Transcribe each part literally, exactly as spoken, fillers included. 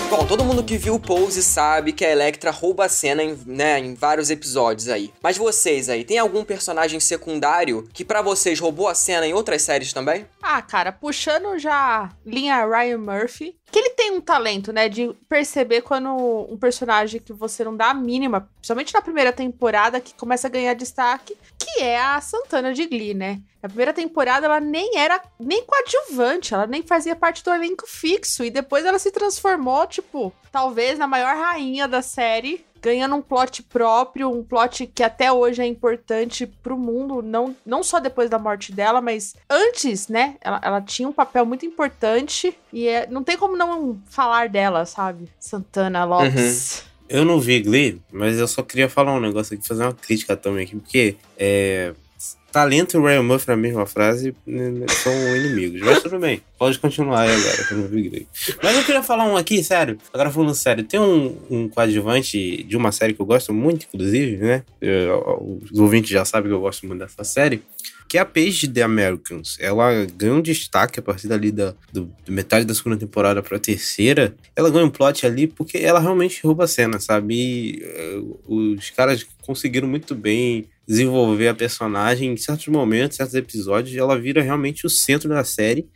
Bom, todo mundo que viu o Pose sabe que a Elektra rouba a cena em, né, em vários episódios aí. Mas vocês aí, tem algum personagem secundário que pra vocês roubou a cena em outras séries também? Ah, cara, puxando já linha Ryan Murphy, que ele tem um talento, né, de perceber quando um personagem que você não dá a mínima, principalmente na primeira temporada, que começa a ganhar destaque, que é a Santana de Glee, né? Na primeira temporada ela nem era nem coadjuvante, ela nem fazia parte do elenco fixo, e depois ela se transformou, tipo, talvez na maior rainha da série, ganhando um plot próprio, um plot que até hoje é importante pro mundo, não, não só depois da morte dela, mas antes, né? Ela, ela tinha um papel muito importante e é, não tem como não falar dela, sabe? Santana Lopes. Uhum. Eu não vi Glee, mas eu só queria falar um negócio aqui, fazer uma crítica também aqui, porque é, talento e Ryan Murphy na mesma frase né, são inimigos. Mas tudo bem, pode continuar aí agora, que eu não vi Glee. Mas eu queria falar um aqui, sério, agora falando sério, tem um, um coadjuvante de uma série que eu gosto muito, inclusive, né? Eu, os ouvintes já sabem que eu gosto muito dessa série, que é a Paige de The Americans. Ela ganhou um destaque a partir dali da do, do metade da segunda temporada pra terceira. Ela ganha um plot ali porque ela realmente rouba a cena, sabe? E, uh, os caras conseguiram muito bem desenvolver a personagem em certos momentos, certos episódios, ela vira realmente o centro da série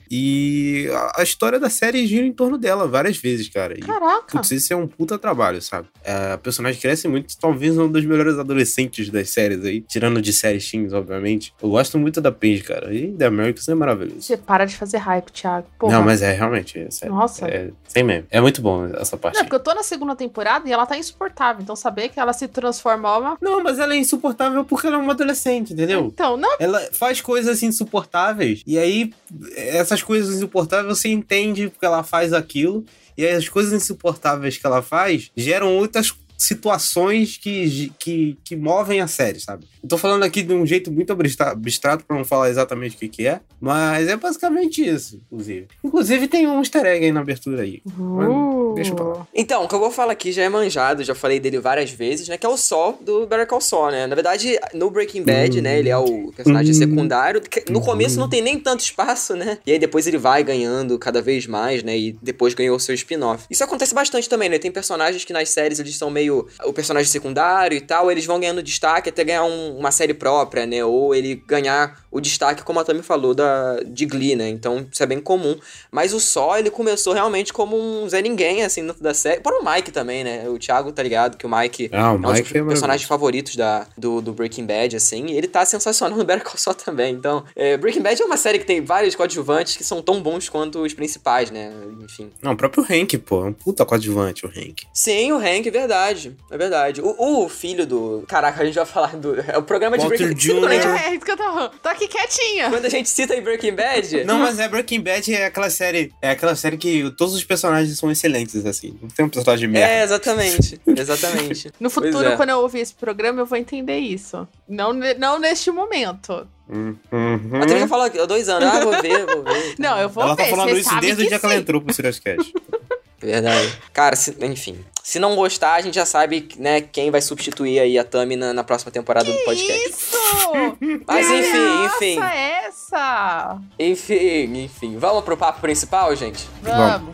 e a, a história da série gira em torno dela várias vezes, cara. E, Caraca! Putz, isso é um puta trabalho, sabe? A personagem cresce muito, talvez um dos melhores adolescentes das séries aí, tirando de séries teens, obviamente. Eu gosto muito da Paige, cara, e The Americans é maravilhoso. Você para de fazer hype, Thiago. Porra. Não, mas é realmente, é sério. Nossa. É, sem mesmo. É muito bom essa parte. Não, porque eu tô na segunda temporada e ela tá insuportável, então saber que ela se transforma uma... Não, mas ela é insuportável porque ela é uma adolescente, entendeu? Então, não... Ela faz coisas insuportáveis, e aí essas coisas insuportáveis você entende porque ela faz aquilo, e aí as coisas insuportáveis que ela faz geram outras situações que, que, que movem a série, sabe? Eu tô falando aqui de um jeito muito abstrato pra não falar exatamente o que que é, mas é basicamente isso, inclusive. Inclusive tem um easter egg aí na abertura aí. Uh. Deixa eu falar. Então, o que eu vou falar aqui já é manjado, já falei dele várias vezes, né? Que é o Sol do Better Call Saul, né? Na verdade, no Breaking Bad, uhum. né? Ele é o personagem uhum. secundário. No uhum. começo não tem nem tanto espaço, né? E aí depois ele vai ganhando cada vez mais, né? E depois ganhou o seu spin-off. Isso acontece bastante também, né? Tem personagens que nas séries eles são meio o personagem secundário e tal, eles vão ganhando destaque até ganhar um, uma série própria, né? Ou ele ganhar o destaque, como a Tami falou, da, de Glee, né? Então, isso é bem comum. Mas o Sol, ele começou realmente como um Zé Ninguém, assim, dentro da série. Para o Mike também, né? O Thiago tá ligado que o Mike ah, o é um Mike dos é personagens favoritos da, do, do Breaking Bad, assim. E ele tá sensacional no Better Call Saul também. Então, é, Breaking Bad é uma série que tem vários coadjuvantes que são tão bons quanto os principais, né? Enfim. Não, o próprio Hank, pô. É um puta coadjuvante, o Hank. Sim, o Hank, é verdade. É verdade. O, o filho do... Caraca, a gente vai falar do... É o programa de Walter Breaking Bad. É, isso que eu tô... Tô aqui quietinha. Quando a gente cita em Breaking Bad... Não, mas é Breaking Bad é aquela série... É aquela série que todos os personagens são excelentes, assim. Não tem um personagem de merda. É, exatamente. Exatamente. No futuro, é. quando eu ouvir esse programa, eu vou entender isso. Não, não neste momento. Uhum. A Tami já falou há dois anos. Ah, vou ver, vou ver. Não, eu vou Ela ver. tá falando Você isso sabe desde o dia sim. que ela entrou pro Serious Cast. Verdade. Cara, se, enfim. Se não gostar, a gente já sabe, né, quem vai substituir aí a Tami na, na próxima temporada que do podcast. Isso! Mas enfim, enfim. Nossa, essa! Enfim, enfim. Vamos pro papo principal, gente? Vamos.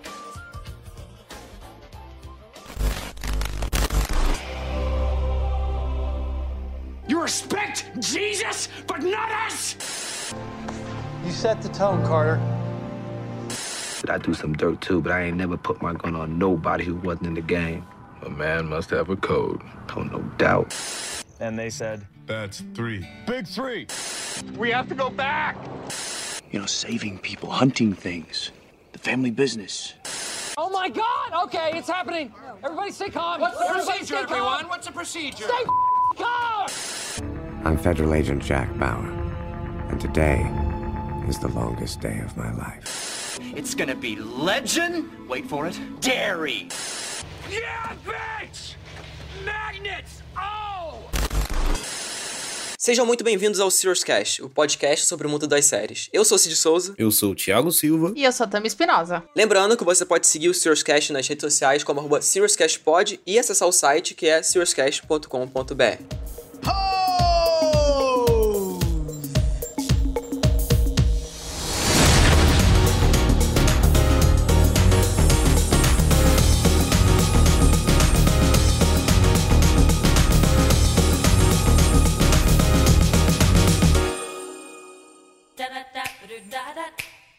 You respect Jesus, but not us! You set the tone, Carter. I do some dirt too, but I ain't never put my gun on nobody who wasn't in the game. A man must have a code. Oh, no doubt. And they said, That's three. Big three. We have to go back! You know, saving people, hunting things, the family business. Oh my God! Okay, it's happening. Everybody stay calm. What's the Everybody procedure, stay calm. everyone? What's the procedure? Stay calm! I'm Federal Agent Jack Bauer, and today is the longest day of my life. It's gonna be legend, wait for it, dairy. Yeah, bitch! Magnets! Oh! Sejam muito bem-vindos ao Serious Cast, o podcast sobre o mundo das séries. Eu sou o Cid Souza. Eu sou o Thiago Silva. E eu sou a Tami Espinosa. Lembrando que você pode seguir o Serious Cast nas redes sociais como arroba SeriousCastPod e acessar o site que é seriouscast ponto com ponto b r.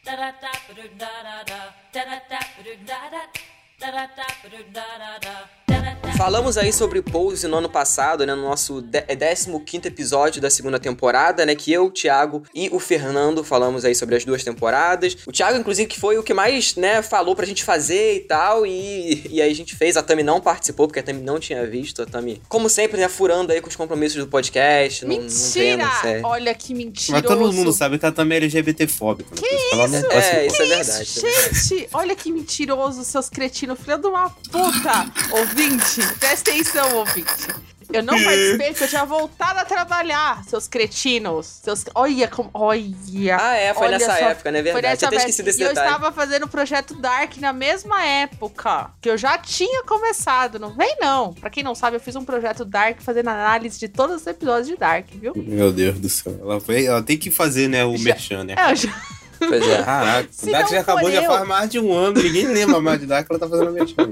Falamos aí sobre Pose no ano passado, né, no nosso décimo quinto episódio da segunda temporada, né, que eu, o Thiago e o Fernando falamos aí sobre as duas temporadas. O Thiago, inclusive, que foi o que mais, né, falou pra gente fazer e tal, e, e aí a gente fez. A Tami não participou, porque a Tami não tinha visto. A Tami, como sempre, né, furando aí com os compromissos do podcast. Mentira! Não, não vendo, olha que mentiroso. Mas todo mundo sabe que a Tami é L G B T fóbica. Que isso? Não é, isso é verdade. Gente, olha que mentiroso, seus cretinos, filha de uma puta. Ouvinte, presta atenção, ouvinte. Eu não participei, porque eu tinha voltado a trabalhar, seus cretinos. Seus... Olha como... Olha. Ah, é, foi olha nessa só, época, né? Verdade. Foi Tinha até esquecido desse E eu detalhe. estava fazendo o projeto Dark na mesma época, que eu já tinha começado. Não vem, não. Pra quem não sabe, eu fiz um projeto Dark fazendo análise de todos os episódios de Dark, viu? Meu Deus do céu. Ela, foi, ela tem que fazer, né, o Já... merchan, né? É, eu já... Pois é. Caraca, Se o Dark não já acabou, for já eu- faz mais de um ano, ninguém lembra mais de Dark, ela tá fazendo merchan.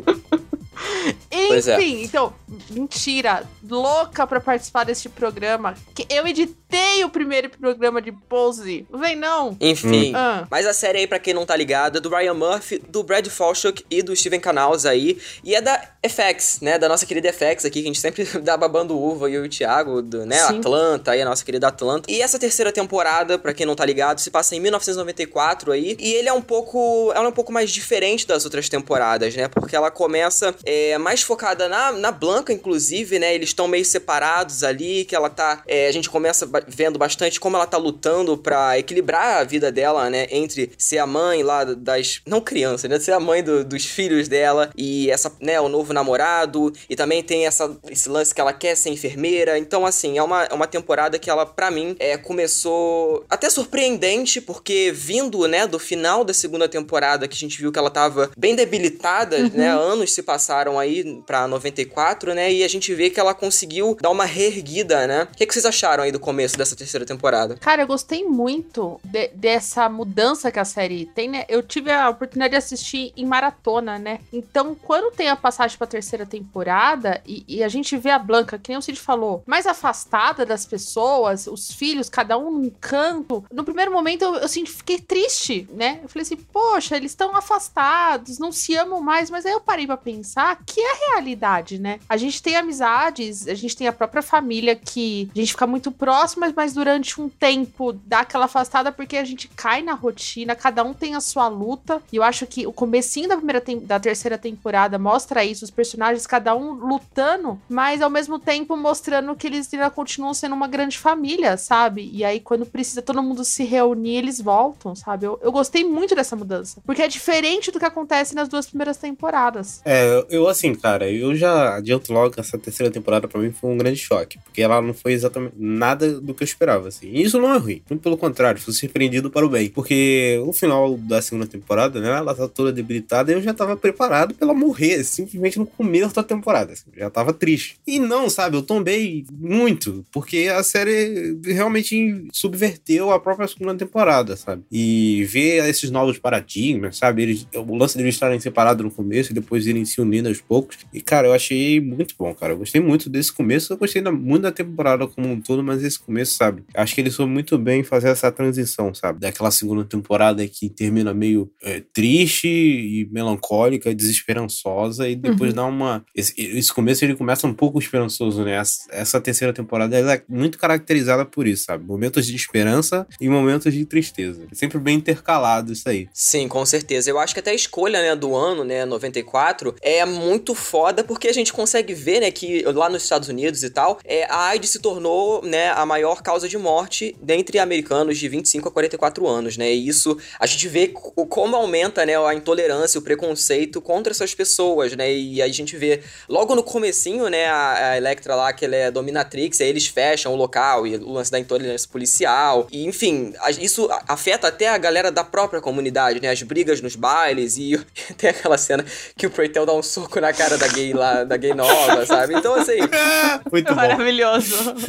Pois é. Enfim, então, mentira, louca pra participar deste programa. Que eu editei o primeiro programa de Pose. Não vem, não. Enfim, Hum. Ah. mas a série aí, pra quem não tá ligado, é do Ryan Murphy, do Brad Falchuk e do Steven Canals aí. E é da F X, né? Da nossa querida F X aqui, que a gente sempre dá babando uva, eu e o Thiago, do, né? Sim. Atlanta, aí a nossa querida Atlanta. E essa terceira temporada, pra quem não tá ligado, se passa em mil novecentos e noventa e quatro aí. E ele é um pouco... Ela é um pouco mais diferente das outras temporadas, né? Porque ela começa é, mais focada na, na Blanca, inclusive, né? Eles estão meio separados ali, que ela tá... É, a gente começa ba- vendo bastante como ela tá lutando pra equilibrar a vida dela, né? Entre ser a mãe lá das... Não crianças, né? Ser a mãe do- dos filhos dela e essa, né? O novo namorado. E também tem essa, esse lance que ela quer ser enfermeira. Então, assim, é uma, é uma temporada que ela, pra mim, é, começou até surpreendente, porque vindo, né? Do final da segunda temporada, que a gente viu que ela tava bem debilitada, Uhum. né? Anos se passaram aí pra noventa e quatro, né? E a gente vê que ela conseguiu dar uma reerguida, né? O que, que vocês acharam aí do começo dessa terceira temporada? Cara, eu gostei muito de- dessa mudança que a série tem, né? Eu tive a oportunidade de assistir em maratona, né? Então, quando tem a passagem pra terceira temporada e, e a gente vê a Blanca, que nem o Cid falou, mais afastada das pessoas, os filhos, cada um num canto. No primeiro momento, eu, eu assim, fiquei triste, né? Eu falei assim, poxa, eles estão afastados, não se amam mais. Mas aí eu parei pra pensar que é a realidade, né? A gente tem amizades, a gente tem a própria família que a gente fica muito próximas, mas durante um tempo dá aquela afastada porque a gente cai na rotina, cada um tem a sua luta. E eu acho que o comecinho da primeira tem- da terceira temporada mostra isso, os personagens cada um lutando, mas ao mesmo tempo mostrando que eles ainda continuam sendo uma grande família, sabe? E aí quando precisa todo mundo se reunir, eles voltam, sabe? Eu, eu gostei muito dessa mudança, porque é diferente do que acontece nas duas primeiras temporadas. É, eu- eu assim, cara, eu já adianto logo que essa terceira temporada pra mim foi um grande choque, porque ela não foi exatamente nada do que eu esperava, assim. E isso não é ruim, muito pelo contrário, fui surpreendido para o bem, porque o final da segunda temporada, né, ela tá toda debilitada e eu já tava preparado pra ela morrer, simplesmente no começo da temporada, assim, já tava triste. E não, sabe, eu tombei muito, porque a série realmente subverteu a própria segunda temporada, sabe? E ver esses novos paradigmas, sabe? Eles, o lance deles estarem separados no começo e depois irem se unindo aos poucos. E, cara, eu achei muito bom, cara. Eu gostei muito desse começo. Eu gostei da, muito da temporada como um todo, mas esse começo, sabe? Acho que eles foram muito bem fazer essa transição, sabe? Daquela segunda temporada que termina meio é, triste e melancólica, desesperançosa, e depois Uhum. dá uma... Esse, esse começo ele começa um pouco esperançoso, né? Essa, essa terceira temporada ela é muito caracterizada por isso, sabe? Momentos de esperança e momentos de tristeza. É sempre bem intercalado isso aí. Sim, com certeza. Eu acho que até a escolha, né, do ano, né, noventa e quatro, é muito foda, porque a gente consegue ver, né, que lá nos Estados Unidos e tal, é, a AIDS se tornou, né, a maior causa de morte dentre americanos de vinte e cinco a quarenta e quatro anos, né, e isso, a gente vê co- como aumenta, né, a intolerância, o preconceito contra essas pessoas, né, e aí a gente vê, logo no comecinho, né, a, a Elektra lá, que ela é dominatrix, aí eles fecham o local, e o lance da intolerância policial, e enfim, a- isso afeta até a galera da própria comunidade, né, as brigas nos bailes, e tem aquela cena que o Preytel dá um soco na cara da gay lá, da gay nova, sabe? Então, assim, Muito bom. Maravilhoso.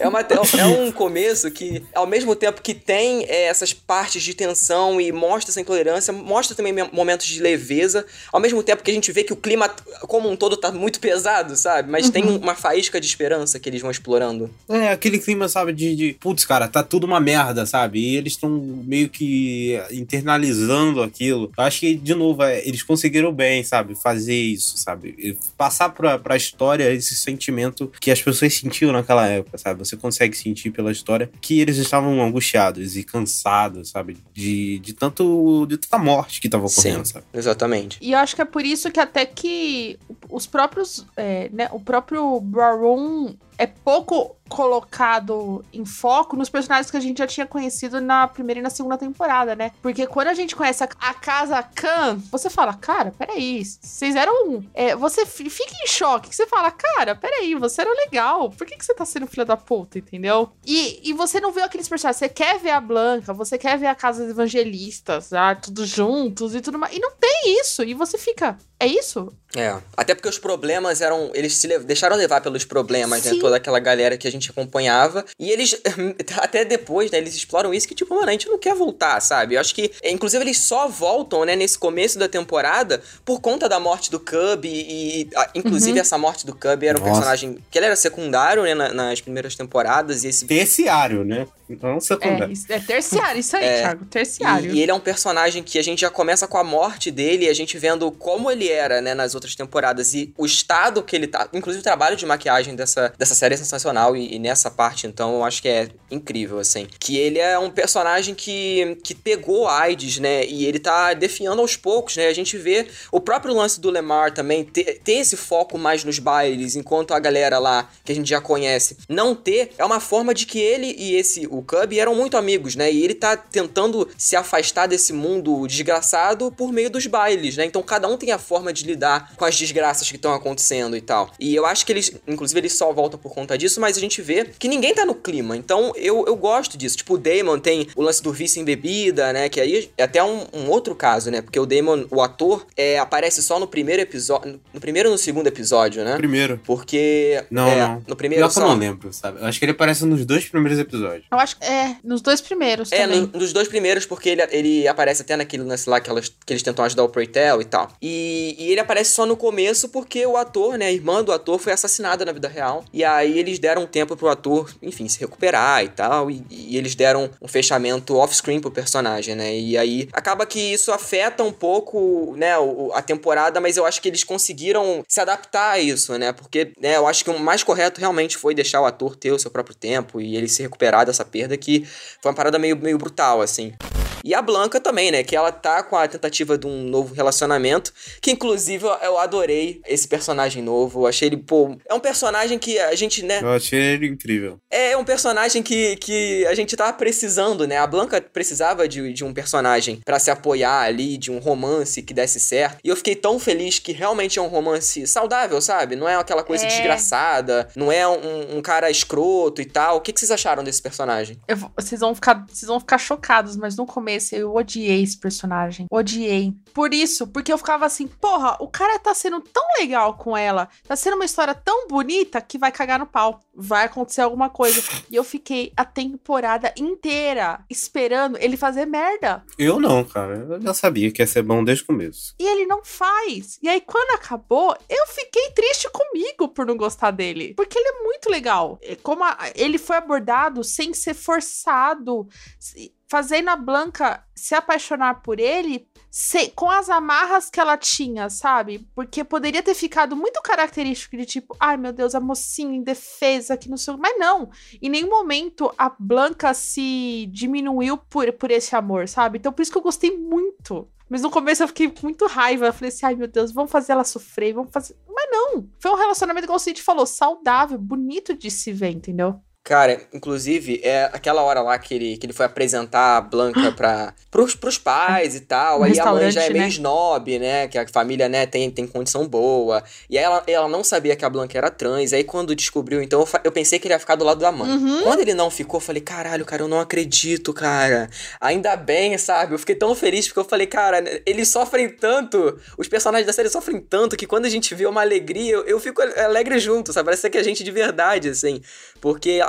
É, uma, é um começo que, ao mesmo tempo que tem é, essas partes de tensão e mostra essa intolerância, mostra também momentos de leveza, ao mesmo tempo que a gente vê que o clima como um todo tá muito pesado, sabe? Mas uhum. tem uma faísca de esperança que eles vão explorando. É, aquele clima, sabe, de, de putz, cara, tá tudo uma merda, sabe? E eles estão meio que internalizando aquilo. Eu acho que, de novo, é, eles conseguiram bem, sabe? Fazer isso, sabe? E passar pra, pra história esse sentimento que as pessoas sentiam naquela época, sabe? Você consegue sentir pela história que eles estavam angustiados e cansados, sabe? De, de tanto de tanta morte que tava ocorrendo, Sim, sabe? Exatamente. E eu acho que é por isso que até que os próprios, é, né, o próprio Baron é pouco colocado em foco nos personagens que a gente já tinha conhecido na primeira e na segunda temporada, né? Porque quando a gente conhece a, a Casa Khan, você fala, cara, peraí, vocês eram um. É, você f- fica em choque, você fala, cara, peraí, você era legal, por que, que você tá sendo filha da puta, entendeu? E, e você não vê aqueles personagens, você quer ver a Blanca, você quer ver a Casa dos Evangelistas, ah, tudo juntos e tudo mais, e não tem isso, e você fica, é isso? É, até porque os problemas eram, eles se le- deixaram levar pelos problemas, Sim. né, toda aquela galera que a gente acompanhava, e eles, até depois, né, eles exploram isso que, tipo, mano, a gente não quer voltar, sabe? Eu acho que, inclusive, eles só voltam, né, nesse começo da temporada, por conta da morte do Cub, e, a, inclusive, uhum. essa morte do Cub era um Nossa. personagem, que ele era secundário, né, na, nas primeiras temporadas, e esse... Terciário, né? Não secundário. É, é terciário, isso aí, é, Thiago, terciário. E, e ele é um personagem que a gente já começa com a morte dele, e a gente vendo como ele era, né, nas outras temporadas, e o estado que ele tá, inclusive o trabalho de maquiagem dessa, dessa série é sensacional, e, e nessa parte, então, eu acho que é incrível, assim. Que ele é um personagem que, que pegou a AIDS, né, e ele tá definhando aos poucos, né, a gente vê o próprio lance do Lemar também, ter, ter esse foco mais nos bailes, enquanto a galera lá, que a gente já conhece, não ter, é uma forma de que ele e esse, o Cub, eram muito amigos, né, e ele tá tentando se afastar desse mundo desgraçado por meio dos bailes, né, então cada um tem a forma de lidar com as desgraças que estão acontecendo e tal. E eu acho que eles, inclusive, eles só voltam por conta disso, mas a gente vê que ninguém tá no clima, então eu, eu gosto disso. Tipo, o Damon tem o lance do vício em bebida, né, que aí é até um, um outro caso, né, porque o Damon, o ator, é, aparece só no primeiro episódio, no primeiro ou no segundo episódio, né? Primeiro. Porque... Não, é, não. No primeiro Pior só. que eu não lembro, sabe? Eu acho que ele aparece nos dois primeiros episódios. Eu acho que é, nos dois primeiros É, também. no, nos dois primeiros, porque ele, ele aparece até naquele lance lá que, elas, que eles tentam ajudar o Preytel e tal. E, e ele aparece só no começo porque o ator, né, a irmã do ator foi assassinada na vida real. E aí eles deram um tempo pro ator, enfim, se recuperar e tal. E, e eles deram um fechamento off-screen pro personagem, né? E aí acaba que isso afeta um pouco, né, o, a temporada, mas eu acho que eles conseguiram se adaptar a isso, né? Porque, né, eu acho que o mais correto realmente foi deixar o ator ter o seu próprio tempo e ele se recuperar dessa perda, que foi uma parada meio, meio brutal, assim. E a Blanca também, né? Que ela tá com a tentativa de um novo relacionamento. Que, inclusive, eu adorei esse personagem novo. Eu achei ele, pô... É um personagem que a gente, né... Eu achei ele incrível. É um personagem que, que a gente tava precisando, né? A Blanca precisava de, de um personagem pra se apoiar ali, de um romance que desse certo. E eu fiquei tão feliz que realmente é um romance saudável, sabe? Não é aquela coisa é. desgraçada. Não é um, um cara escroto e tal. O que, que vocês acharam desse personagem? Eu, vocês, vão ficar, vocês vão ficar chocados, mas no começo eu odiei esse personagem. Odiei. Por isso, porque eu ficava assim, porra, o cara tá sendo tão legal com ela, tá sendo uma história tão bonita que vai cagar no pau. Vai acontecer alguma coisa. E eu fiquei a temporada inteira esperando ele fazer merda. Eu não, cara. Eu já sabia que ia ser bom desde o começo. E ele não faz. E aí, quando acabou, eu fiquei triste comigo por não gostar dele. Porque ele é muito legal. Como a, ele foi abordado sem ser forçado, fazendo a Blanca se apaixonar por ele se, com as amarras que ela tinha, sabe? Porque poderia ter ficado muito característico de tipo, ai meu Deus, a mocinha indefesa, que não sei o... Mas não, em nenhum momento a Blanca se diminuiu por, por esse amor, sabe? Então por isso que eu gostei muito. Mas no começo eu fiquei com muito raiva. Eu falei assim, ai meu Deus, vamos fazer ela sofrer, vamos fazer... Mas não, foi um relacionamento, como o Cid falou, saudável, bonito de se ver, entendeu? Cara, inclusive, é aquela hora lá que ele, que ele foi apresentar a Blanca pra, pros, pros pais e tal. Um aí a mãe já é meio né? snob, né? Que a família, né, tem, tem condição boa. E aí ela, ela não sabia que a Blanca era trans. Aí quando descobriu, então, eu, eu pensei que ele ia ficar do lado da mãe. Uhum. Quando ele não ficou, eu falei, caralho, cara, eu não acredito, cara. Ainda bem, sabe? Eu fiquei tão feliz porque eu falei, cara, eles sofrem tanto, os personagens da série sofrem tanto que quando a gente vê uma alegria, eu, eu fico alegre junto, sabe? Parece que é gente de verdade, assim. Porque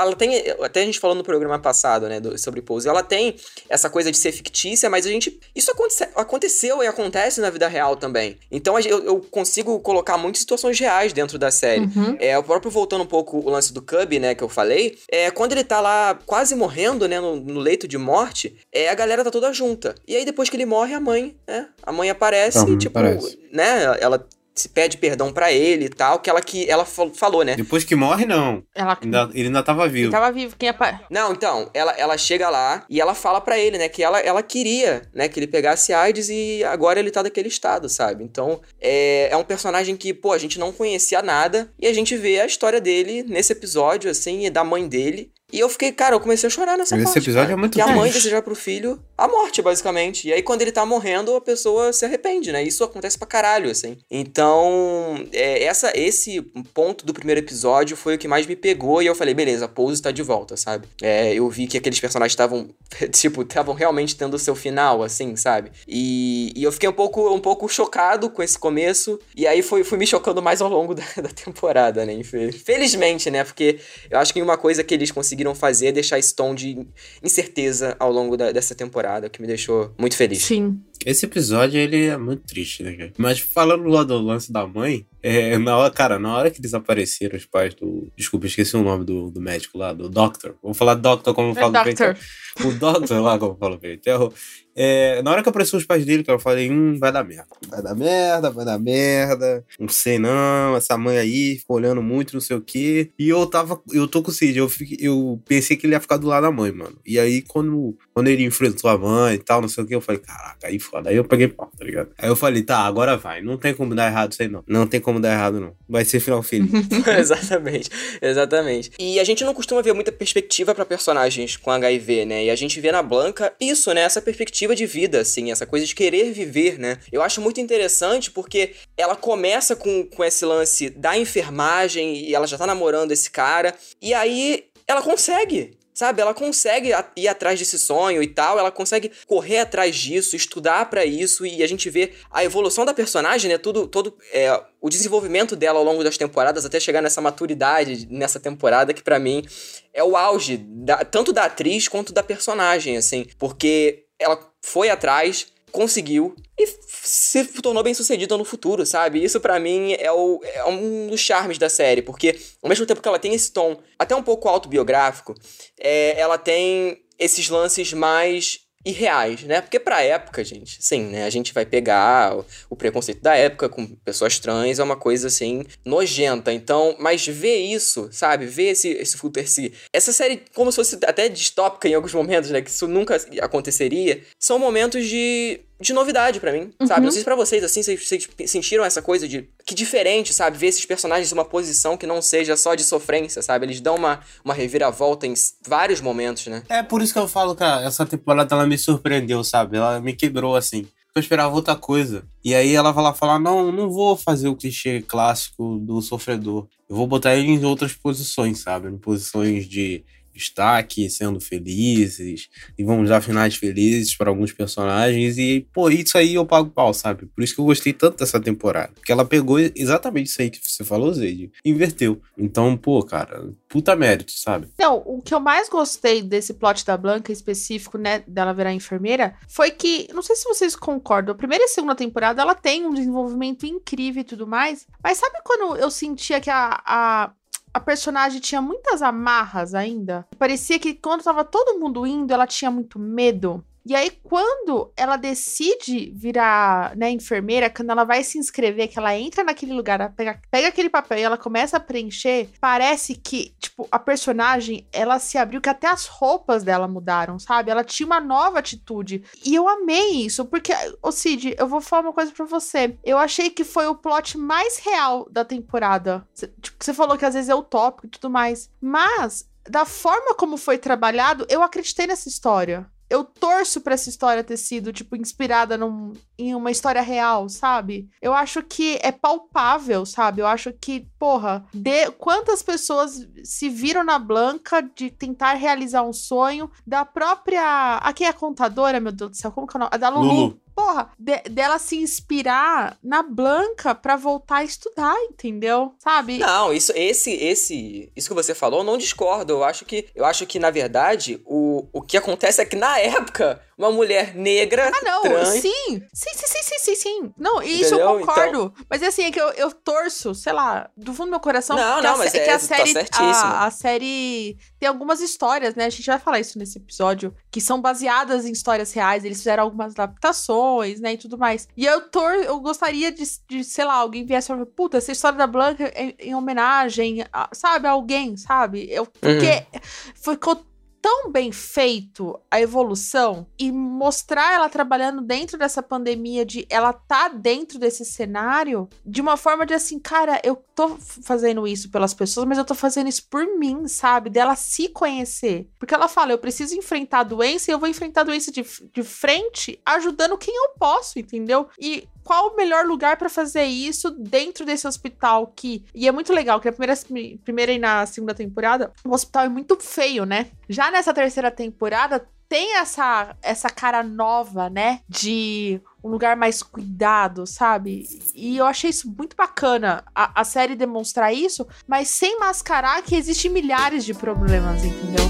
ela tem, até a gente falou no programa passado, né, do, sobre Pose, ela tem essa coisa de ser fictícia, mas a gente, isso aconte, aconteceu e acontece na vida real também. Então eu, eu consigo colocar muitas situações reais dentro da série. Uhum. É, o próprio, voltando um pouco o lance do Cubby, né, que eu falei, é, quando ele tá lá quase morrendo, né, no, no leito de morte, é, a galera tá toda junta. E aí depois que ele morre, a mãe, né, a mãe aparece Uhum, e, tipo, aparece. né, ela se pede perdão pra ele e tal, que ela, que ela falou, né? Depois que morre, não. Ela... Ainda, ele ainda tava vivo. Ele tava vivo. Quem apa... Não, então, ela, ela chega lá e ela fala pra ele, né, que ela, ela queria, né, que ele pegasse AIDS e agora ele tá daquele estado, sabe? Então, é, é um personagem que, pô, a gente não conhecia nada e a gente vê a história dele nesse episódio, assim, e da mãe dele. E eu fiquei, cara, eu comecei a chorar nessa Esse parte. episódio cara, é muito que a mãe triste. desejar pro filho a morte, basicamente. E aí, quando ele tá morrendo, a pessoa se arrepende, né? Isso acontece pra caralho, assim. Então, é, essa, esse ponto do primeiro episódio foi o que mais me pegou. E eu falei, beleza, a Pose tá de volta, sabe? É, eu vi que aqueles personagens estavam, tipo, estavam realmente tendo o seu final, assim, sabe? E, e eu fiquei um pouco, um pouco chocado com esse começo. E aí, foi, fui me chocando mais ao longo da, da temporada, né? Felizmente, né? Porque eu acho que uma coisa que eles conseguiram fazer é deixar esse tom de incerteza ao longo da, dessa temporada, que me deixou muito feliz. Sim. Esse episódio, ele é muito triste, né, cara? Mas falando lá do lance da mãe, é, na hora, cara, na hora que eles apareceram, os pais do... Desculpa, esqueci o nome do, do médico lá, do Doctor. Vou falar Doctor como eu falo é bem. Então. O Doctor lá, como eu falo bem. Então, é, na hora que apareceram os pais dele, que eu falei, hum, vai dar merda. Vai dar merda, vai dar merda. Não sei não, essa mãe aí ficou olhando muito, não sei o quê. E eu tava, eu tô com o Cid, eu, fiquei, eu pensei que ele ia ficar do lado da mãe, mano. E aí, quando, quando ele enfrentou a mãe e tal, não sei o quê, eu falei, caraca, aí foda. Aí eu peguei pau, tá ligado? Aí eu falei, tá, agora vai. Não tem como dar errado isso aí, não. Não tem como dar errado, não. Vai ser final feliz. Exatamente, exatamente. E a gente não costuma ver muita perspectiva pra personagens com H I V, né? E a gente vê na Blanca isso, né? Essa perspectiva de vida, assim, essa coisa de querer viver, né? Eu acho muito interessante porque ela começa com, com esse lance da enfermagem e ela já tá namorando esse cara. E aí ela consegue... Sabe, ela consegue ir atrás desse sonho e tal, ela consegue correr atrás disso, estudar pra isso, e a gente vê a evolução da personagem, né, tudo, todo é, o desenvolvimento dela ao longo das temporadas, até chegar nessa maturidade nessa temporada, que pra mim é o auge, da, tanto da atriz quanto da personagem, assim, porque ela foi atrás, conseguiu e se tornou bem sucedida no futuro, sabe? Isso pra mim é, o, é um dos charmes da série, porque ao mesmo tempo que ela tem esse tom até um pouco autobiográfico, é, ela tem esses lances mais irreais, né? Porque pra época, gente, sim, né? A gente vai pegar o, o preconceito da época com pessoas trans, é uma coisa, assim, nojenta. Então, mas ver isso, sabe? Ver esse, esse futuro, esse... Essa série, como se fosse até distópica em alguns momentos, né? Que isso nunca aconteceria. São momentos de... de novidade pra mim, Uhum. sabe? Não sei se pra vocês, assim, vocês, vocês sentiram essa coisa de... Que diferente, sabe? Ver esses personagens em uma posição que não seja só de sofrência, sabe? Eles dão uma, uma reviravolta em vários momentos, né? É por isso que eu falo, cara, essa temporada ela me surpreendeu, sabe? Ela me quebrou, assim. Eu esperava outra coisa. E aí ela vai lá falar, não, não vou fazer o clichê clássico do sofredor. Eu vou botar ele em outras posições, sabe? Em posições de destaque, sendo felizes, e vamos dar finais felizes para alguns personagens, e, pô, isso aí eu pago pau, sabe? Por isso que eu gostei tanto dessa temporada, porque ela pegou exatamente isso aí que você falou, Zeide, inverteu. Então, pô, cara, puta mérito, sabe? Não, o que eu mais gostei desse plot da Blanca específico, né, dela virar enfermeira, foi que, não sei se vocês concordam, a primeira e segunda temporada, ela tem um desenvolvimento incrível e tudo mais, mas sabe quando eu sentia que a... a... a personagem tinha muitas amarras ainda? Parecia que quando tava todo mundo indo, ela tinha muito medo. E aí, quando ela decide virar, né, enfermeira, quando ela vai se inscrever, que ela entra naquele lugar, ela pega, pega aquele papel e ela começa a preencher, parece que, tipo, a personagem, ela se abriu, que até as roupas dela mudaram, sabe? Ela tinha uma nova atitude. E eu amei isso, porque, ô Cid, eu vou falar uma coisa pra você. Eu achei que foi o plot mais real da temporada. Cê, tipo, você falou que às vezes é utópico e tudo mais, mas, da forma como foi trabalhado, eu acreditei nessa história. Eu torço pra essa história ter sido, tipo, inspirada num, em uma história real, sabe? Eu acho que é palpável, sabe? Eu acho que, porra, de, quantas pessoas se viram na Blanca de tentar realizar um sonho da própria... A quem é a contadora, meu Deus do céu? Como que é o nome? A da Lulu. Lulu. porra, de, dela se inspirar na Blanca pra voltar a estudar, entendeu? Sabe? Não, isso, esse, esse, isso que você falou, eu não discordo. Eu acho que, eu acho que na verdade, o, o que acontece é que na época, uma mulher negra, ah, não, trans... sim, sim, sim, sim, sim, sim, sim. Não, isso Entendeu? eu concordo. Então... Mas assim, é que eu, eu torço, sei lá, do fundo do meu coração. Não, que não, a, mas que é, a tá série, certíssimo. a, a série tem algumas histórias, né? A gente vai falar isso nesse episódio, que são baseadas em histórias reais. Eles fizeram algumas adaptações, né, e tudo mais. E eu, tor eu gostaria de, de, sei lá, alguém viesse e falar, puta, essa história da Blanca é em homenagem, a, sabe, a alguém, sabe? Eu, porque uhum. ficou tão bem feito a evolução e mostrar ela trabalhando dentro dessa pandemia, de ela tá dentro desse cenário, de uma forma de assim, cara, eu tô fazendo isso pelas pessoas, mas eu tô fazendo isso por mim, sabe? Dela se conhecer. Porque ela fala, eu preciso enfrentar a doença e eu vou enfrentar a doença de, de frente, ajudando quem eu posso, entendeu? E qual o melhor lugar pra fazer isso dentro desse hospital que... E é muito legal, que na primeira, primeira e na segunda temporada, o hospital é muito feio, né? Já nessa terceira temporada, tem essa, essa cara nova, né? De um lugar mais cuidado, sabe? E eu achei isso muito bacana, a, a série demonstrar isso, mas sem mascarar que existem milhares de problemas, entendeu?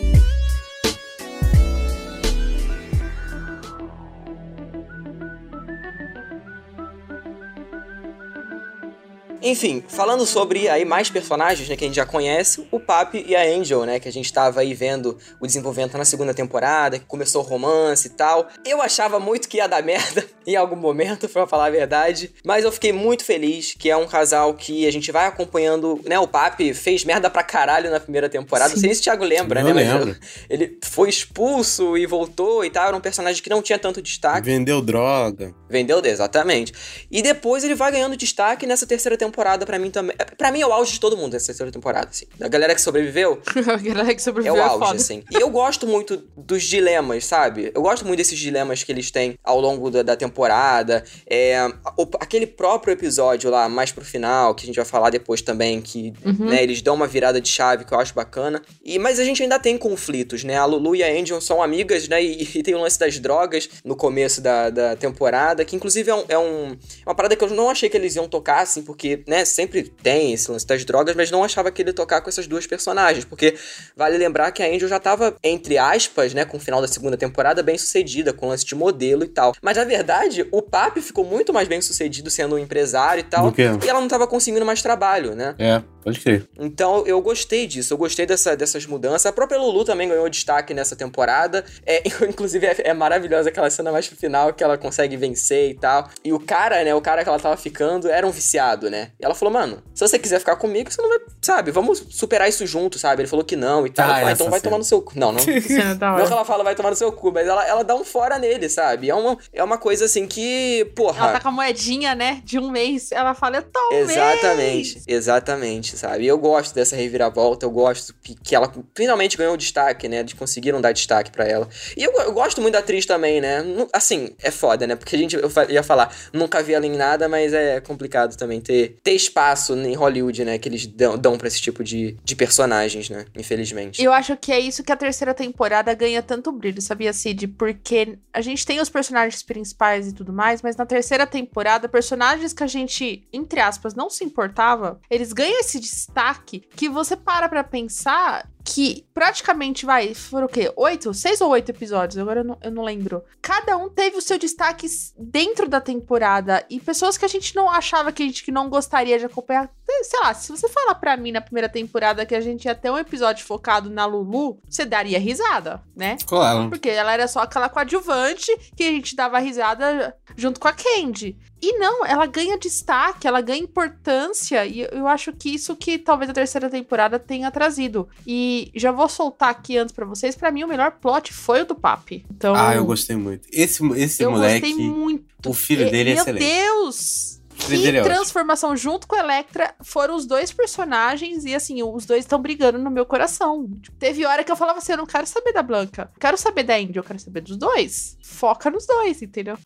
Enfim, falando sobre aí mais personagens, né, que a gente já conhece, o Papi e a Angel, né, que a gente tava aí vendo o desenvolvimento na segunda temporada, que começou o romance e tal. Eu achava muito que ia dar merda em algum momento, pra falar a verdade, mas eu fiquei muito feliz que é um casal que a gente vai acompanhando, né, o Papi fez merda pra caralho na primeira temporada. Sim. Não sei se o Thiago lembra, eu né, lembro. mas ele foi expulso e voltou e tal, era um personagem que não tinha tanto destaque. Vendeu droga. Vendeu, exatamente. E depois ele vai ganhando destaque nessa terceira temporada. temporada pra mim também... Pra mim é o auge de todo mundo nessa terceira temporada, assim. Da galera que sobreviveu... A galera que sobreviveu é o é auge, foda. assim. E eu gosto muito dos dilemas, sabe? Eu gosto muito desses dilemas que eles têm ao longo da, da temporada. É, o, aquele próprio episódio lá, mais pro final, que a gente vai falar depois também, que Uhum. né, eles dão uma virada de chave que eu acho bacana. E, mas a gente ainda tem conflitos, né? A Lulu e a Angel são amigas, né? E, e tem o lance das drogas no começo da, da temporada, que inclusive é, um, é um, uma parada que eu não achei que eles iam tocar, assim, porque, né, sempre tem esse lance das drogas, mas não achava que ele ia tocar com essas duas personagens, porque vale lembrar que a Angel já tava, entre aspas, né, com o final da segunda temporada, bem sucedida, com lance de modelo e tal. Mas, na verdade, o Papi ficou muito mais bem sucedido sendo um empresário e tal, e ela não tava conseguindo mais trabalho, né? É, pode crer. Então, eu gostei disso, eu gostei dessa, dessas mudanças. A própria Lulu também ganhou destaque nessa temporada. É, inclusive, é, é maravilhosa aquela cena mais pro final, que ela consegue vencer e tal. E o cara, né, o cara que ela tava ficando era um viciado, né? E ela falou, mano, se você quiser ficar comigo, você não vai, sabe, vamos superar isso junto, sabe? Ele falou que não e tal. Ah, ah, então vai cena. tomar no seu cu. Não, não. Não que ela fala vai tomar no seu cu, mas ela, ela dá um fora nele, sabe? É uma, é uma coisa assim que, porra... Ela tá com a moedinha, né, de um mês. Ela fala, eu tô um Exatamente, mês. exatamente, sabe? E eu gosto dessa reviravolta, eu gosto que, que ela finalmente ganhou destaque, né? De conseguiram dar destaque pra ela. E eu, eu gosto muito da atriz também, né? Assim, é foda, né? Porque a gente, eu ia falar, nunca vi ela em nada, mas é complicado também ter, ter espaço em Hollywood, né? Que eles dão, dão pra esse tipo de, de personagens, né? Infelizmente. Eu acho que é isso que a terceira temporada ganha tanto brilho, sabia, Cid? Porque a gente tem os personagens principais e tudo mais, mas na terceira temporada, personagens que a gente, entre aspas, não se importava, eles ganham esse destaque que você para pra pensar que praticamente, vai, foram o quê? Oito? Seis ou oito episódios? Agora eu não, eu não lembro. Cada um teve o seu destaque dentro da temporada. E pessoas que a gente não achava, que a gente que não gostaria de acompanhar. Sei lá, se você falar pra mim na primeira temporada que a gente ia ter um episódio focado na Lulu, você daria risada, né? Claro. Porque ela era só aquela coadjuvante que a gente dava risada junto com a Candy. E não, ela ganha destaque, ela ganha importância, e eu acho que isso que talvez a terceira temporada tenha trazido. E já vou soltar aqui antes pra vocês, pra mim o melhor plot foi o do Papi. Então, ah, eu gostei muito. Esse, esse eu moleque, gostei muito. o filho dele é Meu excelente. Meu Deus! filho dele é Que ótimo. transformação junto com a Electra foram os dois personagens e, assim, os dois estão brigando no meu coração. Tipo, teve hora que eu falava assim, eu não quero saber da Blanca, quero saber da Indy, eu quero saber dos dois. Foca nos dois, entendeu?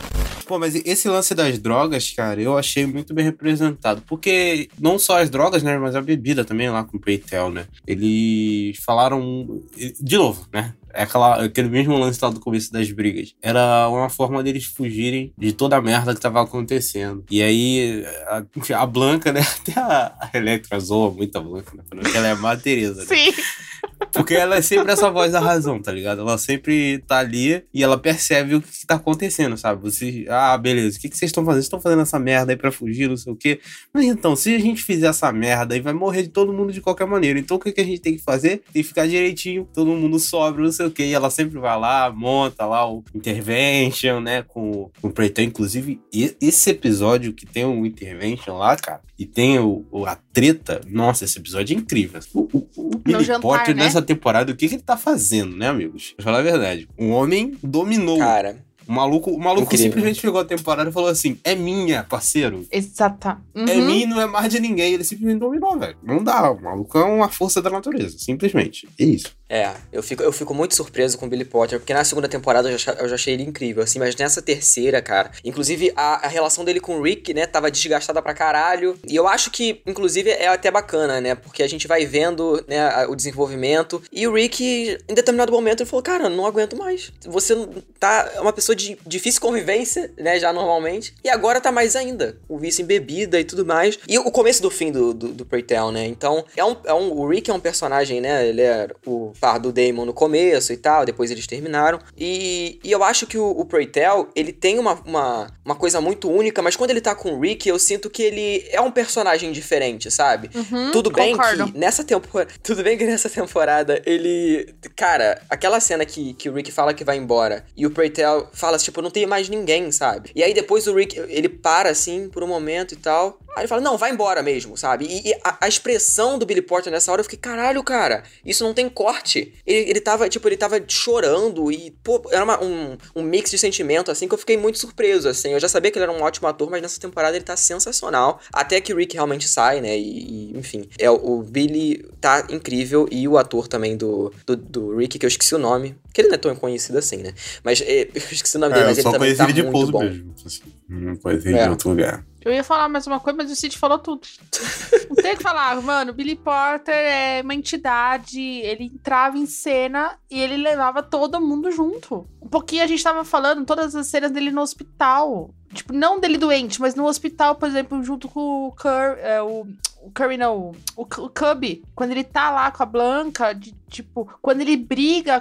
Pô, mas esse lance das drogas, cara, eu achei muito bem representado. Porque não só as drogas, né, mas a bebida também lá com o Preitel, né? Eles falaram... De novo, né? É aquela, aquele mesmo lance lá do começo das brigas. Era uma forma deles fugirem de toda a merda que tava acontecendo. E aí, a, a Blanca, né? Até a, a Electra zoa muito a Blanca, né? Falando que ela é a Madre Teresa, né? Sim. Porque ela é sempre essa voz da razão, tá ligado? Ela sempre tá ali e ela percebe o que, que tá acontecendo, sabe? Você, ah, beleza, o que, que vocês estão fazendo? Vocês estão fazendo essa merda aí pra fugir, não sei o quê. Mas então, se a gente fizer essa merda aí, vai morrer de todo mundo de qualquer maneira. Então o que, que a gente tem que fazer? Tem que ficar direitinho, todo mundo sóbrio, não sei o quê. E ela sempre vai lá, monta lá o Intervention, né? Com, com o Preitel. Inclusive, esse episódio que tem o Intervention lá, cara, e tem o, o, a treta, nossa, esse episódio é incrível. O, o, o Billy jantar, Porter né? nessa temporada, o que, que ele tá fazendo, né, amigos? Pra falar a verdade. O homem dominou. Cara, O maluco, o maluco incrível. simplesmente chegou a temporada e falou assim: é minha, parceiro. Exata. Uhum. É minha e não é mais de ninguém. Ele simplesmente dominou, velho. Não dá. O maluco é uma força da natureza. Simplesmente. É isso. É, eu fico, eu fico muito surpreso com o Billy Potter, porque na segunda temporada eu já, eu já achei ele incrível, assim, mas nessa terceira, cara, inclusive a, a relação dele com o Rick, né, tava desgastada pra caralho, e eu acho que, inclusive, é até bacana, né, porque a gente vai vendo, né, a, o desenvolvimento, e o Rick, em determinado momento, ele falou, cara, não aguento mais, você tá uma pessoa de difícil convivência, né, já normalmente, e agora tá mais ainda, o vício em bebida e tudo mais, e o começo do fim do, do, do Preitel, né, então, é um, é um, o Rick é um personagem, né, ele é o par do Damon no começo e tal, depois eles terminaram. E, e eu acho que o, o Preitel, ele tem uma, uma, uma coisa muito única, mas quando ele tá com o Rick, eu sinto que ele é um personagem diferente, sabe? Uhum, tudo bem concordo. que nessa temporada, tudo bem que nessa temporada ele, cara, aquela cena que, que o Rick fala que vai embora e o Preitel fala tipo, não tem mais ninguém, sabe? E aí depois o Rick, ele para assim por um momento e tal. Aí ele fala, não, vai embora mesmo, sabe? E, e a, a expressão do Billy Porter nessa hora, eu fiquei, caralho, cara, isso não tem corte. Ele, ele tava, tipo, ele tava chorando e, pô, era uma, um, um mix de sentimento, assim, que eu fiquei muito surpreso, assim. Eu já sabia que ele era um ótimo ator, mas nessa temporada ele tá sensacional. Até que o Rick realmente sai, né? E, e enfim, é, o Billy tá incrível e o ator também do, do, do Rick, que eu esqueci o nome, que ele não é tão conhecido assim, né? Mas é, eu esqueci o nome É, dele, mas eu ele só também conheci tá ele de muito pouso bom. mesmo. Assim, não conheci ele É. de outro lugar. Eu ia falar mais uma coisa, mas o Cid falou tudo. Não tem o que falar, mano. O Billy Porter é uma entidade. Ele entrava em cena e ele levava todo mundo junto. Um pouquinho a gente tava falando, todas as cenas dele no hospital. Tipo, não dele doente, mas no hospital, por exemplo, junto com o Cur, é, o, o Curry, não, o, o Cubby. Quando ele tá lá com a Blanca, de, tipo, quando ele briga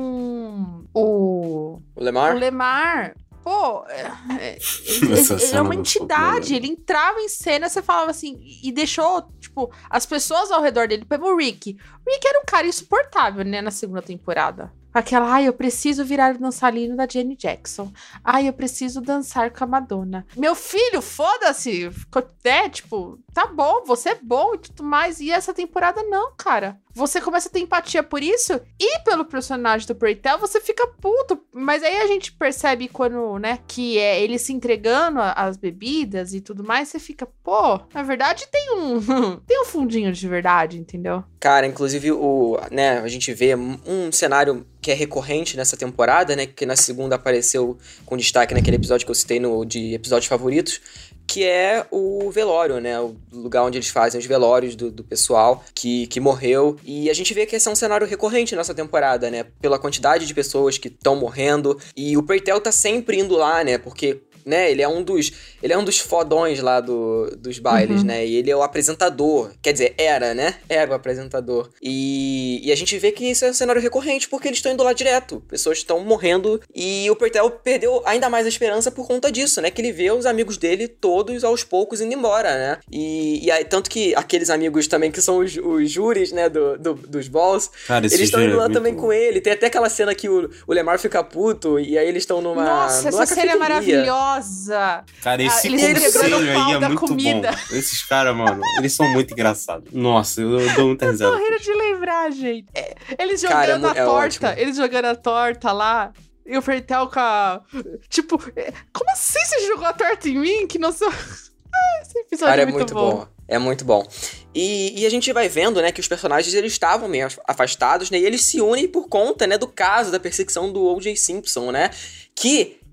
com o... O Lemar? O Lemar... Pô, é, é, ele, Essa ele é cena uma não entidade, foi, ele entrava em cena, você falava assim, e deixou, tipo, as pessoas ao redor dele, por exemplo, o Rick. O Rick era um cara insuportável, né, na segunda temporada. Aquela, ai, eu preciso virar o dançarino da Janet Jackson. Ai, eu preciso dançar com a Madonna. Meu filho, foda-se. É, tipo, tá bom, você é bom e tudo mais. E essa temporada não, cara. Você começa a ter empatia por isso e pelo personagem do Preitel, você fica puto. Mas aí a gente percebe quando, né, que é ele se entregando às bebidas e tudo mais, você fica, pô, na verdade tem um tem um fundinho de verdade, entendeu? Cara, inclusive, o, né, a gente vê um cenário que é recorrente nessa temporada, né, que na segunda apareceu com destaque naquele episódio que eu citei no, de episódios favoritos, que é o velório, né, o lugar onde eles fazem os velórios do, do pessoal que, que morreu, e a gente vê que esse é um cenário recorrente nessa temporada, né, pela quantidade de pessoas que estão morrendo, e o Preitel tá sempre indo lá, né, porque... né, ele é um dos ele é um dos fodões lá do, dos bailes, Uhum. né, e ele é o apresentador, quer dizer, era, né, era o apresentador, e, e a gente vê que isso é um cenário recorrente, porque eles estão indo lá direto, pessoas estão morrendo, e o Preitel perdeu ainda mais a esperança por conta disso, né, que ele vê os amigos dele todos aos poucos indo embora, né, e, e aí, tanto que aqueles amigos também que são os, os júris, né, do, do, dos balls, Cara, esse eles estão júri indo é lá muito também bom. com ele, tem até aquela cena que o, o Lemar fica puto, e aí eles estão numa Nossa, numa essa cena é cafeteria. maravilhosa. Cara, esse Ah, eles quebrando conselho o aí pau é da muito comida. bom. Esses caras, mano, eles são muito engraçados. Nossa, eu, eu dou muita Eu risada. tô rindo de lembrar, gente. É, Eles jogando Cara, é mu- a é torta, ótimo. eles jogando a torta lá. E o Preitel com a... Tipo, é, como assim você jogou a torta em mim? Que não sou... Ah, esse episódio Cara, é é muito, muito bom. bom. É muito bom. E, e a gente vai vendo, né, que os personagens, eles estavam meio afastados, né, e eles se unem por conta, né, do caso da perseguição do O J Simpson, né, que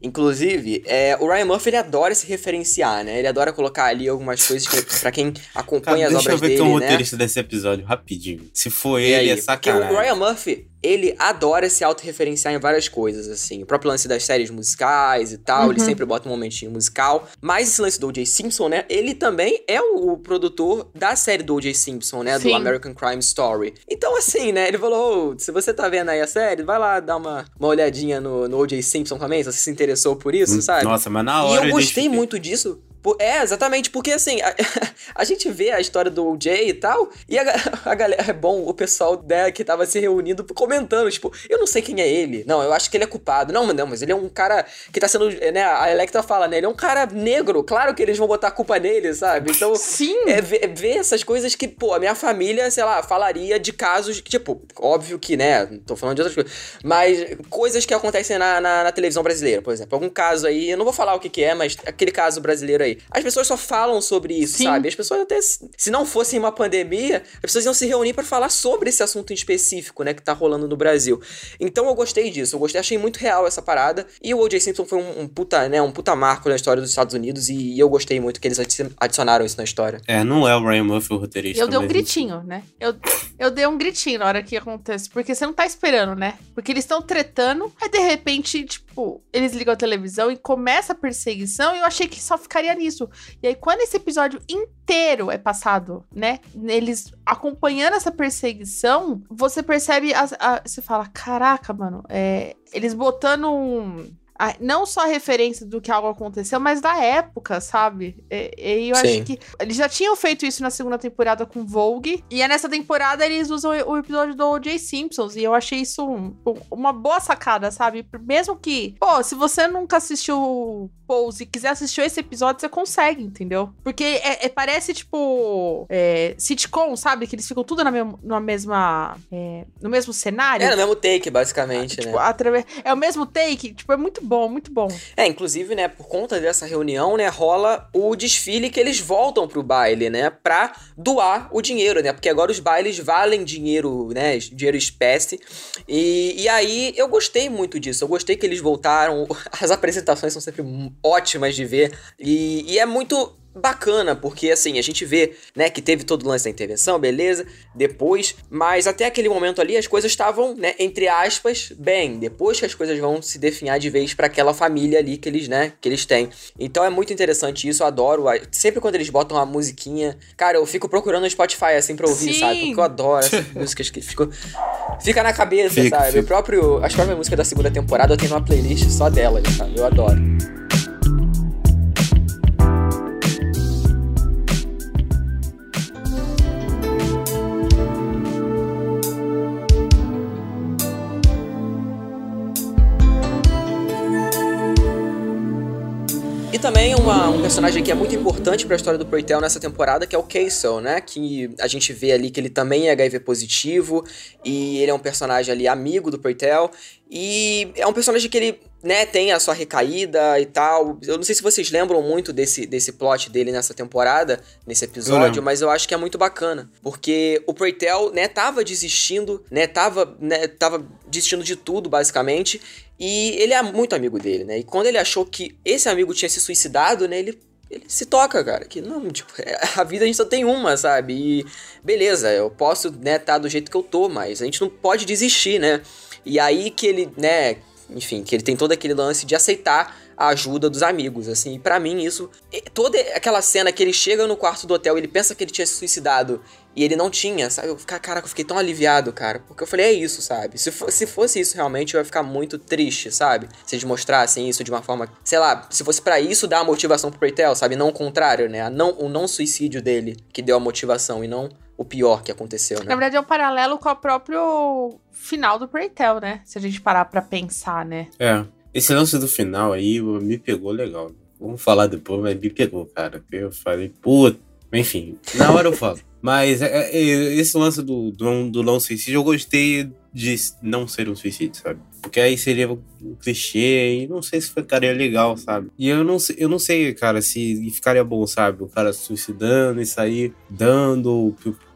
Inclusive, é, o Ryan Murphy, ele adora se referenciar, né? Ele adora colocar ali algumas coisas que, pra quem acompanha Cara, as obras dele, deixa eu ver quem é o né? roteirista desse episódio, rapidinho. Se for E ele, aí? é Porque sacanagem. o Ryan Murphy, ele adora se autorreferenciar em várias coisas, assim. O próprio lance das séries musicais e tal, Uhum. ele sempre bota um momentinho musical. Mas esse lance do O J Simpson, né? Ele também é o produtor da série do O J Simpson, né? Sim. Do American Crime Story. Então, assim, né? Ele falou, oh, se você tá vendo aí a série, vai lá dar uma, uma olhadinha no, no O J Simpson também, se você se interessou por isso, Hum, sabe? Nossa, mas na E hora eu eu gostei identifiquei. muito disso. Por- É, exatamente, porque assim, a, a gente vê a história do O J e tal, e a, ga- a galera, é bom, o pessoal, né, que tava se reunindo, comentando, tipo, eu não sei quem é ele, não, eu acho que ele é culpado, não, mas não, mas ele é um cara que tá sendo, né, a Electra fala, né, ele é um cara negro, claro que eles vão botar a culpa nele, sabe, então, Sim. é ver, ver essas coisas que, pô, a minha família, sei lá, falaria de casos, que, tipo, óbvio que, né, não tô falando de outras coisas, mas coisas que acontecem na, na, na televisão brasileira, por exemplo, algum caso aí, eu não vou falar o que que é, mas aquele caso brasileiro aí, as pessoas só falam sobre isso, Sim. sabe? As pessoas até, se não fosse uma pandemia, as pessoas iam se reunir pra falar sobre esse assunto em específico, né, que tá rolando no Brasil. Então eu gostei disso, eu gostei, achei muito real essa parada, e o O J Simpson foi um, um puta, né, um puta marco na história dos Estados Unidos, e eu gostei muito que eles adi- adicionaram isso na história. É, não é o Ryan Murphy o roteirista. Eu dei um mas gritinho, né? Eu, eu dei um gritinho na hora que acontece. Porque você não tá esperando, né? Porque eles estão tretando, aí de repente, tipo, eles ligam a televisão e começa a perseguição, e eu achei que só ficaria nisso. E aí, quando esse episódio inteiro é passado, né? Eles acompanhando essa perseguição, você percebe, a, a- você fala, caraca, mano, é, eles botando um... a- não só a referência do que algo aconteceu, mas da época, sabe? E, e eu Sim. acho que eles já tinham feito isso na segunda temporada com Vogue, e é nessa temporada eles usam o episódio do O J Simpsons, e eu achei isso um- um- uma boa sacada, sabe? Mesmo que, pô, se você nunca assistiu Pose e quiser assistir esse episódio, você consegue, entendeu? Porque é, é- parece, tipo, é, sitcom, sabe? Que eles ficam tudo na, mesma- na mesma, é, no mesmo cenário. É, no mesmo take, basicamente, Tipo, né? através- é o mesmo take, tipo, é muito bom, muito bom. É, inclusive, né, por conta dessa reunião, né, rola o desfile que eles voltam pro baile, né, pra doar o dinheiro, né, porque agora os bailes valem dinheiro, né, dinheiro espécie, e, e aí eu gostei muito disso, eu gostei que eles voltaram, as apresentações são sempre ótimas de ver, e, e é muito bacana, porque assim, a gente vê, né, que teve todo o lance da intervenção, beleza, depois, mas até aquele momento ali as coisas estavam, né, entre aspas, bem, depois que as coisas vão se definhar de vez pra aquela família ali que eles, né, que eles têm. Então é muito interessante isso, eu adoro, sempre quando eles botam uma musiquinha, cara, eu fico procurando no Spotify, assim, pra ouvir, Sim. sabe, porque eu adoro essas músicas que ficam, fica na cabeça, Fica, sabe, fica. O próprio, as próprias músicas da segunda temporada eu tenho uma playlist só delas, sabe, eu adoro. E também uma, um personagem que é muito importante pra história do Prey Tell nessa temporada, que é o Castle, né? Que a gente vê ali que ele também é H I V positivo, e ele é um personagem ali amigo do Prey Tell, e é um personagem que ele, né, tem a sua recaída e tal. Eu não sei se vocês lembram muito desse, desse plot dele nessa temporada, nesse Eu episódio, lembro. mas eu acho que é muito bacana, porque o Prey Tell, né, tava desistindo, né, tava, né, tava desistindo de tudo, basicamente, e ele é muito amigo dele, né? E quando ele achou que esse amigo tinha se suicidado, né? Ele, ele se toca, cara. Que não, tipo, é- a vida a gente só tem uma, sabe? E beleza, eu posso, né, tá do jeito que eu tô, mas a gente não pode desistir, né? E aí que ele, né, enfim, que ele tem todo aquele lance de aceitar a ajuda dos amigos, assim, e pra mim isso, e toda aquela cena que ele chega no quarto do hotel, ele pensa que ele tinha se suicidado e ele não tinha, sabe, eu, ficar- caraca, eu fiquei tão aliviado, cara, porque eu falei, é isso, sabe, se, fo- se fosse isso realmente, eu ia ficar muito triste, sabe, se eles mostrassem isso de uma forma, sei lá, se fosse pra isso dar a motivação pro Prey Tell, sabe, não o contrário, né, a não, o não suicídio dele que deu a motivação e não o pior que aconteceu, Na né. verdade, é um paralelo com o próprio final do Prey Tell, né? Se a gente parar pra pensar, né? É. Esse lance do final aí me pegou legal. Vamos falar depois, mas me pegou, cara. Eu falei, puta. Enfim, na hora eu falo. Mas é, é, esse lance do, do, do não suicídio, eu gostei de não ser um suicídio, sabe? Porque aí seria um clichê e não sei se ficaria legal, sabe? E eu não, sei- eu não sei, cara, se ficaria bom, sabe? O cara se suicidando e sair dando pro,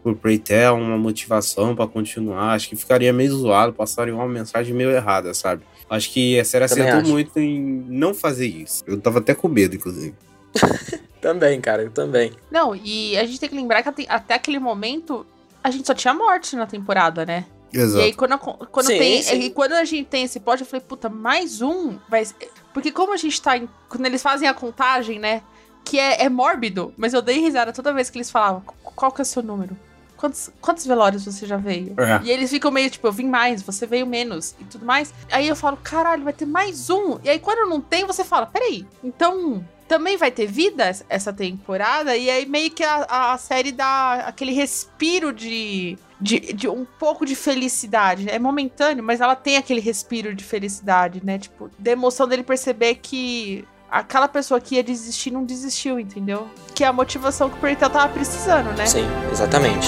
pro Prey ter uma motivação pra continuar. Acho que ficaria meio zoado, passaria uma mensagem meio errada, sabe? Acho que a série Também acertou acho. muito em não fazer isso. Eu tava até com medo, inclusive. Também, cara, eu também. Não, e a gente tem que lembrar que até, até aquele momento a gente só tinha morte na temporada, né? Exato. E aí, quando, quando, Sim, tem, sim. e quando a gente tem esse plot, eu falei, puta, mais um? Vai... Porque como a gente tá em... Quando eles fazem a contagem, né? Que é, é mórbido, mas eu dei risada toda vez que eles falavam, qual que é o seu número? Quantos, quantos velórios você já veio? É. E eles ficam meio, tipo, eu vim mais, você veio menos, e tudo mais. Aí eu falo, caralho, vai ter mais um? E aí quando não tem, você fala, peraí, então... Também vai ter vida essa temporada, e aí meio que a, a série dá aquele respiro de, de, de um pouco de felicidade. É momentâneo, mas ela tem aquele respiro de felicidade, né? Tipo, da emoção dele perceber que aquela pessoa que ia desistir não desistiu, entendeu? Que é a motivação que o Prey tava precisando, né? Sim, exatamente.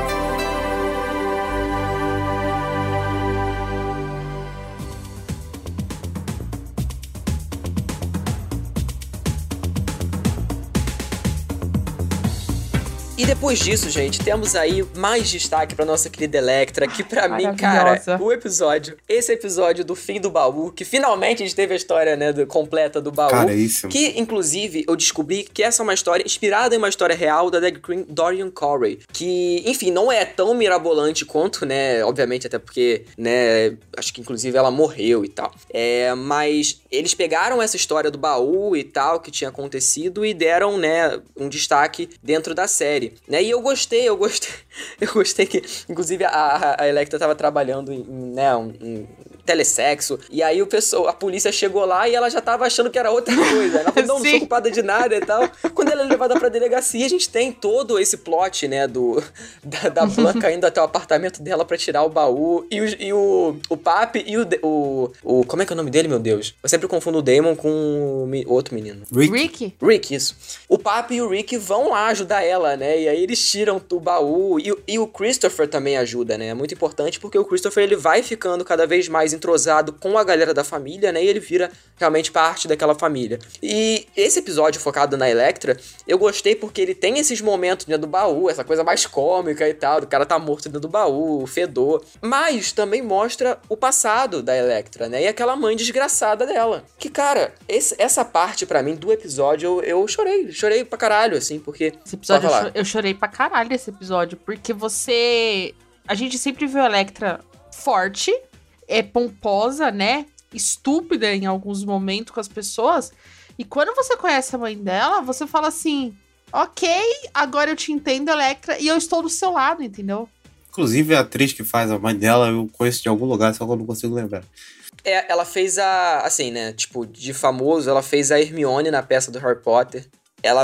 E depois disso, gente, temos aí mais destaque pra nossa querida Electra, que pra mim, cara, Maravilhosa. o episódio, esse episódio do fim do baú, que finalmente a gente teve a história, né, do- completa do baú. Caríssimo. Que, inclusive, eu descobri que essa é uma história inspirada em uma história real da drag queen Dorian Corey, que, enfim, não é tão mirabolante quanto, né, obviamente, até porque, né, acho que, inclusive, ela morreu e tal. É, mas eles pegaram essa história do baú e tal, que tinha acontecido, e deram, né, um destaque dentro da série. Né? E eu gostei, eu gostei, eu gostei que, inclusive, a, a Electra tava trabalhando em, em, né, um, um telesexo, e aí o pessoal, a polícia chegou lá e ela já tava achando que era outra coisa. Ela falou, não, não sou Sim. culpada de nada e tal. Quando ela é levada pra delegacia, a gente tem todo esse plot, né, do, da, da Blanca indo até o apartamento dela pra tirar o baú, e o, e o, o Papi e o, o, o... Como é que é o nome dele, meu Deus? Eu sempre confundo o Damon com o mi- outro menino. Rick. Rick? Rick, isso. O Papi e o Rick vão lá ajudar ela, né? E aí eles tiram o baú. E, o- e o Christopher também ajuda, né? É muito importante porque o Christopher, ele vai ficando cada vez mais entrosado com a galera da família, né? E ele vira realmente parte daquela família. E esse episódio focado na Electra, eu gostei porque ele tem esses momentos, né, do baú, essa coisa mais cômica e tal, do cara tá morto dentro do baú, o fedor. Mas também mostra o passado da Electra, né? E aquela mãe desgraçada dela. Que, cara, esse- essa parte pra mim do episódio, eu, eu chorei. Chorei pra caralho, assim, porque... Esse episódio eu, Pode falar. cho- eu chorei pra caralho esse episódio, porque você... A gente sempre viu a Electra forte, é pomposa, né? Estúpida em alguns momentos com as pessoas. E quando você conhece a mãe dela, você fala assim, ok, agora eu te entendo, Electra, e eu estou do seu lado, entendeu? Inclusive, a atriz que faz a mãe dela, eu conheço de algum lugar, só que eu não consigo lembrar. É, ela fez a... Assim, né? Tipo, de famoso, ela fez a Hermione na peça do Harry Potter. Ela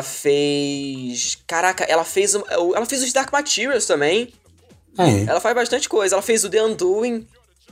fez... Caraca, ela fez... um- Ela fez os Dark Materials também. É. Ela faz bastante coisa. Ela fez o The Undoing.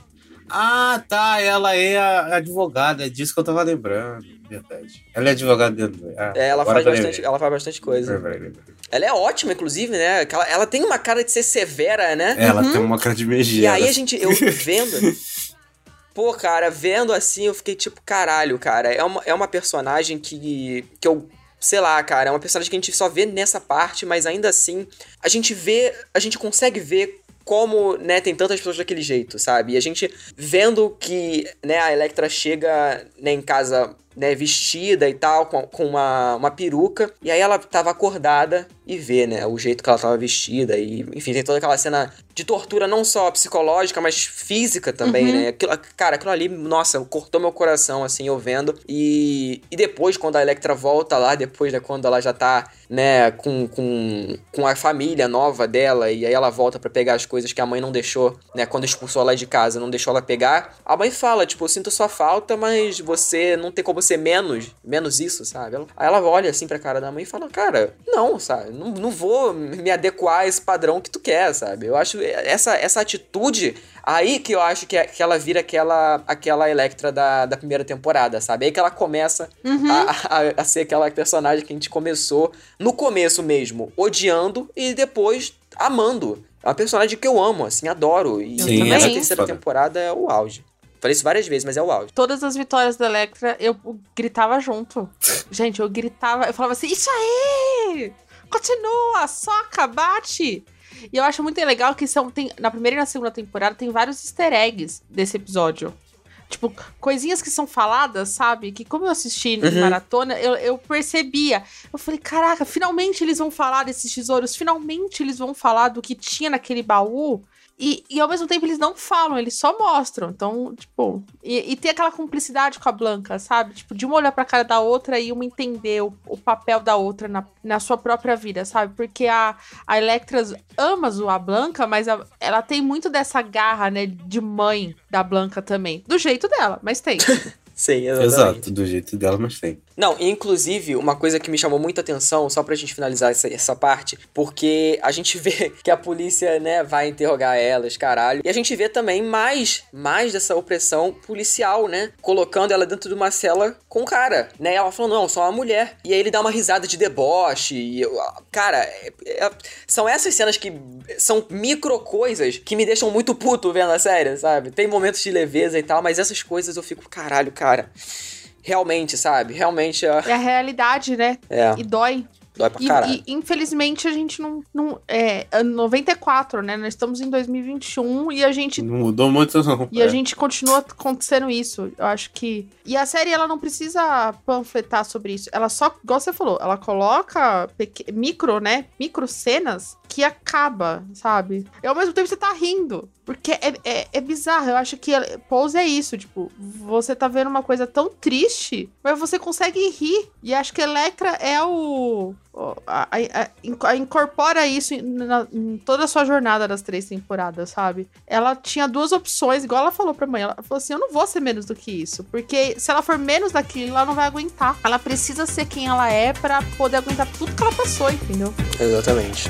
Ah, tá. Ela é a advogada. É disso que eu tava lembrando. Verdade. Ela é advogada dentro. Ah, É, ela agora faz eu bastante, lembrei. ela faz bastante coisa. Lembrei, lembrei. Ela é ótima, inclusive, né? Ela, ela tem uma cara de ser severa, né? Ela tem uma cara de megera. E aí a gente, eu vendo... Pô, cara, vendo assim, eu fiquei tipo, caralho, cara. É uma, é uma personagem que, que eu... Sei lá, cara, é uma personagem que a gente só vê nessa parte, mas ainda assim, a gente vê... A gente consegue ver como, né, tem tantas pessoas daquele jeito, sabe? E a gente vendo que, né, a Electra chega, né, em casa, né, vestida e tal, com, com uma, uma peruca, e aí ela tava acordada e vê, né, o jeito que ela tava vestida, e, enfim, tem toda aquela cena de tortura não só psicológica, mas física também, Uhum. né? Aquilo, cara, aquilo ali, nossa, cortou meu coração, assim, eu vendo. E, e depois, quando a Electra volta lá, depois, né, quando ela já tá, né, com, com, com a família nova dela, e aí ela volta pra pegar as coisas que a mãe não deixou, né, quando expulsou ela de casa, não deixou ela pegar, a mãe fala, tipo, eu sinto sua falta, mas você não tem como ser menos, menos isso, sabe? Ela, aí ela olha, assim, pra cara da mãe e fala, cara, não, sabe? Não, não vou me adequar a esse padrão que tu quer, sabe? Eu acho essa, essa atitude aí que eu acho que, é, que ela vira aquela, aquela Electra da, da primeira temporada, sabe? Aí que ela começa Uhum. a, a, a ser aquela personagem que a gente começou no começo mesmo, odiando e depois amando. É uma personagem que eu amo, assim, adoro. E Sim, essa ela é terceira foda. temporada é o auge. Falei isso várias vezes, mas é o auge. Todas as vitórias da Electra, eu gritava junto. Gente, eu gritava, eu falava assim, isso aí! Continua, soca, bate! E eu acho muito legal que são, tem, na primeira e na segunda temporada tem vários easter eggs desse episódio. Tipo, coisinhas que são faladas, sabe? Que como eu assisti Uhum. em maratona, eu, eu percebia. Eu falei, caraca, finalmente eles vão falar desses tesouros. Finalmente eles vão falar do que tinha naquele baú. E, e ao mesmo tempo eles não falam, eles só mostram. Então, tipo... E, e tem aquela cumplicidade com a Blanca, sabe? Tipo, de uma olhar pra cara da outra e uma entender o, o papel da outra na, na sua própria vida, sabe? Porque a, a Electra ama zoar a Blanca, mas a, ela tem muito dessa garra, né? De mãe da Blanca também. Do jeito dela, mas tem. Sim, exatamente. Exato, do jeito dela, mas tem. Não, e inclusive, uma coisa que me chamou muita atenção, só pra gente finalizar essa, essa parte, porque a gente vê que a polícia, né, vai interrogar elas, caralho, e a gente vê também mais, mais dessa opressão policial, né, colocando ela dentro de uma cela com o cara, né, ela falando, não, sou uma mulher, e aí ele dá uma risada de deboche, e eu, cara, é, é, são essas cenas que são micro coisas que me deixam muito puto vendo a série, sabe, tem momentos de leveza e tal, mas essas coisas eu fico, caralho, cara... Realmente, sabe? Realmente... É a realidade, né? É. E dói. Dói pra E, caralho. e infelizmente a gente não... não é noventa e quatro, né? Nós estamos em dois mil e vinte e um e a gente... Não mudou muito, não. E é. a gente continua acontecendo isso. Eu acho que... E a série, ela não precisa panfletar sobre isso. Ela só, igual você falou, ela coloca pequ... micro, né? Micro cenas que acaba, sabe? E ao mesmo tempo você tá rindo. Porque é, é, é bizarro. Eu acho que Pose é isso. Tipo, você tá vendo uma coisa tão triste, mas você consegue rir. E acho que Electra é o... A, a, a, incorpora isso na, em toda a sua jornada das três temporadas, sabe? Ela tinha duas opções, igual ela falou pra mãe. Ela falou assim, eu não vou ser menos do que isso. Porque se ela for menos daquilo, ela não vai aguentar. Ela precisa ser quem ela é pra poder aguentar tudo que ela passou, entendeu? Exatamente.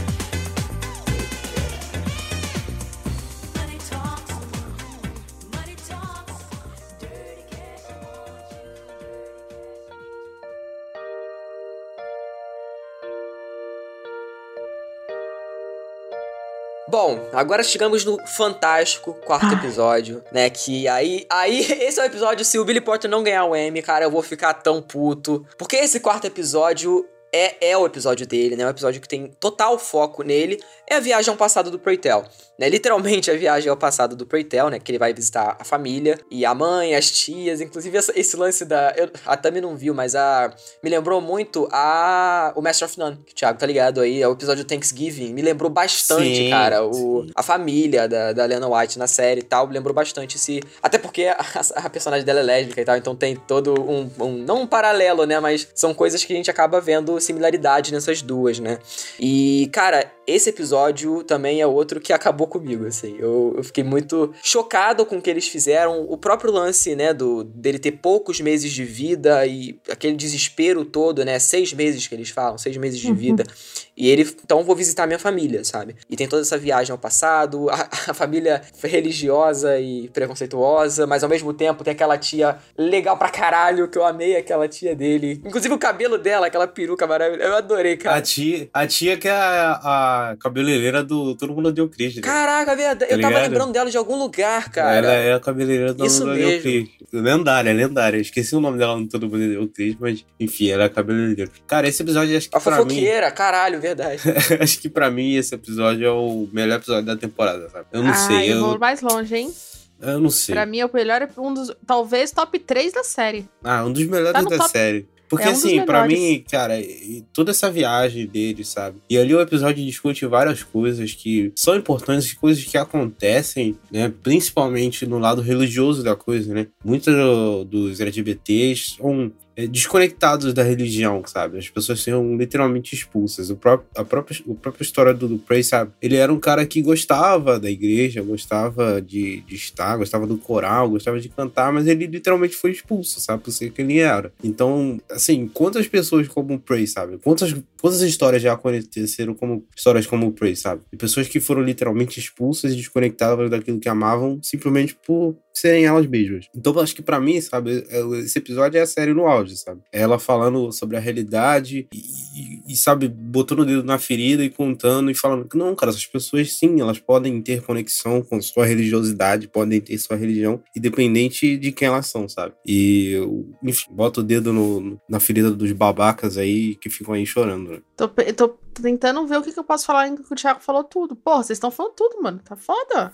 Bom, agora chegamos no fantástico quarto Ai. episódio, né, que aí, aí, esse é o episódio, se o Billy Porter não ganhar o Emmy, cara, eu vou ficar tão puto, porque esse quarto episódio é, é o episódio dele, né, é um episódio que tem total foco nele, é a viagem ao passado do Preytel, né, literalmente a viagem ao passado do Preytel, né, que ele vai visitar a família, e a mãe, as tias, inclusive essa, esse lance da, eu, a Tami não viu, mas a, me lembrou muito a, o Master of None, que o Thiago tá ligado aí, é o episódio Thanksgiving, me lembrou bastante, Sim, cara, o, sim. a família da, da Lena White na série e tal, me lembrou bastante esse, até porque a, a personagem dela é lésbica e tal, então tem todo um, um, não um paralelo, né, mas são coisas que a gente acaba vendo similaridade nessas duas, né, e, cara, esse episódio também é outro que acabou comigo, assim. Eu, eu fiquei muito chocado com o que eles fizeram. O próprio lance, né, do, dele ter poucos meses de vida e aquele desespero todo, né? Seis meses que eles falam, seis meses de vida. E ele, então vou visitar minha família, sabe? E tem toda essa viagem ao passado, a, a família religiosa e preconceituosa, mas ao mesmo tempo tem aquela tia legal pra caralho, que eu amei aquela tia dele. Inclusive o cabelo dela, aquela peruca maravilhosa, eu adorei, cara. A tia, a tia que é a, a cabeleireira do Todo Mundo Odeia o Chris. Né? Caraca, verdade. Tá eu tava ligado? lembrando dela de algum lugar, cara. Ela é a cabeleireira do Isso Todo Mundo Odeia o mesmo. Chris. Lendária, lendária. Esqueci o nome dela no Todo Mundo Odeia o Chris, mas enfim, ela é a cabeleireira. Cara, esse episódio acho que A pra mim... fofoqueira, caralho, verdade. acho que pra mim esse episódio é o melhor episódio da temporada, sabe? Eu não ah, sei. eu Eu, vou mais longe, hein? eu não sei. Pra mim é o melhor, um dos, talvez top três da série. Ah, um dos melhores Tá no da top- série. Porque É um dos assim, pra melhores. mim, cara, e toda essa viagem dele, sabe? E ali o episódio discute várias coisas que são importantes, coisas que acontecem, né? Principalmente no lado religioso da coisa, né? Muitos do- dos L G B Ts são é, desconectados da religião, sabe? As pessoas são literalmente expulsas. O próprio, a, própria, a própria história do, do Prey, sabe? Ele era um cara que gostava da igreja, gostava de, de estar, gostava do coral, gostava de cantar, mas ele literalmente foi expulso, sabe? Por ser quem ele era. Então, assim, quantas pessoas como o Prey, sabe? Quantas, quantas histórias já aconteceram como histórias como o Prey, sabe? De pessoas que foram literalmente expulsas e desconectadas daquilo que amavam, simplesmente por serem elas mesmas. Então, eu acho que pra mim, sabe, esse episódio é a série no auge, sabe? É ela falando sobre a realidade e, e, e, sabe, botando o dedo na ferida e contando e falando que não, cara, essas pessoas sim, elas podem ter conexão com sua religiosidade, podem ter sua religião, independente de quem elas são, sabe? E, eu, enfim, bota o dedo no, na ferida dos babacas aí que ficam aí chorando, né? Tô, pe- tô tô tentando ver o que, que eu posso falar em que o Thiago falou tudo. Porra, vocês estão falando tudo, mano. Tá foda.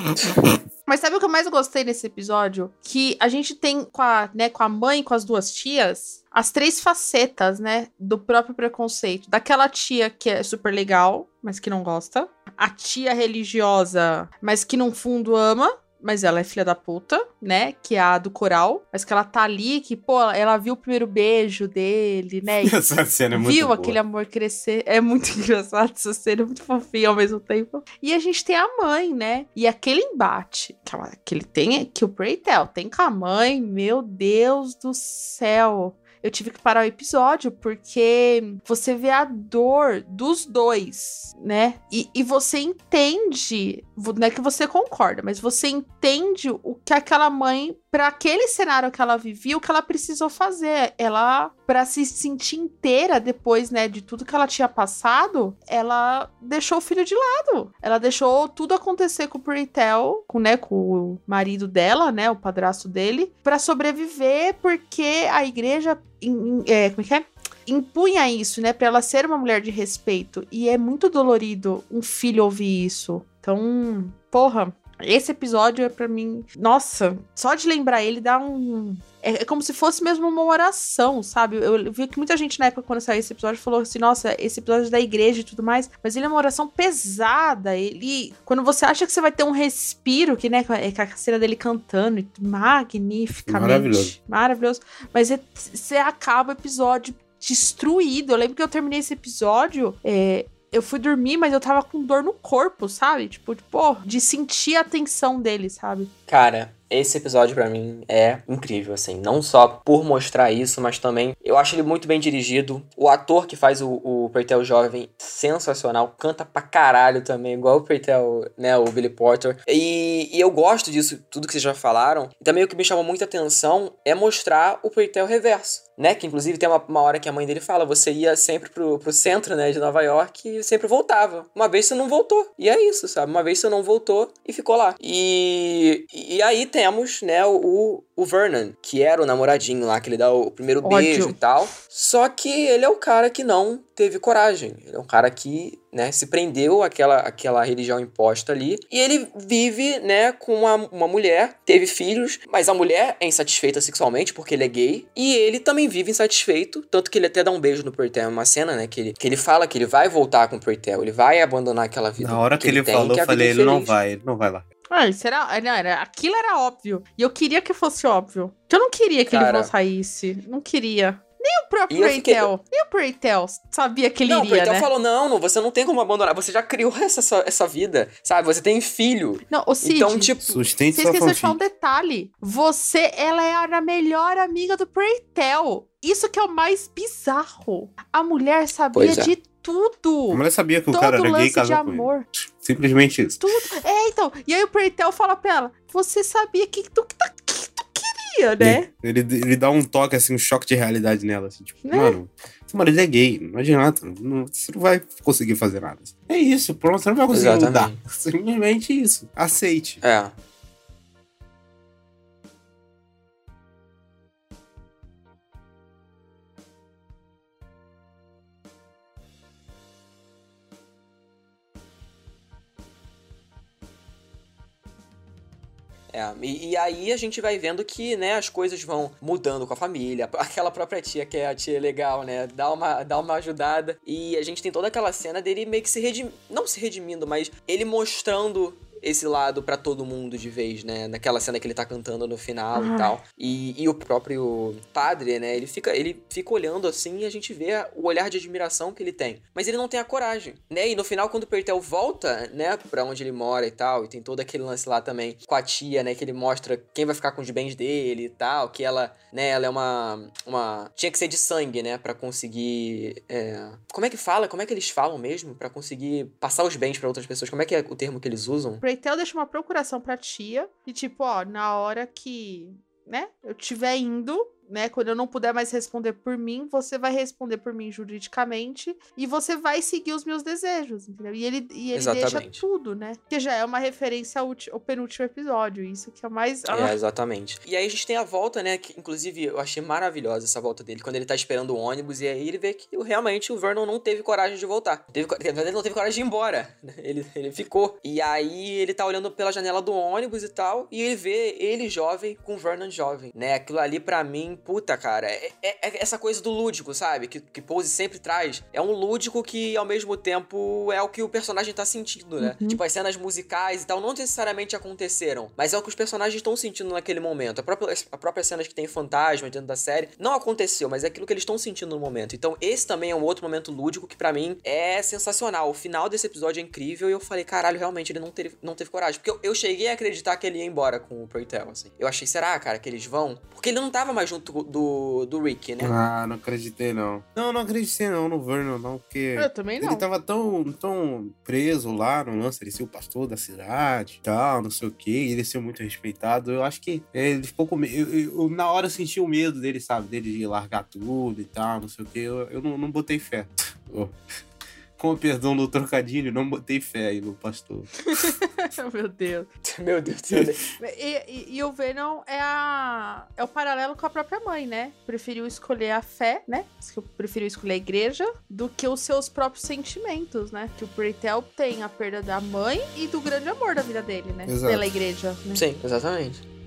Mas sabe o que eu mais gostei nesse episódio? Que a gente tem com a, né, com a mãe e com as duas tias, as três facetas, né, do próprio preconceito. Daquela tia que é super legal, mas que não gosta. A tia religiosa, mas que no fundo ama. Mas ela é filha da puta, né? Que é a do coral. Mas que ela tá ali, que, pô, ela viu o primeiro beijo dele, né? E essa cena é muito viu boa. aquele amor crescer. É muito engraçado essa cena, é muito fofinha ao mesmo tempo. E a gente tem a mãe, né? E aquele embate que, ela, que ele tem, que o Preytel tem com a mãe, meu Deus do céu. Eu tive que parar o episódio, porque você vê a dor dos dois, né? E, e você entende, não é que você concorda, mas você entende o que aquela mãe, para aquele cenário que ela vivia, o que ela precisou fazer. Ela, para se sentir inteira depois, né, de tudo que ela tinha passado, ela deixou o filho de lado. Ela deixou tudo acontecer com o Preytel, com, né, com o marido dela, né, o padrasto dele, para sobreviver, porque a igreja... É, como é que é? Impunha isso, né? Pra ela ser uma mulher de respeito. E é muito dolorido um filho ouvir isso. Então, porra, esse episódio é pra mim... Nossa, só de lembrar ele dá um... É, é como se fosse mesmo uma oração, sabe? Eu, eu vi que muita gente na época, quando saiu esse episódio, falou assim, nossa, esse episódio é da igreja e tudo mais. Mas ele é uma oração pesada. Ele... Quando você acha que você vai ter um respiro, que, né, é com a cena dele cantando, magnificamente. Maravilhoso. Maravilhoso. Mas é, você acaba o episódio destruído. Eu lembro que eu terminei esse episódio... É, eu fui dormir, mas eu tava com dor no corpo, sabe? Tipo, pô, de sentir a tensão dele, sabe? Cara, esse episódio pra mim é incrível, assim. Não só por mostrar isso, mas também eu acho ele muito bem dirigido. O ator que faz o, o Preytel jovem, sensacional. Canta pra caralho também, igual o Preytel, né, o Billy Porter. E, e eu gosto disso, tudo que vocês já falaram. E também o que me chamou muita atenção é mostrar o Preytel reverso, né? Que inclusive tem uma, uma hora que a mãe dele fala, você ia sempre pro, pro centro, né, de Nova York e sempre voltava. Uma vez você não voltou. E é isso, sabe? Uma vez você não voltou e ficou lá. E, e aí temos, né, o, o Vernon, que era o namoradinho lá, que ele dá o primeiro Ódio. beijo e tal. Só que ele é o cara que não teve coragem. Ele é um cara que, né, se prendeu àquela, àquela religião imposta ali. E ele vive, né, com uma, uma mulher, teve filhos, mas a mulher é insatisfeita sexualmente porque ele é gay. E ele também vive insatisfeito, tanto que ele até dá um beijo no Preytel, uma cena, né, que ele, que ele fala que ele vai voltar com o Preytel, ele vai abandonar aquela vida. Na hora que, que ele, ele tem, falou, que eu falei, ele não vai, ele não vai lá. Ah, isso era, não, era, aquilo era óbvio. E eu queria que fosse óbvio. Eu não queria que Cara, ele não saísse. Não queria. Nem o próprio E eu fiquei- Preytel. Nem o Preytel sabia que ele Não, o iria, Preytel né? falou, não, não, você não tem como abandonar, você já criou essa, essa, essa vida, sabe? Você tem filho. Não, o Cid, Então, tipo, Sustente você sua esqueceu de falar um fanfic. detalhe. Você, ela era a melhor amiga do Preytel. Isso que é o mais bizarro. A mulher sabia Pois é. de tudo. A mulher sabia que o Todo cara era gay e lance de casou com ele. amor. Simplesmente isso. Tudo. É, então. E aí o Preytel fala pra ela, você sabia que tu, que tu, que tu queria, né? Ele, ele dá um toque, assim, um choque de realidade nela. Assim, tipo, Né? mano, seu marido é gay, não adianta. Não, você não vai conseguir fazer nada. É isso, pronto, você não vai conseguir Exatamente. mudar. Simplesmente isso. Aceite. É. É, e, e aí a gente vai vendo que, né, as coisas vão mudando com a família. Aquela própria tia, que é a tia legal, né, dá uma, dá uma ajudada. E a gente tem toda aquela cena dele meio que se redimindo, não se redimindo, mas ele mostrando esse lado pra todo mundo de vez, né? Naquela cena que ele tá cantando no final Ah. e tal. E, e o próprio padre, né? Ele fica, ele fica olhando assim e a gente vê o olhar de admiração que ele tem. Mas ele não tem a coragem, né? E no final, quando o Preytel volta, né? Pra onde ele mora e tal, e tem todo aquele lance lá também com a tia, né? Que ele mostra quem vai ficar com os bens dele e tal. Que ela, né? Ela é uma... uma... Tinha que ser de sangue, né? Pra conseguir... É... Como é que fala? Como é que eles falam mesmo? Pra conseguir passar os bens pra outras pessoas. Como é que é o termo que eles usam? O Preytel deixa uma procuração pra tia. E tipo, ó, na hora que, né, eu estiver indo, né? Quando eu não puder mais responder por mim, você vai responder por mim juridicamente e você vai seguir os meus desejos, entendeu? E ele, e ele deixa tudo, né? Que já é uma referência ao, ao penúltimo episódio, isso que é mais... É, exatamente. E aí a gente tem a volta, né? Que inclusive eu achei maravilhosa essa volta dele, quando ele tá esperando o ônibus e aí ele vê que realmente o Vernon não teve coragem de voltar. Teve, na verdade, ele não teve coragem de ir embora. Ele, ele ficou. E aí ele tá olhando pela janela do ônibus e tal, e ele vê ele jovem com o Vernon jovem, né? Aquilo ali pra mim, puta, cara, é, é, é essa coisa do lúdico, sabe? Que, que Pose sempre traz. É um lúdico que, ao mesmo tempo, é o que o personagem tá sentindo, né? Uhum. Tipo, as cenas musicais e tal não necessariamente aconteceram, mas é o que os personagens estão sentindo naquele momento. A própria, a própria cena que tem fantasma dentro da série não aconteceu, mas é aquilo que eles estão sentindo no momento. Então, esse também é um outro momento lúdico que, pra mim, é sensacional. O final desse episódio é incrível e eu falei, caralho, realmente, ele não teve, não teve coragem. Porque eu, eu cheguei a acreditar que ele ia embora com o Preytel, assim. Eu achei, será, cara, que eles vão? Porque ele não tava mais junto do, do Rick, né? Ah, não acreditei, não. Não, não acreditei, não, no Vernon, não, porque... Eu também não. Ele tava tão, tão preso lá no lance, ele ser o pastor da cidade e tal, não sei o quê, ele ser muito respeitado. Eu acho que ele ficou com medo. Eu, eu, eu, na hora eu senti o medo dele, sabe? Dele largar tudo e tal, não sei o quê. Eu, eu não, não botei fé. Oh. Com o perdão do trocadilho, não botei fé aí no pastor. Meu Deus. Meu Deus do céu. E, e, e o Vernon é, a, é o paralelo com a própria mãe, né? Preferiu escolher a fé, né? Preferiu escolher a igreja do que os seus próprios sentimentos, né? Que o Preytel tem a perda da mãe e do grande amor da vida dele, né? Exato. Pela igreja, né? Sim, exatamente.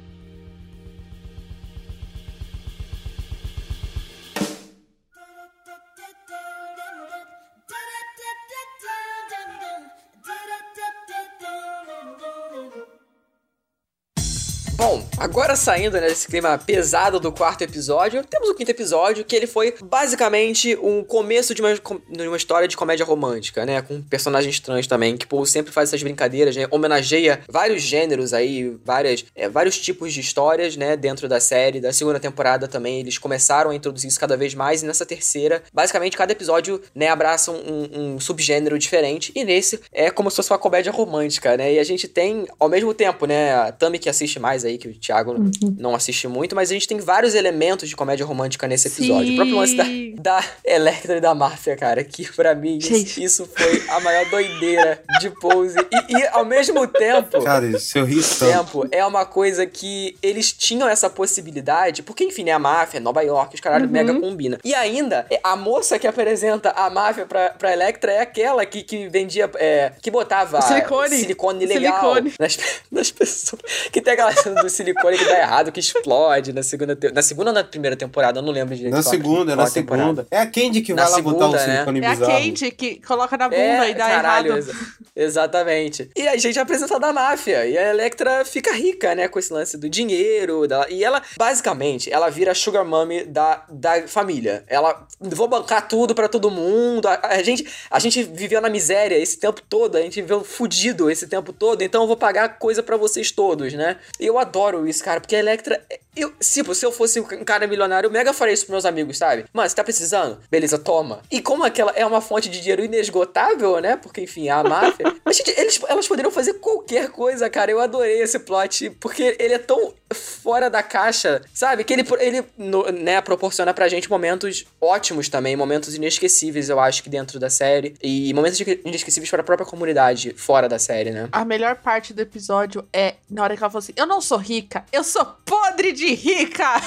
Bom, agora saindo, né, desse clima pesado do quarto episódio, temos o quinto episódio, que ele foi basicamente um começo de uma, de uma história de comédia romântica, né, com personagens trans também, que Paul sempre faz essas brincadeiras, né, homenageia vários gêneros aí, várias, é, vários tipos de histórias, né, dentro da série. Da segunda temporada também, eles começaram a introduzir isso cada vez mais, e nessa terceira, basicamente, cada episódio, né, abraça um, um subgênero diferente, e nesse é como se fosse uma comédia romântica, né, e a gente tem, ao mesmo tempo, né, a Tami que assiste mais aí, que o Thiago uhum. não assiste muito, mas a gente tem vários elementos de comédia romântica nesse episódio. Sim. O próprio lance da, da Electra e da Máfia, cara, que pra mim isso, isso foi a maior doideira de Pose. E, e ao mesmo tempo, cara, isso eu ri tempo é uma coisa que eles tinham essa possibilidade, porque enfim, né, a máfia, Nova York, os caralho, uhum. mega combina. E ainda, a moça que apresenta a máfia pra, pra Electra é aquela que, que vendia, é, que botava silicone, silicone legal silicone. Nas, nas pessoas, que tem aquela cena do silicone que dá errado, que explode na segunda, te... na segunda ou na primeira temporada, eu não lembro direito. Na segunda, na segunda. É a Candy que na vai lá segunda, botar o né? silicone é bizarro. É a Candy que coloca na bunda é, e dá caralho, errado. Exa... Exatamente. E a gente apresenta da máfia, e a Electra fica rica, né, com esse lance do dinheiro, da... e ela, basicamente, ela vira a sugar mommy da, da família. Ela, vou bancar tudo pra todo mundo, a, a, gente, a gente viveu na miséria esse tempo todo, a gente viveu fudido esse tempo todo, então eu vou pagar coisa pra vocês todos, né? E eu adoro isso, cara, porque a Electra, eu, tipo, se eu fosse um cara milionário, eu mega faria isso pros meus amigos, sabe? Mano, você tá precisando? Beleza, toma. E como aquela é uma fonte de dinheiro inesgotável, né? Porque, enfim, a máfia, a gente, eles, elas poderiam fazer qualquer coisa, cara. Eu adorei esse plot, porque ele é tão fora da caixa, sabe? Que ele, ele no, né, proporciona pra gente momentos ótimos também, momentos inesquecíveis, eu acho, que dentro da série, e momentos inesquecíveis para a própria comunidade fora da série, né? A melhor parte do episódio é na hora que ela fala assim, eu não sou rica, eu sou podre de rica!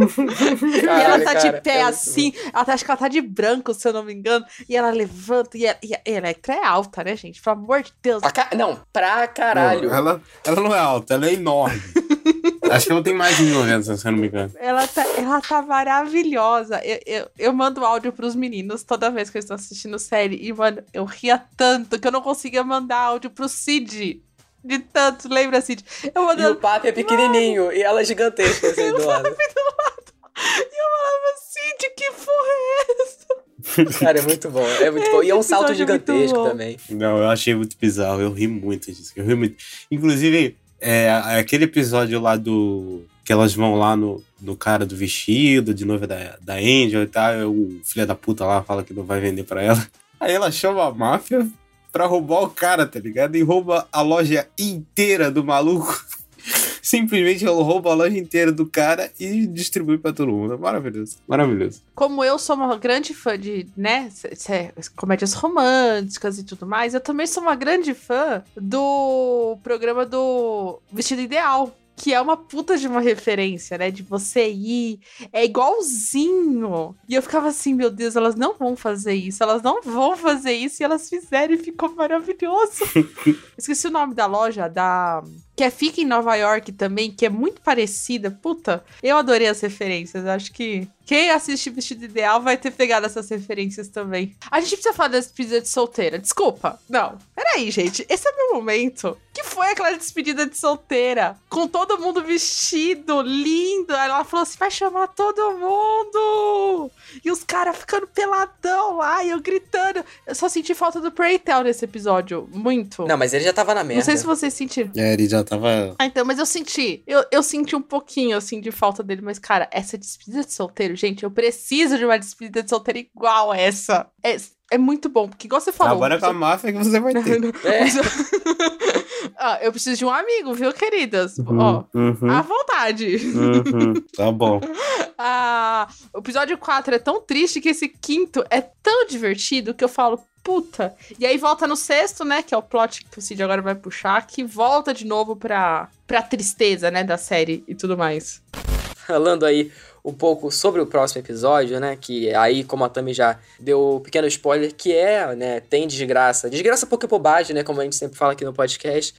E ela tá de pé é assim, ela tá, acho que ela tá de branco, se eu não me engano, e ela levanta, e, ela, e a Electra é alta, né, gente? Pelo amor de Deus. Pra ca... Não, pra caralho. Não, ela, ela não é alta, ela é enorme. Acho que ela tem mais de noventa, se eu não me engano. Ela tá, ela tá maravilhosa. Eu, eu, eu mando áudio pros meninos toda vez que eles estão assistindo série. E, mano, eu ria tanto que eu não conseguia mandar áudio pro Cid. De tanto, lembra, Cid? Eu mandando... E o papo é pequenininho, mano, e ela é gigantesca, assim, do lado. do lado. E eu falava, Cid, que porra é essa? Cara, é muito bom, é muito bom. E é um salto gigantesco também. Não, eu achei muito bizarro, eu ri muito disso. Eu ri muito. Inclusive... É, aquele episódio lá do... Que elas vão lá no, no cara do vestido, de noiva da, da Angel e tal. O filho da puta lá fala que não vai vender pra ela. Aí ela chama a máfia pra roubar o cara, tá ligado? E rouba a loja inteira do maluco. simplesmente rouba a loja inteira do cara e distribui pra todo mundo. Maravilhoso. Maravilhoso. Como eu sou uma grande fã de, né, c- c- comédias românticas e tudo mais, eu também sou uma grande fã do programa do Vestido Ideal. Que é uma puta de uma referência, né? De você ir. É igualzinho. E eu ficava assim, meu Deus, elas não vão fazer isso. Elas não vão fazer isso. E elas fizeram e ficou maravilhoso. Esqueci o nome da loja, da... Que é Fica em Nova York também, que é muito parecida. Puta, eu adorei as referências. Acho que quem assiste Vestido Ideal vai ter pegado essas referências também. A gente precisa falar da despedida de solteira. Desculpa. Não. Peraí, gente. Esse é o meu momento. Que foi aquela despedida de solteira? Com todo mundo vestido, lindo. Aí ela falou assim, vai chamar todo mundo. E os caras ficando peladão lá. E eu gritando. Eu só senti falta do Pray Tell nesse episódio. Muito. Não, mas ele já tava na merda. Não sei se vocês sentiram. É, ele já tava... Ah, então, mas eu senti. Eu, eu senti um pouquinho, assim, de falta dele. Mas, cara, essa despedida de solteiro, gente, eu preciso de uma despedida de solteiro igual essa. É, é muito bom, porque igual você falou... Trabalha com a máfia que você vai ter. É. Ah, eu preciso de um amigo, viu, queridas? Uhum, Ó, uhum. à vontade. Uhum, tá bom. Ah, o episódio quatro é tão triste que esse quinto é tão divertido que eu falo, puta. E aí volta no sexto, né, que é o plot que o Cid agora vai puxar, que volta de novo pra, pra tristeza, né, da série e tudo mais. Falando aí um pouco sobre o próximo episódio, né? Que aí, como a Tami já deu um pequeno spoiler, que é, né? Tem desgraça. Desgraça pouca bobagem, né? Como a gente sempre fala aqui no podcast.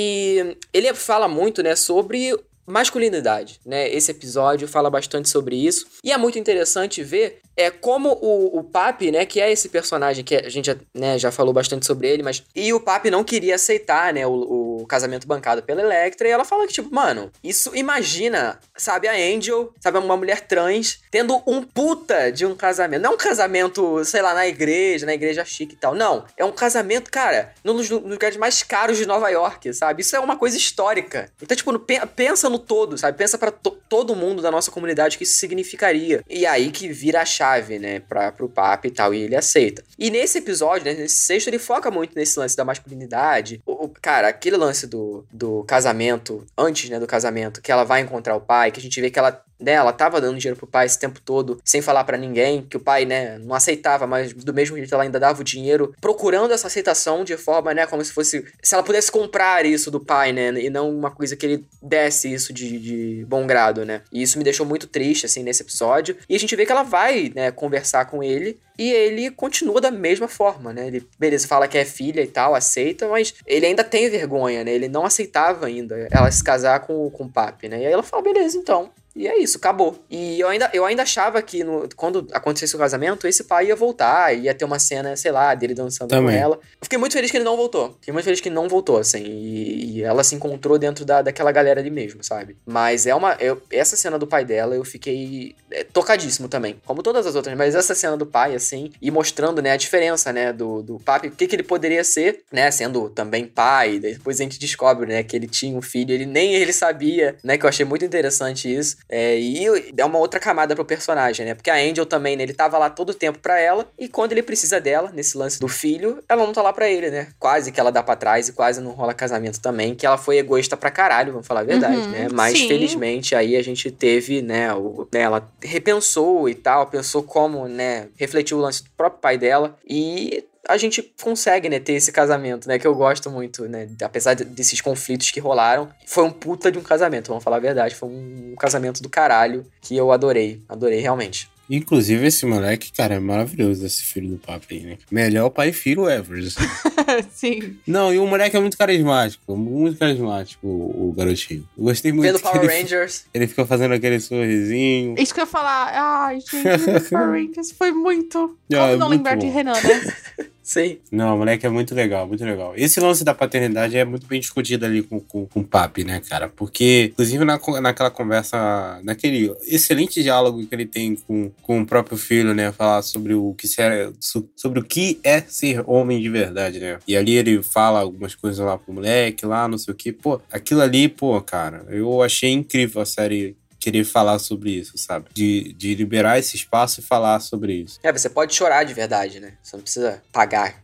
E ele fala muito, né? Sobre masculinidade, né? Esse episódio fala bastante sobre isso. E é muito interessante ver é como o, o Papi, né? Que é esse personagem que a gente já, né, já falou bastante sobre ele, mas... E o Papi não queria aceitar, né? O, o casamento bancado pela Elektra. E ela fala que, tipo, mano, isso imagina, sabe, a Angel, sabe, uma mulher trans, tendo um puta de um casamento. Não um casamento, sei lá, na igreja, na igreja chique e tal. Não. É um casamento, cara, num dos lugares mais caros de Nova York, sabe? Isso é uma coisa histórica. Então, tipo, pensa no todo, sabe? Pensa pra to- todo mundo da nossa comunidade que isso significaria. E aí que vira a chave, né, pra, pro Papi e tal, e ele aceita. E nesse episódio, né, nesse sexto, ele foca muito nesse lance da masculinidade. O, o, cara, aquele lance do, do casamento, antes, né, do casamento, que ela vai encontrar o pai, que a gente vê que ela... Né, ela tava dando dinheiro pro pai esse tempo todo, sem falar pra ninguém, que o pai, né, não aceitava, mas do mesmo jeito ela ainda dava o dinheiro, procurando essa aceitação de forma, né, como se fosse, se ela pudesse comprar isso do pai, né, e não uma coisa que ele desse isso de, de bom grado, né, e isso me deixou muito triste, assim, nesse episódio, e a gente vê que ela vai, né, conversar com ele, e ele continua da mesma forma, né, ele, beleza, fala que é filha e tal, aceita, mas ele ainda tem vergonha, né, ele não aceitava ainda ela se casar com, com o Papi, né, e aí ela fala, beleza, então... E é isso, acabou. E eu ainda, eu ainda achava que no, quando acontecesse o casamento, esse pai ia voltar, ia ter uma cena, sei lá, dele dançando Também. com ela. Eu fiquei muito feliz que ele não voltou. Fiquei muito feliz que ele não voltou, assim. E, e ela se encontrou dentro da, daquela galera ali mesmo, sabe? Mas é uma... Eu, essa cena do pai dela, eu fiquei é, tocadíssimo também. Como todas as outras. Mas essa cena do pai, assim, e mostrando, né, a diferença, né, do, do Papi, o que, que ele poderia ser, né, sendo também pai. Depois a gente descobre, né, que ele tinha um filho. Ele nem ele sabia, né, que eu achei muito interessante isso. É, e dá uma outra camada pro personagem, né? Porque a Angel também, né? Ele tava lá todo o tempo pra ela, e quando ele precisa dela, nesse lance do filho, ela não tá lá pra ele, né? Quase que ela dá pra trás e quase não rola casamento também, que ela foi egoísta pra caralho, vamos falar a verdade, uhum, né? Mas, sim. Felizmente, aí a gente teve, né, o, né? Ela repensou e tal, pensou como, né? Refletiu o lance do próprio pai dela, e... a gente consegue, né, ter esse casamento, né, que eu gosto muito, né, apesar desses conflitos que rolaram, foi um puta de um casamento, vamos falar a verdade, foi um casamento do caralho, que eu adorei, adorei realmente. Inclusive, esse moleque, cara, é maravilhoso, esse filho do Papi aí, né? Melhor pai e filho ever. Assim. Sim. Não, e o moleque é muito carismático, muito carismático, o, o garotinho. Eu gostei muito. Vendo Power ele, Rangers. Ele fica fazendo aquele sorrisinho. Isso que eu ia falar, ai, gente, Power Rangers foi muito... Como ah, não muito lembrar bom. de Renan, né? Sim. Não, o moleque é muito legal, muito legal. Esse lance da paternidade é muito bem discutido ali com, com, com o Papi, né, cara? Porque, inclusive, na, naquela conversa, naquele excelente diálogo que ele tem com, com o próprio filho, né? Falar sobre o que ser, sobre o que é ser homem de verdade, né? E ali ele fala algumas coisas lá pro moleque, lá, não sei o que. Pô, aquilo ali, pô, cara, eu achei incrível a série querer falar sobre isso, sabe? De, de liberar esse espaço e falar sobre isso. É, você pode chorar de verdade, né? Você não precisa pagar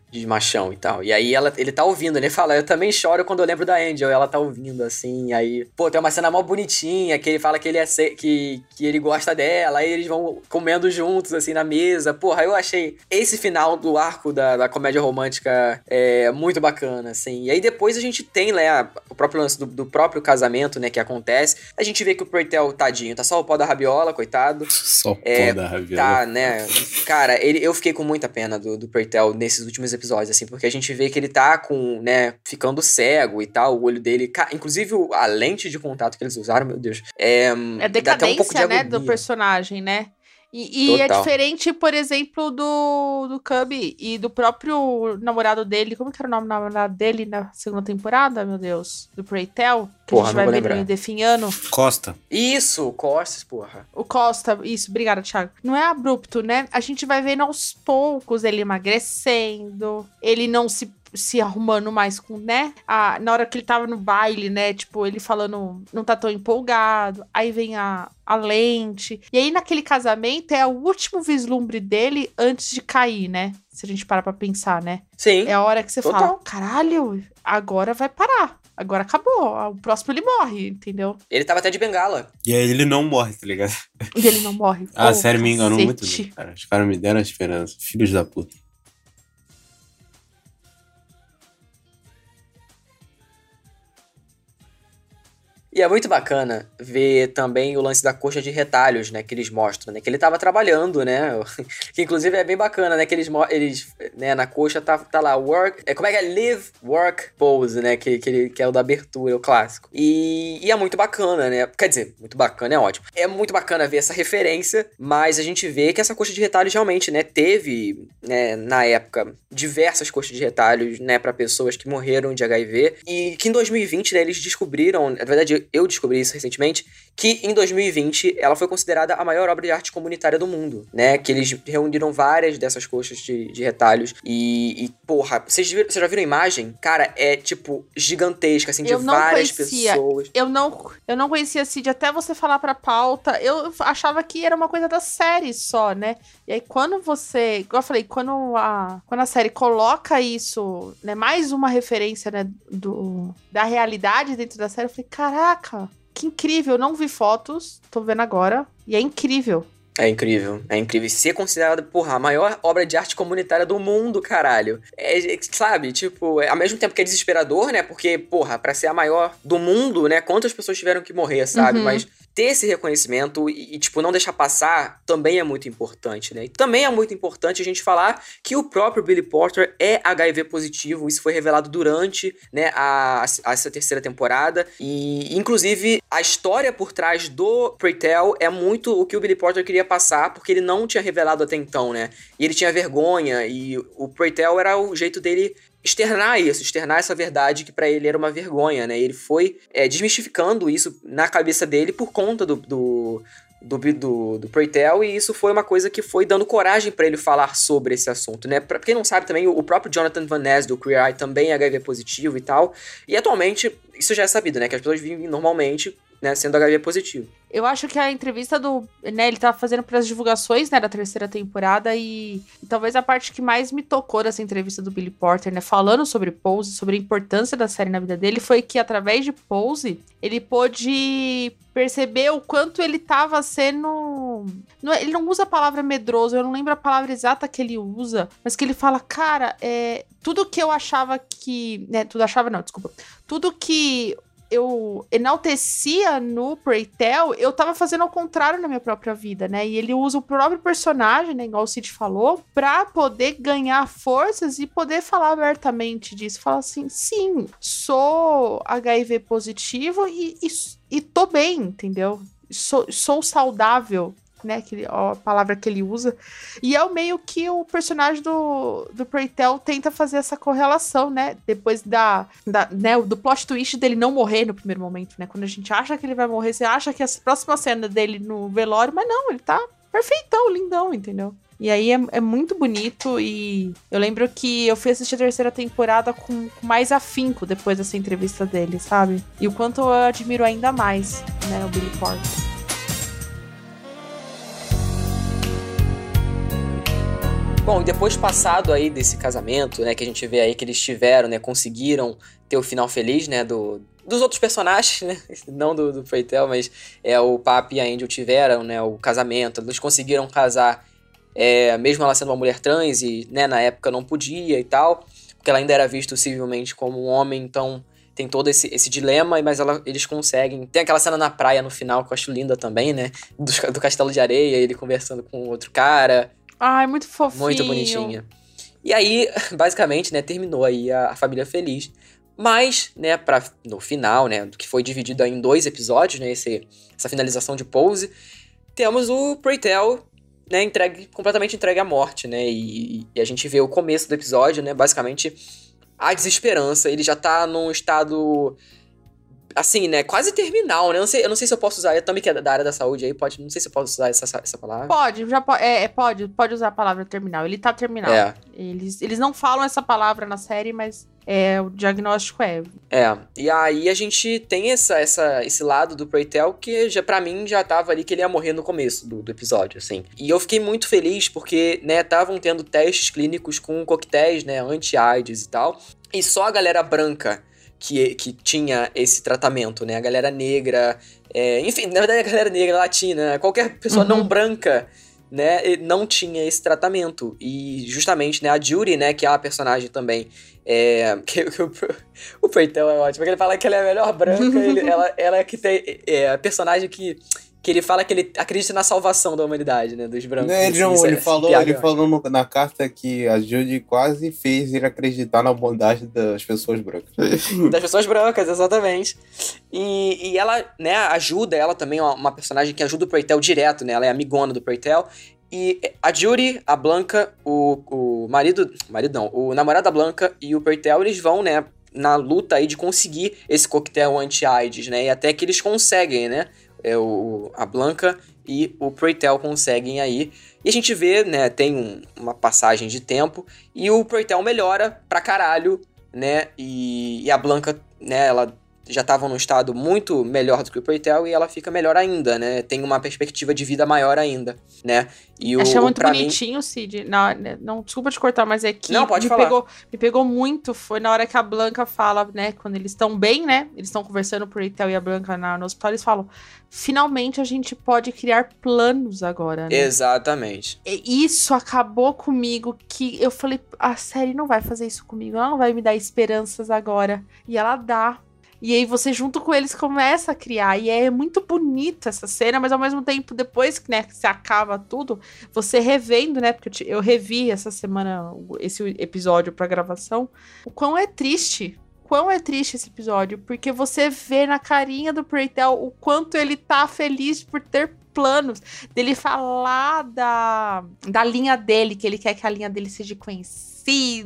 de machão e tal. E aí ela, ele tá ouvindo, ele fala, eu também choro quando eu lembro da Angel, e ela tá ouvindo, assim, aí... Pô, tem uma cena mó bonitinha, que ele fala que ele, é se... que, que ele gosta dela, aí eles vão comendo juntos, assim, na mesa. Porra, eu achei esse final do arco da, da comédia romântica é, muito bacana, assim. E aí depois a gente tem, né, o próprio lance do, do próprio casamento, né, que acontece. A gente vê que o Purtell, tadinho, tá só o pó da rabiola, coitado. Só o é, pó da rabiola. Tá, né? Cara, ele, eu fiquei com muita pena do, do Purtell nesses últimos episódios, assim, porque a gente vê que ele tá com, né, ficando cego e tal, o olho dele... Inclusive, a lente de contato que eles usaram, meu Deus, é... É decadência, um pouco de né, do personagem, né? E, e é diferente, por exemplo, do, do Cubby e do próprio namorado dele. Como que era o nome do namorado dele na segunda temporada, meu Deus? Do Purtell, que porra, a gente vai ver ele definhando. Costa. Isso, Costas, porra. O Costa, isso, obrigada, Thiago. Não é abrupto, né? A gente vai vendo aos poucos ele emagrecendo, ele não se... se arrumando mais com, né? A, na hora que ele tava no baile, né? Tipo, ele falando, não tá tão empolgado. Aí vem a, a lente. E aí, naquele casamento, é o último vislumbre dele antes de cair, né? Se a gente parar pra pensar, né? Sim. É a hora que você total. fala, caralho, agora vai parar. Agora acabou. O próximo ele morre, entendeu? Ele tava até de bengala. E aí ele não morre, tá ligado? E ele não morre. Ah, oh, sério, me enganou muito cacete. bem, cara. Os caras me deram a esperança. Filhos da puta. E é muito bacana ver também o lance da coxa de retalhos, né, que eles mostram, né, que ele tava trabalhando, né, que inclusive é bem bacana, né, que eles, eles né, na coxa tá, tá lá, work, é, como é que é? Live, work, pose, né, que, que, ele, que é o da abertura, o clássico. E, e é muito bacana, né, quer dizer, muito bacana, é ótimo. É muito bacana ver essa referência, mas a gente vê que essa coxa de retalhos realmente, né, teve, né, na época, diversas coxas de retalhos, né, pra pessoas que morreram de H I V, e que em dois mil e vinte, né, eles descobriram, na verdade, eu descobri isso recentemente, que em dois mil e vinte ela foi considerada a maior obra de arte comunitária do mundo, né? Que eles reuniram várias dessas coxas de, de retalhos e, e porra, vocês, vocês já viram a imagem? Cara, é, tipo, gigantesca, assim, de eu não várias conhecia. pessoas. Eu não, eu não conhecia, Cid, até você falar pra pauta, eu achava que era uma coisa da série só, né? E aí, quando você, igual eu falei, quando a, quando a série coloca isso, né, mais uma referência, né, do, da realidade dentro da série, eu falei, caraca, que incrível, eu não vi fotos, tô vendo agora, e é incrível. É incrível, é incrível. Ser considerada, porra, a maior obra de arte comunitária do mundo, caralho. É, sabe, tipo, é, ao mesmo tempo que é desesperador, né? Porque, porra, pra ser a maior do mundo, né? Quantas pessoas tiveram que morrer, sabe? Uhum. Mas ter esse reconhecimento e, e, tipo, não deixar passar também é muito importante, né? E também é muito importante a gente falar que o próprio Billy Porter é H I V positivo. Isso foi revelado durante, né, a, a, essa terceira temporada. E, inclusive, a história por trás do Purtell é muito o que o Billy Porter queria passar, porque ele não tinha revelado até então, né? E ele tinha vergonha, e o Purtell era o jeito dele externar isso, externar essa verdade que pra ele era uma vergonha, né? E ele foi é, desmistificando isso na cabeça dele por conta do... do Do, do, do Purtell, e isso foi uma coisa que foi dando coragem pra ele falar sobre esse assunto, né? Pra quem não sabe também, o próprio Jonathan Van Ness do Queer Eye também é H I V positivo e tal, e atualmente, isso já é sabido, né? Que as pessoas vivem normalmente, né, sendo H I V positivo. Eu acho que a entrevista do... né, ele tá fazendo pras divulgações, né, da terceira temporada e, e talvez a parte que mais me tocou dessa entrevista do Billy Porter, né, falando sobre Pose, sobre a importância da série na vida dele, foi que através de Pose, ele pôde perceber o quanto ele tava sendo... Não, ele não usa a palavra medroso, eu não lembro a palavra exata que ele usa, mas que ele fala, cara, é, tudo que eu achava que... Né, tudo achava não, desculpa. Tudo que... eu enaltecia no Purtell, eu tava fazendo ao contrário na minha própria vida, né? E ele usa o próprio personagem, né? Igual o Cid falou, pra poder ganhar forças e poder falar abertamente disso. Falar assim, sim, sou H I V positivo e, e, e tô bem, entendeu? Sou, sou saudável, né, que, ó, a palavra que ele usa, e é o meio que o personagem do, do Purtell tenta fazer essa correlação, né, depois da, da, né, do plot twist dele não morrer no primeiro momento, né, quando a gente acha que ele vai morrer, você acha que a próxima cena dele no velório, mas não, ele tá perfeitão, lindão, entendeu? E aí é, é muito bonito, e eu lembro que eu fui assistir a terceira temporada com, com mais afinco depois dessa entrevista dele, sabe? E o quanto eu admiro ainda mais, né, o Billy Porter. Bom, depois passado aí desse casamento, né, que a gente vê aí que eles tiveram, né, conseguiram ter o final feliz, né, do, dos outros personagens, né, não do, do Preytel, mas é, o Papi e a Angel tiveram, né, o casamento, eles conseguiram casar, é, mesmo ela sendo uma mulher trans e, né, na época não podia e tal, porque ela ainda era vista civilmente como um homem, então tem todo esse, esse dilema, mas ela, eles conseguem. Tem aquela cena na praia no final que eu acho linda também, né, do, do castelo de areia, ele conversando com outro cara. Ai, muito fofinho. Muito bonitinha. E aí, basicamente, né, terminou aí a, a família feliz. Mas, né, pra, no final, né, do que foi dividido aí em dois episódios, né, esse, essa finalização de Pose, temos o Preytel, né, entregue, completamente entregue à morte, né, e, e a gente vê o começo do episódio, né, basicamente a desesperança. Ele já tá num estado, assim, né, quase terminal, né, eu não sei, eu não sei se eu posso usar, eu também que é da área da saúde aí, pode, não sei se eu posso usar essa, essa palavra. Pode, já pode, é, pode, pode usar a palavra terminal, ele tá terminal. É. Eles, eles não falam essa palavra na série, mas é, o diagnóstico é. É, e aí a gente tem essa, essa, esse lado do Preytel que já, pra mim já tava ali que ele ia morrer no começo do, do episódio, assim. E eu fiquei muito feliz porque, né, estavam tendo testes clínicos com coquetéis, né, anti-AIDS e tal, e só a galera branca Que, que tinha esse tratamento, né? A galera negra, é, enfim, na verdade a galera negra, latina, qualquer pessoa Uhum. não branca, né? Não tinha esse tratamento. E justamente, né? A Judy, né? Que é a personagem também, é, que, que o, o Preytel é ótimo, porque ele fala que ela é a melhor branca, ele, ela, ela é que tem, é a personagem que... que ele fala que ele acredita na salvação da humanidade, né, dos brancos. Né, ele, não, Isso, ele é, falou, piada. ele falou no- na carta que a Judy quase fez ele acreditar na bondade das pessoas brancas. Das pessoas brancas, exatamente. E, e ela, né, ajuda, ela também é uma, uma personagem que ajuda o Preytel direto, né, ela é amigona do Preytel. E a Judy, a Blanca, o, o marido, marido não, o namorado da Blanca e o Preytel, eles vão, né, na luta aí de conseguir esse coquetel anti-AIDS, né, e até que eles conseguem, né, é, o, a Blanca e o Preytel conseguem aí. E a gente vê, né, tem um, uma passagem de tempo e o Preytel melhora pra caralho, né, e, e a Blanca, né, ela já estava num estado muito melhor do que o Preytel e ela fica melhor ainda, né, tem uma perspectiva de vida maior ainda, né. E o, Achei muito pra bonitinho, mim... Cid. Não, não, desculpa te cortar, mas é que Não, pode me, falar. pegou, me pegou muito. Foi na hora que a Blanca fala, né? Quando eles estão bem, né? Eles estão conversando, o Preytel e a Blanca na, no hospital. Eles falam: finalmente a gente pode criar planos agora, né? Exatamente. E isso acabou comigo. Que eu falei: a série não vai fazer isso comigo. Ela não vai me dar esperanças agora. E ela dá. E aí você junto com eles começa a criar. E é muito bonita essa cena, mas ao mesmo tempo, depois que, né, que se acaba tudo, você revendo, né? Porque eu, te- eu revi essa semana esse episódio pra gravação. O quão é triste. Quão é triste esse episódio. Porque você vê na carinha do Preytel o quanto ele tá feliz por ter planos. Dele falar da, da linha dele, que ele quer que a linha dele seja conhecida.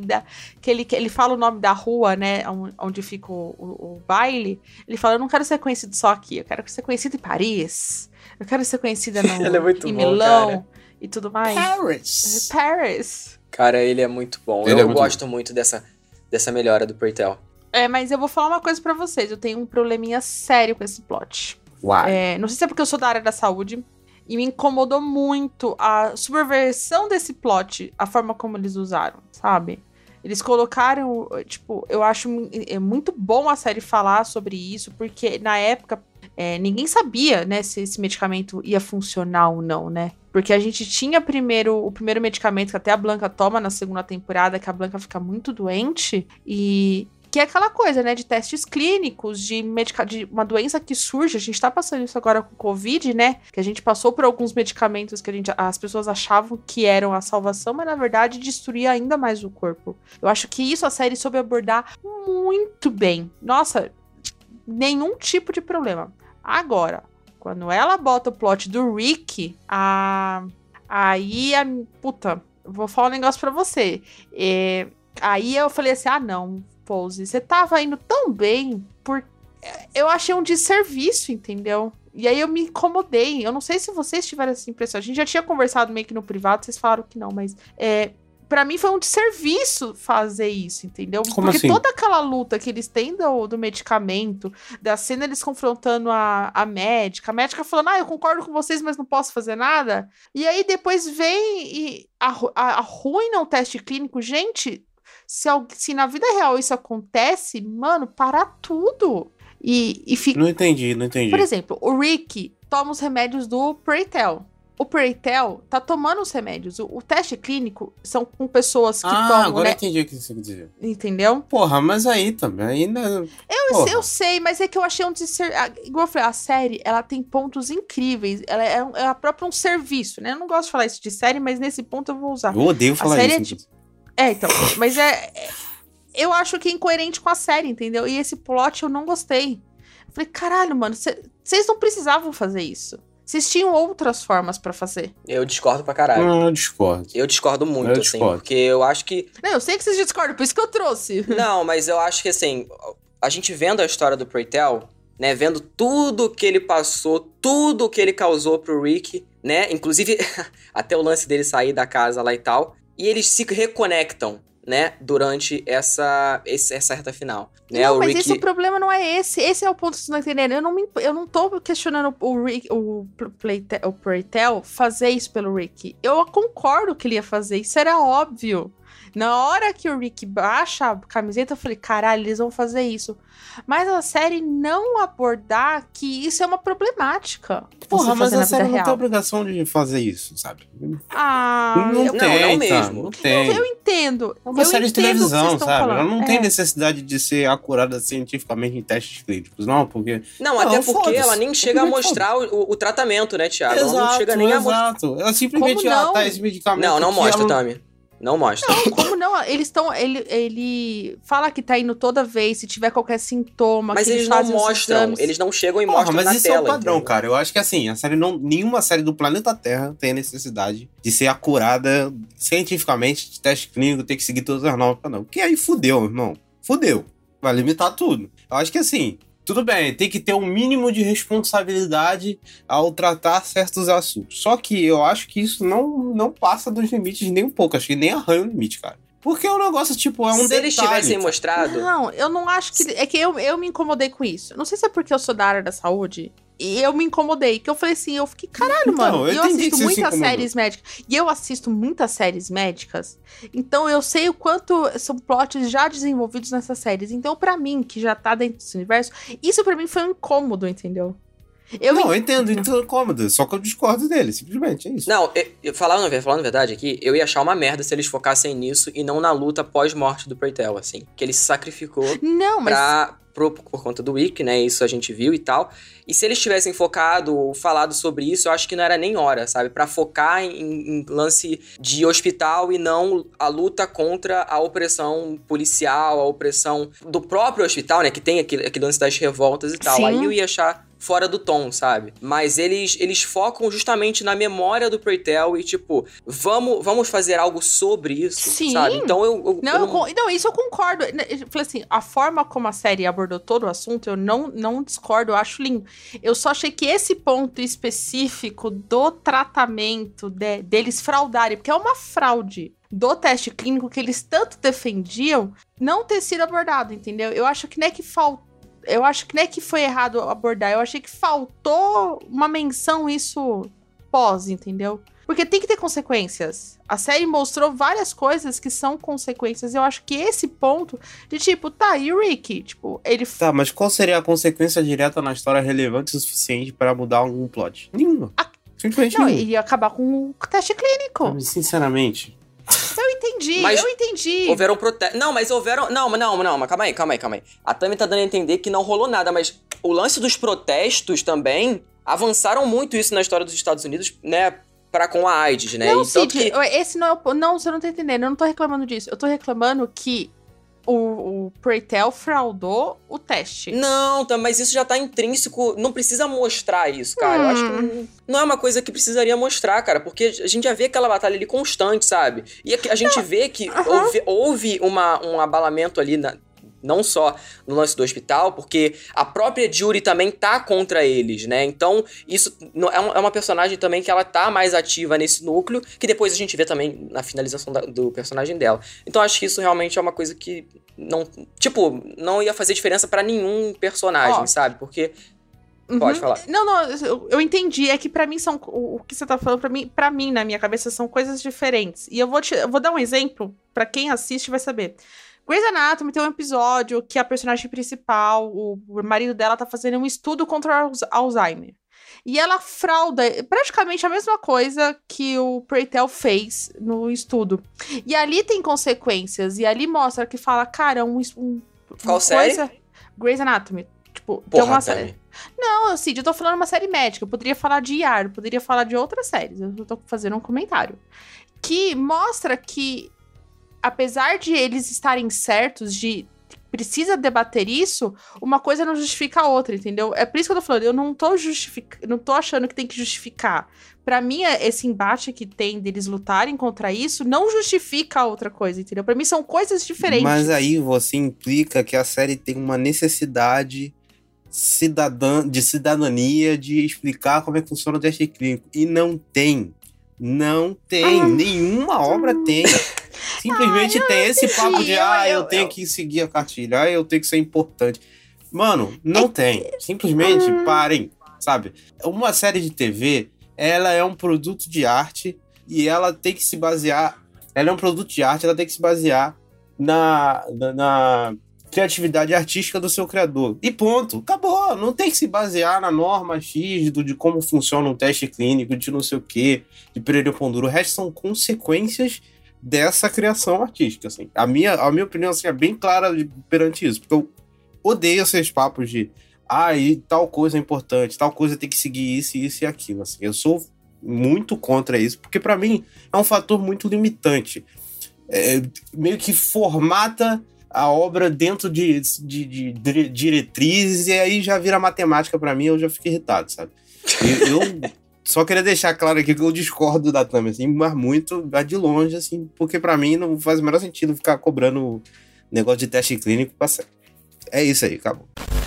Que ele, que ele fala o nome da rua, né, onde, onde fica o, o, o baile. Ele fala: eu não quero ser conhecido só aqui, eu quero ser conhecido em Paris, eu quero ser conhecida no, Ele é muito em bom, Milão cara. e tudo mais. Paris! Paris. Cara, ele é muito bom. Ele eu é muito gosto muito dessa, dessa melhora do Preytel. É, mas eu vou falar uma coisa pra vocês, eu tenho um probleminha sério com esse plot. Uai. É, não sei se é porque eu sou da área da saúde, e me incomodou muito a subversão desse plot, a forma como eles usaram, sabe? Eles colocaram, tipo, eu acho é muito bom a série falar sobre isso, porque na época é, ninguém sabia, né, se esse medicamento ia funcionar ou não, né? Porque a gente tinha primeiro o primeiro medicamento que até a Blanca toma na segunda temporada, que a Blanca fica muito doente, e que é aquela coisa, né, de testes clínicos, de, medica- de uma doença que surge. A gente tá passando isso agora com o Covid, né, que a gente passou por alguns medicamentos que a gente, as pessoas achavam que eram a salvação, mas na verdade destruía ainda mais o corpo. Eu acho que isso a série soube abordar muito bem. Nossa, nenhum tipo de problema. Agora, quando ela bota o plot do Rick, a... aí a... Puta, eu vou falar um negócio pra você. É... Aí eu falei assim, ah não, Pose, você tava indo tão bem, por... eu achei um desserviço, entendeu? E aí eu me incomodei. Eu não sei se vocês tiveram essa impressão. A gente já tinha conversado meio que no privado, vocês falaram que não, mas... É... pra mim foi um desserviço fazer isso, entendeu? Como Porque assim? toda aquela luta que eles têm do, do medicamento, da cena eles confrontando a, a médica, a médica falando, ah, eu concordo com vocês, mas não posso fazer nada. E aí depois vem e arru- a- arruina o teste clínico. Gente, se, al- se na vida real isso acontece, mano, para tudo. E, e fica... Não entendi, não entendi. Por exemplo, o Rick toma os remédios do Pretel. O Pretel tá tomando os remédios. O, o teste clínico são com pessoas que ah, tomam, agora né? entendi o que você quer dizer. Entendeu? Porra, mas aí também, ainda... Eu, eu sei, mas é que eu achei um desser... a- Igual eu falei, a série, ela tem pontos incríveis. Ela é, um- é a própria um serviço, né? Eu não gosto de falar isso de série, mas nesse ponto eu vou usar. Eu odeio falar a série isso. É, tipo... é, então. Mas é, é... Eu acho que é incoerente com a série, entendeu? E esse plot eu não gostei. Eu falei, caralho, mano, vocês não precisavam fazer isso. Vocês tinham outras formas pra fazer. Eu discordo pra caralho. Não, eu discordo. Eu discordo muito, Eu assim, discordo. porque eu acho que... Não, eu sei que vocês discordam, por isso que eu trouxe. Não, mas eu acho que, assim, a gente vendo a história do Pretel, né, vendo tudo que ele passou, tudo que ele causou pro Rick, né, inclusive até o lance dele sair da casa lá e tal, e eles se reconectam, né, durante essa, esse, essa reta final. Né? Não, o mas Rick... esse o problema não é esse. Esse é o ponto que vocês não entenderam. Eu não, me, eu não tô questionando o Rick, o, Playte, o Pretel fazer isso pelo Rick. Eu concordo que ele ia fazer, isso era óbvio. Na hora que o Rick baixa a camiseta, eu falei, caralho, eles vão fazer isso. Mas a série não abordar que isso é uma problemática. Porra, mas a série não real. tem obrigação de fazer isso, sabe? Ah, não, eu, tem, não, não tá? mesmo. Não tem. Eu, eu entendo. É uma eu série de entendo o que vocês televisão, estão sabe? falando. Ela não É. tem necessidade de ser acurada cientificamente em testes clínicos, não, porque... Não, até porque foda-se. ela nem chega a Simplesmente mostrar o, o tratamento, né, Thiago? Exato, ela não chega nem a mostrar. exato. Ela simplesmente, Como ah, não? tá, esse medicamento Não, não aqui, mostra, ela... Tami. Não mostra. Não, como não? Eles estão. Ele, ele fala que tá indo toda vez, se tiver qualquer sintoma. Mas que eles não fazem os mostram, exames. eles não chegam e Porra, mostram mas na esse tela. é o padrão, entendeu? cara. Eu acho que assim, a série não, nenhuma série do planeta Terra tem a necessidade de ser acurada cientificamente, de teste clínico, ter que seguir todas as normas, não. Porque aí fudeu, irmão. Fudeu. Vai limitar tudo. Eu acho que assim, tudo bem, tem que ter um mínimo de responsabilidade ao tratar certos assuntos. Só que eu acho que isso não, não passa dos limites nem um pouco. Acho que nem arranha o limite, cara. Porque o negócio, tipo, é um Se detalhe. eles tivessem tá? mostrado... Não, eu não acho que. É que eu, eu me incomodei com isso. Não sei se é porque eu sou da área da saúde. E eu me incomodei. Que eu falei assim, eu fiquei, caralho, Então, mano. eu E eu entendi que assisto você se muitas incomodou. séries médicas. E eu assisto muitas séries médicas. Então eu sei o quanto são plots já desenvolvidos nessas séries. Então, pra mim, que já tá dentro desse universo, isso pra mim foi um incômodo, entendeu? Eu Não, eu entendo, entendo cômodo. Só que eu discordo dele, simplesmente, é isso. Não, eu, eu, falando, falando a verdade aqui, eu ia achar uma merda se eles focassem nisso e não na luta pós-morte do Pretel, assim. Que ele se sacrificou Não, mas. pra, pro, por conta do Rick, né? Isso a gente viu e tal. E se eles tivessem focado ou falado sobre isso, eu acho que não era nem hora, sabe? Pra focar em, em lance de hospital e não a luta contra a opressão policial, a opressão do próprio hospital, né? Que tem aquele, aquele lance das revoltas e tal. Sim. Aí eu ia achar fora do tom, sabe? Mas eles, eles focam justamente na memória do Pretel e, tipo, vamos, vamos fazer algo sobre isso, Sim. sabe? Então eu... eu Não, eu eu con- não, isso eu concordo. Eu falei assim, a forma como a série abordou todo o assunto, eu não, não discordo, eu acho lindo. Eu só achei que esse ponto específico do tratamento de- deles fraudarem, porque é uma fraude do teste clínico que eles tanto defendiam, não ter sido abordado, entendeu? Eu acho que não é que faltou. Eu acho que não é que foi errado abordar, eu achei que faltou uma menção isso pós, entendeu? Porque tem que ter consequências. A série mostrou várias coisas que são consequências. Eu acho que esse ponto de tipo, tá, e o Rick? Tipo, ele... Tá, mas qual seria a consequência direta na história relevante o suficiente pra mudar algum plot? Nenhuma. Ah, Simplesmente não, nenhuma. ele ia acabar com o teste clínico. Mas, sinceramente... Eu entendi, Mas eu entendi. Houveram protestos. Não, mas houveram. Não, não, não, mas calma aí, calma aí, calma aí. A Tami tá dando a entender que não rolou nada, mas o lance dos protestos também avançaram muito isso na história dos Estados Unidos, né? Pra com a AIDS, né? Não, E tanto Cid, que... esse não é o... Não, você não tá entendendo, eu não tô reclamando disso. Eu tô reclamando que o, o Pretel fraudou o teste. Não, tá, mas isso já tá intrínseco. Não precisa mostrar isso, cara. Hum. Eu acho que não, não é uma coisa que precisaria mostrar, cara. Porque a gente já vê aquela batalha ali constante, sabe? E a, a gente não. vê que uh-huh. houve, houve uma, um abalamento ali na, não só no lance do hospital, porque a própria Judy também tá contra eles, né? Então, isso é uma personagem também que ela tá mais ativa nesse núcleo, que depois a gente vê também na finalização da, do personagem dela. Então, acho que isso realmente é uma coisa que não... Tipo, não ia fazer diferença pra nenhum personagem, oh. sabe? Porque... Pode uhum. falar. Não, não, eu, eu entendi. É que pra mim são... O, o que você tá falando pra mim, pra mim, na minha cabeça, são coisas diferentes. E eu vou, te, eu vou dar um exemplo, pra quem assiste vai saber. Grey's Anatomy tem um episódio que a personagem principal, o, o marido dela, tá fazendo um estudo contra o Alzheimer. E ela frauda praticamente a mesma coisa que o Preitel fez no estudo. E ali tem consequências. E ali mostra que fala, cara, um... um Qual série? Coisa... Grey's Anatomy. Tipo, Porra, tem uma série. série. Não, Cid, eu tô falando uma série médica. Eu poderia falar de I A R, eu poderia falar de outras séries. Eu tô fazendo um comentário. Que mostra que, apesar de eles estarem certos de precisa debater isso, uma coisa não justifica a outra, entendeu? É por isso que eu tô falando, eu não tô justificando, não tô achando que tem que justificar. Pra mim, esse embate que tem deles lutarem contra isso não justifica a outra coisa, entendeu? Pra mim são coisas diferentes. Mas aí você implica que a série tem uma necessidade cidadã, de cidadania, de explicar como é que funciona o teste clínico. E não tem. Não tem. Ah. Nenhuma obra tem. Simplesmente ah, tem esse papo de, ah, eu, eu tenho eu... que seguir a cartilha, ah, eu tenho que ser importante. Mano, não é... tem. Simplesmente hum. parem, sabe? Uma série de T V, ela é um produto de arte e ela tem que se basear... Ela é um produto de arte, ela tem que se basear na, na, na criatividade artística do seu criador. E ponto. Acabou. Não tem que se basear na norma X do, de como funciona um teste clínico, de não sei o quê, de Pereira Pondura. O resto são consequências dessa criação artística, assim. A minha, a minha opinião, assim, é bem clara de, perante isso, porque eu odeio esses papos de ah, e tal coisa é importante, tal coisa tem que seguir isso, isso e aquilo, assim. Eu sou muito contra isso, porque pra mim é um fator muito limitante. É, meio que formata a obra dentro de, de, de, de diretrizes e aí já vira matemática pra mim, eu já fico irritado, sabe? Eu... eu Só queria deixar claro aqui que eu discordo da Tami, assim, mas muito de longe, assim, porque pra mim não faz o menor sentido ficar cobrando negócio de teste clínico pra sério. É isso aí, acabou.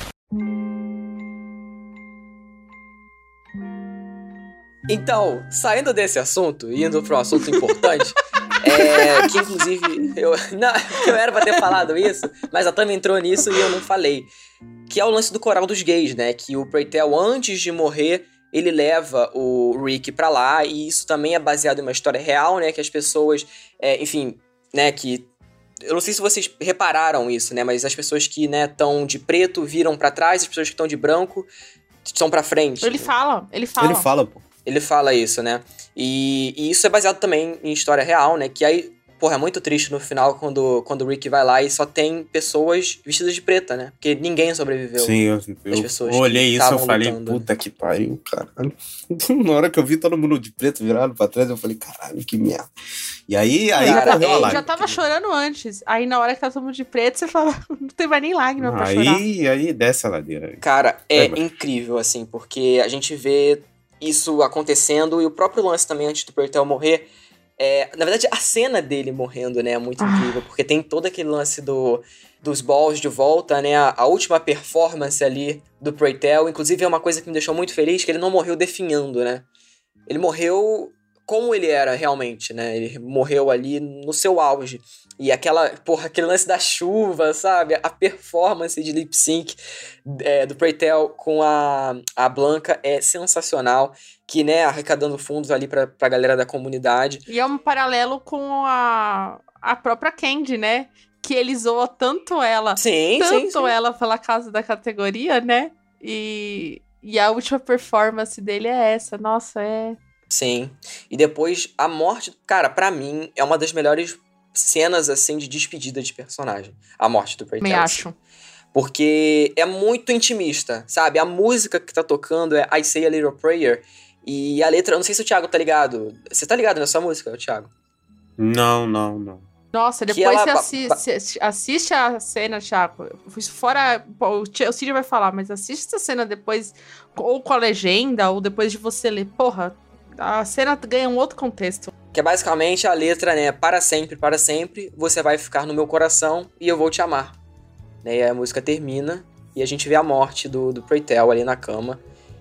Então, saindo desse assunto, indo pra um assunto importante, é, que inclusive, eu, não, eu era pra ter falado isso, mas a Tami entrou nisso e eu não falei, que é o lance do coral dos gays, né, que o Preitel, antes de morrer, ele leva o Rick pra lá, e isso também é baseado em uma história real, né, que as pessoas, é, enfim, né, que... Eu não sei se vocês repararam isso, né, mas as pessoas que, né, estão de preto viram pra trás, as pessoas que estão de branco estão pra frente. Ele fala, ele fala. Ele fala, pô. Ele fala isso, né, e, e isso é baseado também em história real, né, que aí... Porra, é muito triste no final quando, quando o Rick vai lá e só tem pessoas vestidas de preta, né? Porque ninguém sobreviveu. Sim, eu, eu olhei isso e eu falei, lutando. Puta que pariu, caralho. Na hora que eu vi todo mundo de preto virado pra trás, eu falei, caralho, que merda. E aí, aí Cara, correu a lágrima. Eu já tava chorando antes. Aí na hora que tá todo mundo de preto, você fala, não tem mais nem lágrima pra aí, chorar. Aí, aí desce a ladeira. Cara, é, é incrível, assim, porque a gente vê isso acontecendo e o próprio lance também antes do Preitel morrer. É, na verdade, a cena dele morrendo, né, é muito ah. incrível, porque tem todo aquele lance do, dos balls de volta, né, a, a última performance ali do Preitel, inclusive é uma coisa que me deixou muito feliz, que ele não morreu definhando, né, ele morreu como ele era realmente, né, ele morreu ali no seu auge, e aquela, porra, aquele lance da chuva, sabe, a performance de lip sync é, do Preitel com a, a Blanca é sensacional, que, né, arrecadando fundos ali pra, pra galera da comunidade. E é um paralelo com a, a própria Candy, né, que ele zoa tanto ela, sim, tanto sim, sim. ela pela causa da categoria, né, e, e a última performance dele é essa, nossa, é... Sim, e depois a morte, cara, pra mim, é uma das melhores cenas, assim, de despedida de personagem, a morte do Preitel. Me acho. Porque é muito intimista, sabe? A música que tá tocando é I Say a Little Prayer, e a letra, eu não sei se o Thiago tá ligado. Você tá ligado nessa música, Thiago? Não, não, não. Nossa, depois ela... você assiste, assiste a cena, Thiago. Fora, o Cid vai falar, mas assiste essa cena depois, ou com a legenda, ou depois de você ler. Porra, a cena ganha um outro contexto. Que é basicamente a letra, né? Para sempre, para sempre, você vai ficar no meu coração e eu vou te amar. né? E aí a música termina e a gente vê a morte do, do Preytel ali na cama.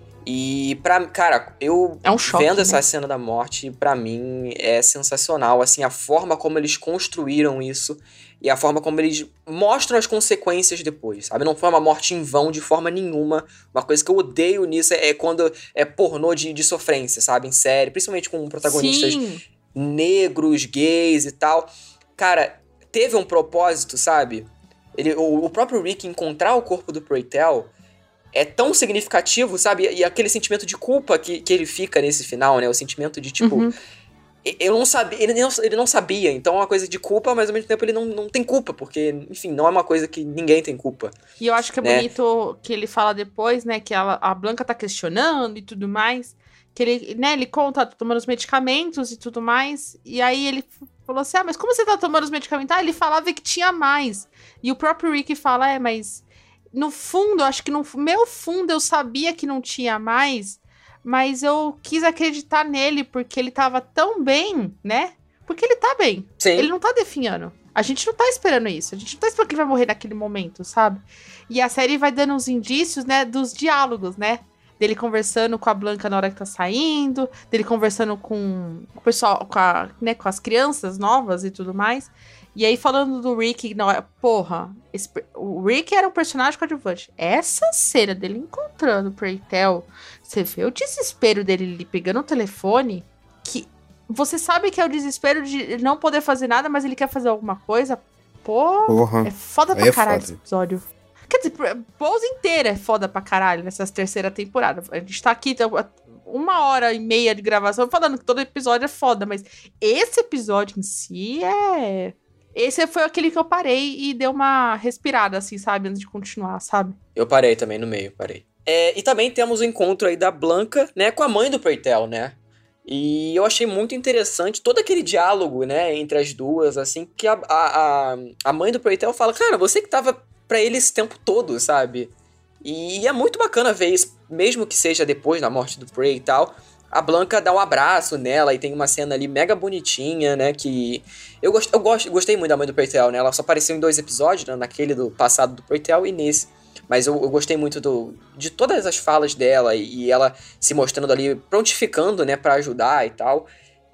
E, pra, cara, eu é um choque, vendo né? essa cena da morte, pra mim é sensacional, assim, a forma como eles construíram isso e a forma como eles mostram as consequências depois, sabe? Não foi uma morte em vão de forma nenhuma. Uma coisa que eu odeio nisso é, é quando é pornô de, de sofrência, sabe? Em série, principalmente com protagonistas Sim. negros, gays e tal. Cara, teve um propósito, sabe? Ele, o, o próprio Rick encontrar o corpo do Preytel é tão significativo, sabe? E, e aquele sentimento de culpa que, que ele fica nesse final, né? O sentimento de, tipo... Uhum. Eu não sabia... Ele não, ele não sabia. Então é uma coisa de culpa, mas ao mesmo tempo ele não, não tem culpa. Porque, enfim, não é uma coisa que ninguém tem culpa. E eu acho que é né? bonito que ele fala depois, né? Que ela, a Blanca tá questionando e tudo mais. Que ele, né? Ele conta, tá tomando os medicamentos e tudo mais. E aí ele falou assim, ah, mas como você tá tomando os medicamentos? Ah, ele falava que tinha mais. E o próprio Rick fala, é, mas... No fundo, acho que no meu fundo eu sabia que não tinha mais, mas eu quis acreditar nele porque ele tava tão bem, né? Porque ele tá bem. Sim. Ele não tá definhando. A gente não tá esperando isso. A gente não tá esperando que ele vai morrer naquele momento, sabe? E a série vai dando uns indícios, né, dos diálogos, né? Dele conversando com a Blanca na hora que tá saindo, dele conversando com o pessoal, com, a, né, com as crianças novas e tudo mais. E aí, falando do Rick, não, porra, esse, o Rick era um personagem coadjuvante. Essa cena dele encontrando o Preytel, você vê o desespero dele ali pegando o telefone, que você sabe que é o desespero de não poder fazer nada, mas ele quer fazer alguma coisa. Pô, Porra. é foda Aí pra é caralho foda. esse episódio. Quer dizer, Pose inteira é foda pra caralho nessa terceira temporada. A gente tá aqui então, uma hora e meia de gravação falando que todo episódio é foda, mas esse episódio em si é... Esse foi aquele que eu parei e deu uma respirada, assim, sabe? Antes de continuar, sabe? Eu parei também no meio, parei. É, e também temos o encontro aí da Blanca, né, com a mãe do Preytel, né? E eu achei muito interessante todo aquele diálogo, né, entre as duas, assim, que a, a, a mãe do Preytel fala, cara, você que tava pra ele esse tempo todo, sabe? E é muito bacana ver isso, mesmo que seja depois da morte do Prey e tal. A Blanca dá um abraço nela e tem uma cena ali mega bonitinha, né, que... Eu, gost, eu gost, gostei muito da mãe do Preytel, né, ela só apareceu em dois episódios, né, naquele do passado do Preytel e nesse. Mas eu, eu gostei muito do, de todas as falas dela e, e ela se mostrando ali, prontificando, né, pra ajudar e tal.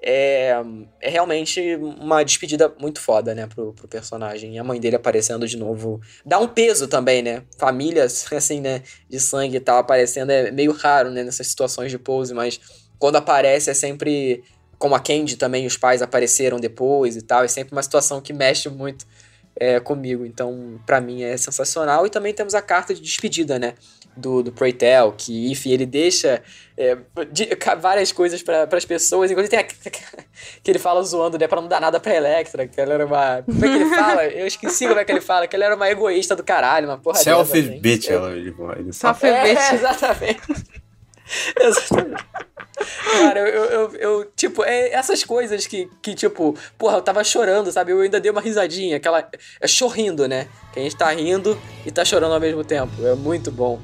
É, é realmente uma despedida muito foda, né, pro, pro personagem. E a mãe dele aparecendo de novo dá um peso também, né? Famílias, assim, né, de sangue e tal aparecendo é meio raro, né, nessas situações de Pose, mas quando aparece é sempre... Como a Candy também, os pais apareceram depois e tal. É sempre uma situação que mexe muito é, comigo. Então, pra mim, é sensacional. E também temos a carta de despedida, né? Do, do Preytel, que, enfim, ele deixa é, de, várias coisas para as pessoas. Inclusive tem a, que ele fala zoando, né? Pra não dar nada pra Electra, que ela era uma... Como é que ele fala? Eu esqueci como é que ele fala. Que ela era uma egoísta do caralho, uma porra dessa. Selfish assim. bitch, é. ela ele, ele Selfish é, bitch. Exatamente. Exatamente. Cara, eu, eu, eu, eu, tipo, é essas coisas que, que, tipo, porra, eu tava chorando, sabe? Eu ainda dei uma risadinha, aquela... É chorrindo, né? Que a gente tá rindo e tá chorando ao mesmo tempo. É muito bom.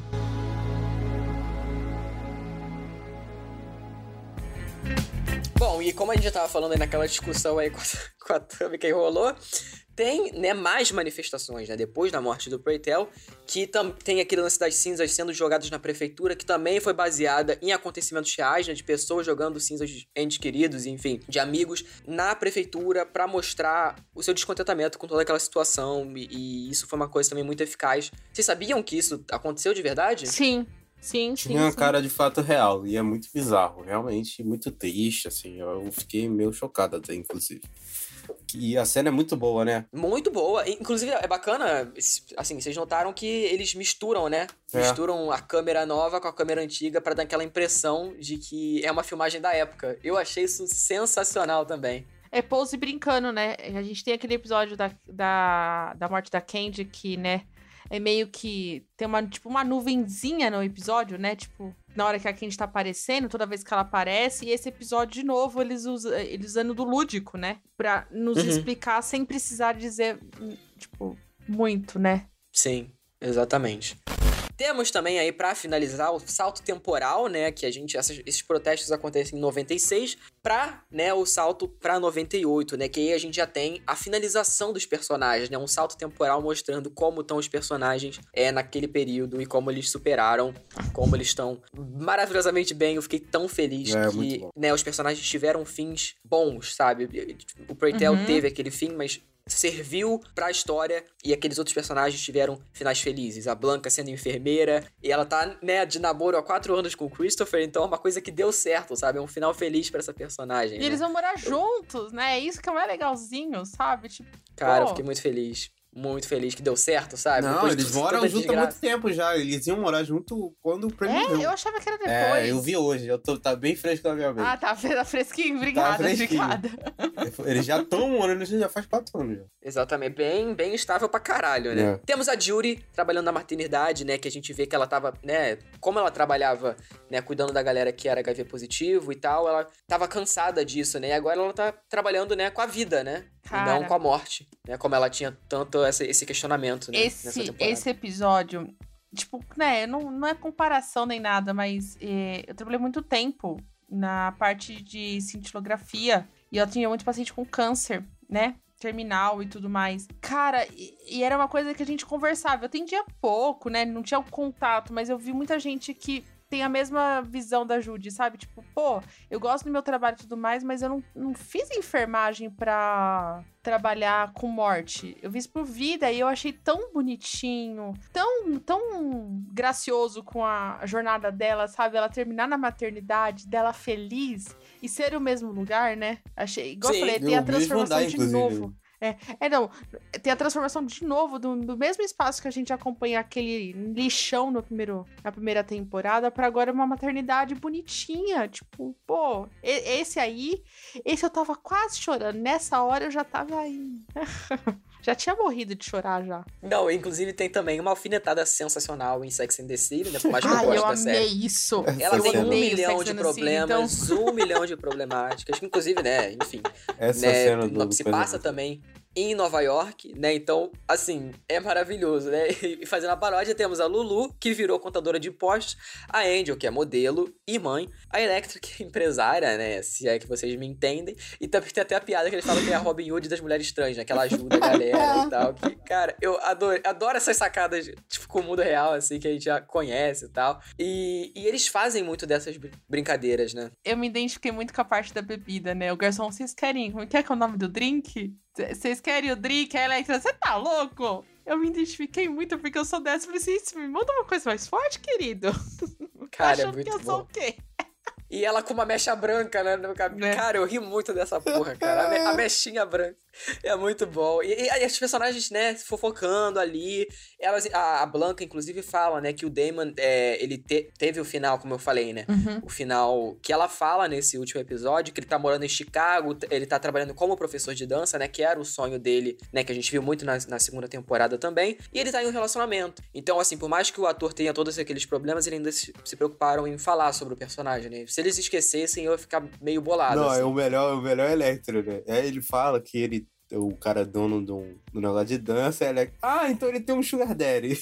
Bom, e como a gente já tava falando aí naquela discussão aí com a, com a thumb que rolou, tem, né, mais manifestações, né, depois da morte do Preytel, que tam, tem aquele lance das cinzas sendo jogadas na prefeitura, que também foi baseada em acontecimentos reais, né, de pessoas jogando cinzas de entes queridos, enfim, de amigos, na prefeitura pra mostrar o seu descontentamento com toda aquela situação, e, e isso foi uma coisa também muito eficaz. Vocês sabiam que isso aconteceu de verdade? Sim. Sim, sim, Tinha uma sim. cara de fato real, e é muito bizarro, realmente muito triste, assim, eu fiquei meio chocado até, inclusive. E a cena é muito boa, né? Muito boa, inclusive é bacana, assim, vocês notaram que eles misturam, né? É. Misturam a câmera nova com a câmera antiga pra dar aquela impressão de que é uma filmagem da época. Eu achei isso sensacional também. É Pose brincando, né? A gente tem aquele episódio da, da, da morte da Candy que, né, é meio que tem uma, tipo, uma nuvenzinha no episódio, né? Tipo, na hora que a Candy tá aparecendo, toda vez que ela aparece. E esse episódio, de novo, eles, usa, eles usando do lúdico, né? Pra nos Uhum. explicar sem precisar dizer, tipo, muito, né? Sim, exatamente. Temos também aí, pra finalizar, o salto temporal, né, que a gente, essas, esses protestos acontecem em noventa e seis, pra, né, o salto pra noventa e oito, né, que aí a gente já tem a finalização dos personagens, né, um salto temporal mostrando como estão os personagens é, naquele período e como eles superaram, como eles estão maravilhosamente bem. Eu fiquei tão feliz é, que, né, os personagens tiveram fins bons, sabe? O Prey Tell uhum. teve aquele fim, mas serviu pra história e aqueles outros personagens tiveram finais felizes. A Blanca sendo enfermeira e ela tá, né, de namoro há quatro anos com o Christopher, então é uma coisa que deu certo, sabe? É um final feliz pra essa personagem. E né? eles vão morar eu... juntos, né? É isso que é mais legalzinho, sabe? Tipo, cara, pô. eu fiquei muito feliz. Muito feliz que deu certo, sabe? Não, depois eles de moram junto há muito tempo já. Eles iam morar junto quando o prêmio É, morreu. eu achava que era depois. É, eu vi hoje. Eu tô, tá bem fresco na minha mente. Ah, tá, tá fresquinho. Obrigada, tá fresquinho. obrigada. Eles já estão morando já faz quatro anos. Já. Exatamente. Bem, bem estável pra caralho, né? É. Temos a Judy trabalhando na maternidade, né? Que a gente vê que ela tava, né? Como ela trabalhava, né? Cuidando da galera que era H I V positivo e tal, ela tava cansada disso, né? E agora ela tá trabalhando, né? Com a vida, né? Cara, e não com a morte, né? Como ela tinha tanto essa, esse questionamento, né? Esse, esse episódio, tipo, né? Não, não é comparação nem nada, mas é, eu trabalhei muito tempo na parte de cintilografia e eu tinha muito paciente com câncer, né? Terminal e tudo mais. Cara, e, e era uma coisa que a gente conversava. Eu atendia pouco, né? Não tinha o contato, mas eu vi muita gente que tem a mesma visão da Judy, sabe? Tipo, pô, eu gosto do meu trabalho e tudo mais, mas eu não, não fiz enfermagem pra trabalhar com morte. Eu fiz por vida e eu achei tão bonitinho, tão, tão gracioso com a jornada dela, sabe? Ela terminar na maternidade, dela feliz e ser o mesmo lugar, né? Achei, igual eu falei, tem a transformação de novo. É, é, não, tem a transformação de novo do, do mesmo espaço que a gente acompanha aquele lixão no primeiro, na primeira temporada pra agora uma maternidade bonitinha, tipo, pô, e, esse aí, esse eu tava quase chorando, nessa hora eu já tava aí, já tinha morrido de chorar já. Não, inclusive tem também uma alfinetada sensacional em Sex and the City, né, por mais que eu Ai, goste eu da série. amei isso. Ela eu tem um amei milhão Sex de and the problemas, City, então... um milhão de problemáticas, que inclusive, né, enfim, Essa né, cena do, se do passa também em Nova York, né? Então, assim, é maravilhoso, né? E fazendo a paródia, temos a Lulu, que virou contadora de impostos, a Angel, que é modelo e mãe, a Electra, que é empresária, né? Se é que vocês me entendem. E também tem até a piada que eles falam que é a Robin Hood das mulheres trans, né? Que ela ajuda a galera e tal. Que, cara, eu adoro, adoro essas sacadas, tipo, com o mundo real, assim, que a gente já conhece e tal. E, e eles fazem muito dessas brincadeiras, né? Eu me identifiquei muito com a parte da bebida, né? O garçom, vocês querem... Como é que é, que é o nome do drink? Vocês querem o drink? A Electra, você tá louco? Eu me identifiquei muito porque eu sou dessa. Eu falei assim, me manda uma coisa mais forte, querido. Cara, tá achando é muito que eu bom. sou o quê? E ela com uma mecha branca, né, no cabelo. É. Cara, eu ri muito dessa porra, cara. A, me a mechinha branca. É muito bom. E, e, e os personagens, né, fofocando ali. Elas, a, a Blanca, inclusive, fala, né, que o Damon, é, ele te, teve o final, como eu falei, né? Uhum. O final que ela fala nesse último episódio, que ele tá morando em Chicago, ele tá trabalhando como professor de dança, né, que era o sonho dele, né, que a gente viu muito na, na segunda temporada também. E ele tá em um relacionamento. Então, assim, por mais que o ator tenha todos aqueles problemas, eles ainda se, se preocuparam em falar sobre o personagem, né? Se eles esquecessem, eu ia ficar meio bolado. Não, assim. é o melhor, o melhor Electro, né? É, ele fala que ele, o cara dono do, do negócio de dança, é Electro. Ah, então ele tem um sugar daddy.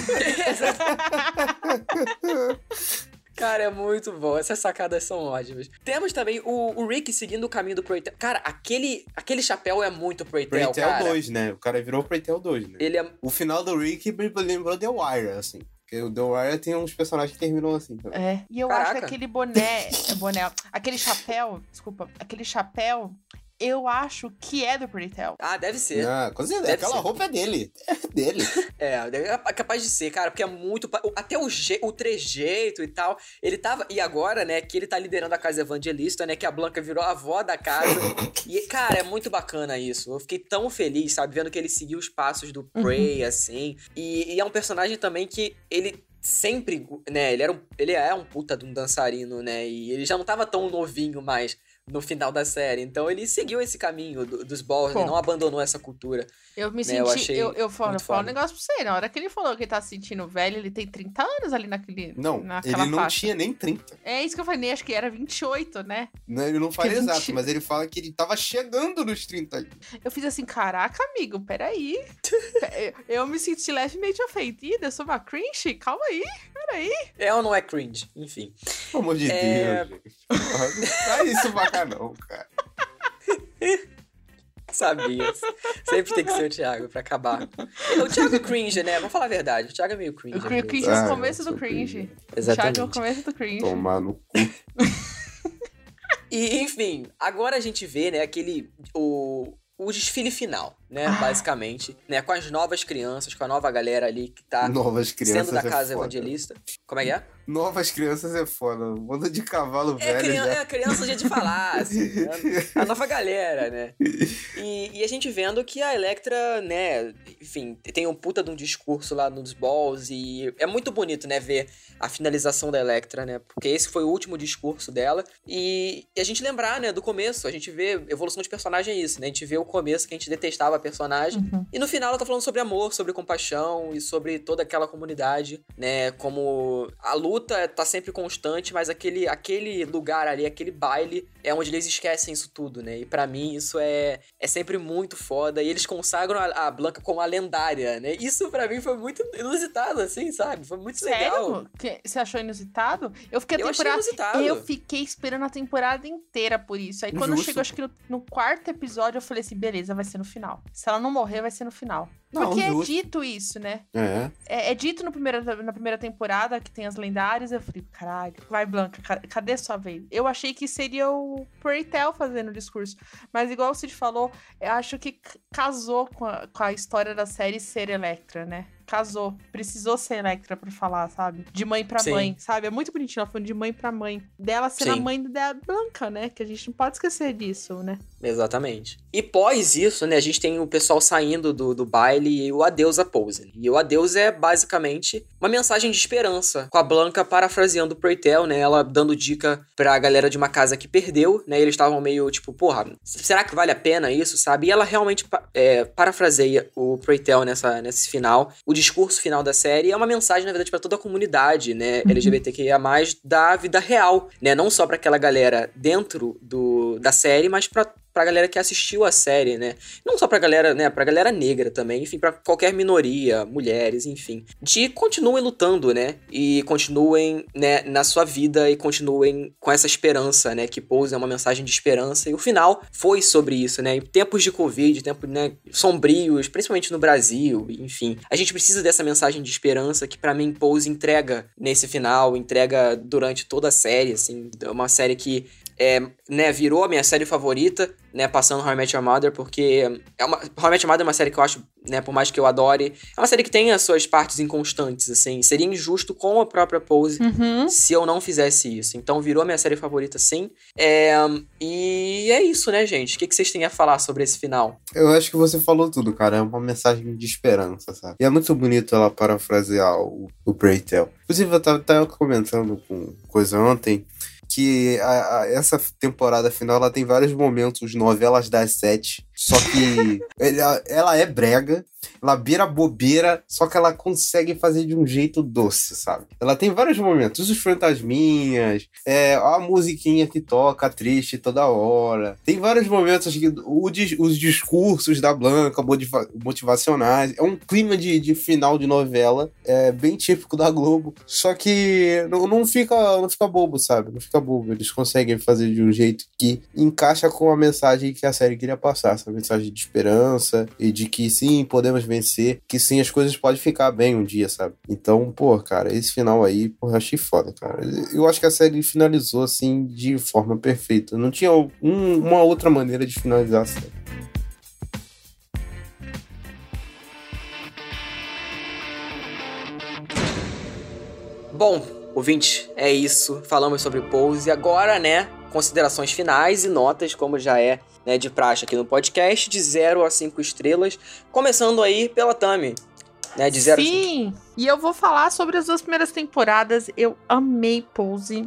Cara, é muito bom. Essas sacadas são ótimas. Temos também o, o Rick seguindo o caminho do Prey Tell. Cara, aquele, aquele chapéu é muito Prey Tell, cara. Prey Tell dois, né? O cara virou Prey Tell dois, né? Ele é... O final do Rick me lembrou The Wire, assim. Porque o The Wire tem uns personagens que terminam assim também. É. E eu Caraca. acho que aquele boné... boné... Aquele chapéu... Desculpa. Aquele chapéu... Eu acho que é do Prey Tell. Ah, deve ser. Ah, com certeza. Aquela ser. roupa é dele. É dele. É, é capaz de ser, cara, porque é muito... Até o, je, o trejeito e tal, ele tava... E agora, né, que ele tá liderando a casa evangelista, né, que a Blanca virou a avó da casa. E, cara, é muito bacana isso. Eu fiquei tão feliz, sabe, vendo que ele seguiu os passos do Prey, uhum. assim. E, e é um personagem também que ele... Sempre, né, ele, era um, ele é um puta de um dançarino, né, e ele já não tava tão novinho mais, no final da série. Então ele seguiu esse caminho do, dos balls, Bom, ele não abandonou essa cultura. Eu me né? senti. Eu Eu, achei eu, eu falo, muito eu falo um foda. negócio pra você. Na hora que ele falou que ele tá se sentindo velho, ele tem trinta anos ali naquele. Não, naquela ele não faixa. tinha nem trinta. É isso que eu falei, acho que era vinte e oito, né? Não, ele não fala Que vinte exato, mas ele fala que ele tava chegando nos trinta ali. Eu fiz assim, caraca, amigo, peraí. Eu me senti levemente ofendida, eu sou uma cringe? Calma aí, peraí. É ou não é cringe? Enfim. Pelo amor de É... Deus, gente. Porra, não faz isso pra cá não, cara. Sabia. Sempre tem que ser o Thiago pra acabar. O Thiago é cringe, né? Vamos falar a verdade. O Thiago é meio cringe. O cringe, cringe Ah, é o começo eu do sou cringe. cringe. Exatamente. O Thiago é o começo do cringe. Tomar no cu. E, enfim, agora a gente vê, né, aquele... O, o desfile final, né, basicamente, né, com as novas crianças, com a nova galera ali que tá Novas crianças sendo da é casa foda. evangelista. Como é que é? Novas crianças é foda. Banda de cavalo É, velho. criança, já. é a criança já de falar, assim, né? A nova galera, né? E, e a gente vendo que a Electra, né, enfim, tem um puta de um discurso lá nos balls e é muito bonito, né, ver a finalização da Electra, né? Porque esse foi o último discurso dela e, e a gente lembrar, né, do começo, a gente vê evolução de personagem é isso, né? A gente vê o começo que a gente detestava a personagem Uhum. e no final ela tá falando sobre amor, sobre compaixão e sobre toda aquela comunidade, né? Como a luta tá sempre constante, mas aquele, aquele lugar ali, aquele baile é onde eles esquecem isso tudo, né? E pra mim isso é, é sempre muito foda. E eles consagram a, a Blanca como a lendária, né? Isso pra mim foi muito inusitado, assim, sabe? Foi muito legal. Sério? Que- Você achou inusitado? Eu fiquei a Eu achei temporada. inusitado. Eu fiquei esperando a temporada inteira por isso. Aí quando Justo. chegou, acho que no, no quarto episódio, eu falei assim: beleza, vai ser no final. Se ela não morrer, vai ser no final. Não, Porque é justo. dito isso, né? É. É, é dito no primeira, na primeira temporada que tem as lendárias. Eu falei, caralho, vai, Blanca, ca- cadê sua vez? Eu achei que seria o Purell fazendo o discurso. Mas igual o Cid falou, eu acho que c- casou com a, com a história da série ser Electra, né? Casou. Precisou ser Electra pra falar, sabe? De mãe pra Sim. mãe, sabe? É muito bonitinho ela falando de mãe pra mãe. Dela sendo a Sim. mãe da Blanca, né? Que a gente não pode esquecer disso, né? Exatamente. E pós isso, né, a gente tem o pessoal saindo do, do baile e o adeus a Pose. E o adeus é basicamente uma mensagem de esperança, com a Blanca parafraseando o Purell, né, ela dando dica pra galera de uma casa que perdeu, né, e eles estavam meio tipo, porra, será que vale a pena isso, sabe? E ela realmente é, parafraseia o Purell nessa, nesse final. O discurso final da série é uma mensagem, na verdade, pra toda a comunidade, né, L G B T Q I A mais, da vida real, né, não só pra aquela galera dentro do, da série, mas pra pra galera que assistiu a série, né? Não só pra galera, né? Pra galera negra também, enfim, pra qualquer minoria, mulheres, enfim. De continuem lutando, né? E continuem, né, na sua vida e continuem com essa esperança, né? Que Pose é uma mensagem de esperança. E o final foi sobre isso, né? Em tempos de Covid, tempos, né, sombrios, principalmente no Brasil, enfim. A gente precisa dessa mensagem de esperança que pra mim Pose entrega nesse final, entrega durante toda a série, assim. É uma série que É, né, virou a minha série favorita, né, passando How I Met Your Mother, porque é uma, How I Met Your Mother é uma série que eu acho, né, por mais que eu adore, é uma série que tem as suas partes inconstantes, assim, seria injusto com a própria Pose Uhum. se eu não fizesse isso, então virou a minha série favorita, sim, é, e é isso, né, gente, o que, que vocês têm a falar sobre esse final? Eu acho que você falou tudo, cara. É uma mensagem de esperança, sabe? E é muito bonito ela parafrasear o, o Purell. Inclusive, eu tava até comentando com coisa ontem que a, a, essa temporada final ela tem vários momentos novelas das sete, só que ela, ela é brega, ela beira bobeira, só que ela consegue fazer de um jeito doce, sabe? Ela tem vários momentos, os fantasminhas, é, a musiquinha que toca triste toda hora, tem vários momentos que o, os discursos da Blanca motiva, motivacionais, é um clima de, de final de novela, é bem típico da Globo, só que não, não, fica, não fica bobo, sabe? Não fica bobo, eles conseguem fazer de um jeito que encaixa com a mensagem que a série queria passar, essa mensagem de esperança e de que sim, podemos vencer, que sim, as coisas podem ficar bem um dia, sabe? Então, pô, cara, esse final aí, porra, achei foda, cara. Eu acho que a série finalizou, assim, de forma perfeita. Não tinha um, uma outra maneira de finalizar a série. Bom, ouvinte, é isso. Falamos sobre Pose. Agora, né, considerações finais e notas, como já é, né, de praxe aqui no podcast, de zero a cinco estrelas. Começando aí pela Tami. né? De zero Sim, e eu vou falar sobre as duas primeiras temporadas. Eu amei Pose.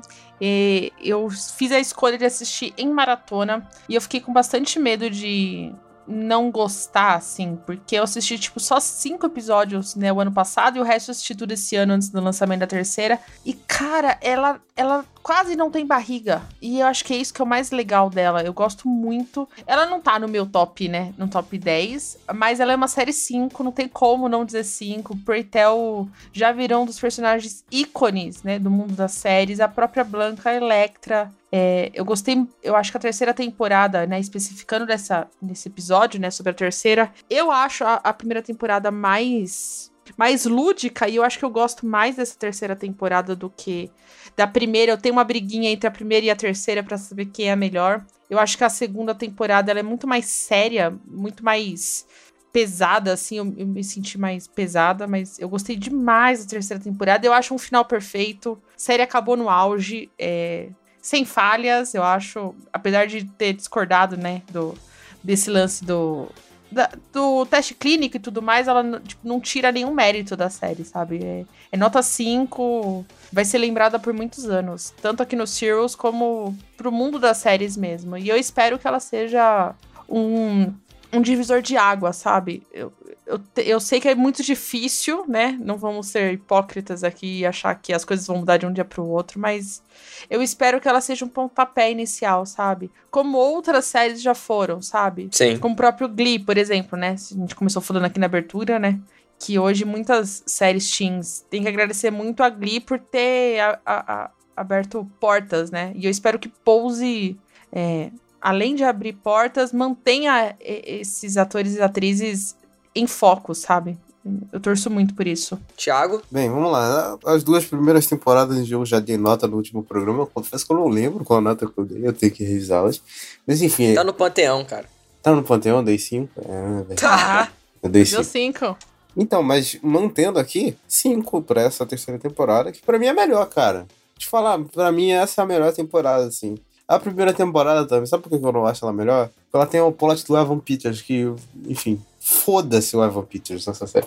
E eu fiz a escolha de assistir em maratona. E eu fiquei com bastante medo de não gostar, assim. Porque eu assisti, tipo, só cinco episódios, né, o ano passado. E o resto eu assisti tudo esse ano, antes do lançamento da terceira. E, cara, ela, ela quase não tem barriga. E eu acho que é isso que é o mais legal dela. Eu gosto muito. Ela não tá no meu top, né, no top dez. Mas ela é uma série cinco, não tem como não dizer cinco. Prey Tell já virou um dos personagens ícones, né, do mundo das séries. A própria Blanca, a Electra. É, eu gostei, eu acho que a terceira temporada, né, especificando dessa, nesse episódio, né, sobre a terceira, eu acho a, a primeira temporada mais, mais lúdica, e eu acho que eu gosto mais dessa terceira temporada do que da primeira. Eu tenho uma briguinha entre a primeira e a terceira pra saber quem é a melhor. Eu acho que a segunda temporada, ela é muito mais séria, muito mais pesada, assim, eu, eu me senti mais pesada, mas eu gostei demais da terceira temporada. Eu acho um final perfeito, a série acabou no auge, é... sem falhas, eu acho, apesar de ter discordado, né, do, desse lance do, da, do teste clínico e tudo mais, ela tipo, não tira nenhum mérito da série, sabe? É, é nota cinco, vai ser lembrada por muitos anos, tanto aqui no Serials como pro mundo das séries mesmo. E eu espero que ela seja um, um divisor de água, sabe? Eu, eu, eu sei que é muito difícil, né? Não vamos ser hipócritas aqui e achar que as coisas vão mudar de um dia pro outro, mas eu espero que ela seja um pontapé inicial, sabe? Como outras séries já foram, sabe? Sim. Como o próprio Glee, por exemplo, né? A gente começou falando aqui na abertura, né? Que hoje muitas séries teens têm que agradecer muito a Glee por ter a, a, a, aberto portas, né? E eu espero que Pose, é, além de abrir portas, mantenha esses atores e atrizes em foco, sabe? Eu torço muito por isso. Thiago? Bem, vamos lá. As duas primeiras temporadas eu já dei nota no último programa. Eu confesso que eu não lembro qual nota que eu dei. Eu tenho que revisá-las. Mas enfim... Tá no Panteão, cara. Tá no Panteão? Dei cinco? É, tá. Eu dei cinco. Deu cinco. Então, mas mantendo aqui, cinco pra essa terceira temporada, que pra mim é melhor, cara. Deixa eu falar, pra mim essa é a melhor temporada, assim. A primeira temporada também, sabe por que eu não acho ela melhor? Porque ela tem o plot do Evan Peters, que, enfim, foda-se o Evan Peters nessa série.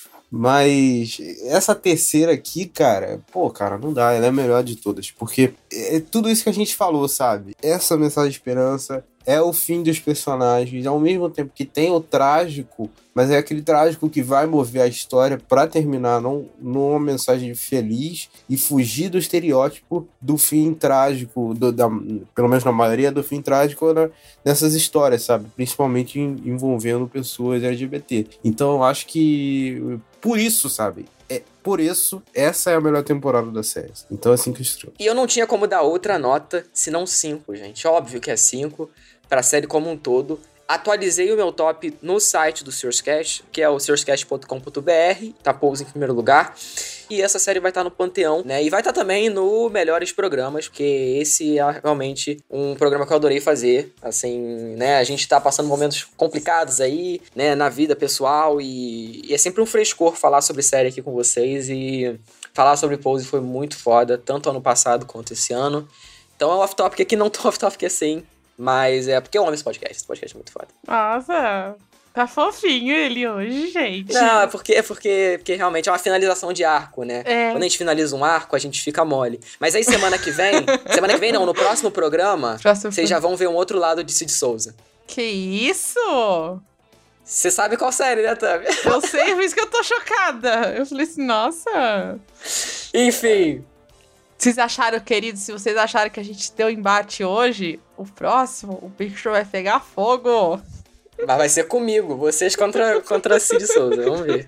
Mas essa terceira aqui, cara, pô, cara, não dá, ela é a melhor de todas. Porque é tudo isso que a gente falou, sabe? Essa mensagem de esperança é o fim dos personagens, ao mesmo tempo que tem o trágico, mas é aquele trágico que vai mover a história pra terminar não, numa mensagem feliz e fugir do estereótipo do fim trágico, do, da, pelo menos na maioria do fim trágico né, nessas histórias, sabe? Principalmente em, envolvendo pessoas L G B T. Então eu acho que por isso, sabe? É, por isso, essa é a melhor temporada da série. Então é cinco estrelas. E eu não tinha como dar outra nota, senão cinco, gente. Óbvio que é cinco para a série como um todo. Atualizei o meu top no site do SourceCast, que é o sourcecast ponto com ponto b r, tá Pose em primeiro lugar. E essa série vai estar no Panteão, né? E vai estar também no Melhores Programas, porque esse é realmente um programa que eu adorei fazer. Assim, né? A gente tá passando momentos complicados aí, né? Na vida pessoal e, e é sempre um frescor falar sobre série aqui com vocês. E falar sobre Pose foi muito foda, tanto ano passado quanto esse ano. Então é um off-topic aqui, não tão off-topic assim. Mas é porque eu amo esse podcast. Esse podcast é muito foda. Nossa, tá fofinho ele hoje, gente. Não, é porque, é porque, porque realmente é uma finalização de arco, né? É. Quando a gente finaliza um arco, a gente fica mole. Mas aí semana que vem... semana que vem não, no próximo programa, próximo vocês já vão ver um outro lado de Cid Souza. Que isso? Você sabe qual série, né, Tami? Eu sei, por isso que eu tô chocada. Eu falei assim, nossa... Enfim... Vocês acharam, queridos, se vocês acharam que a gente deu embate hoje, o próximo, o bicho vai pegar fogo. Mas vai ser comigo, vocês contra, contra Cid Souza, vamos ver.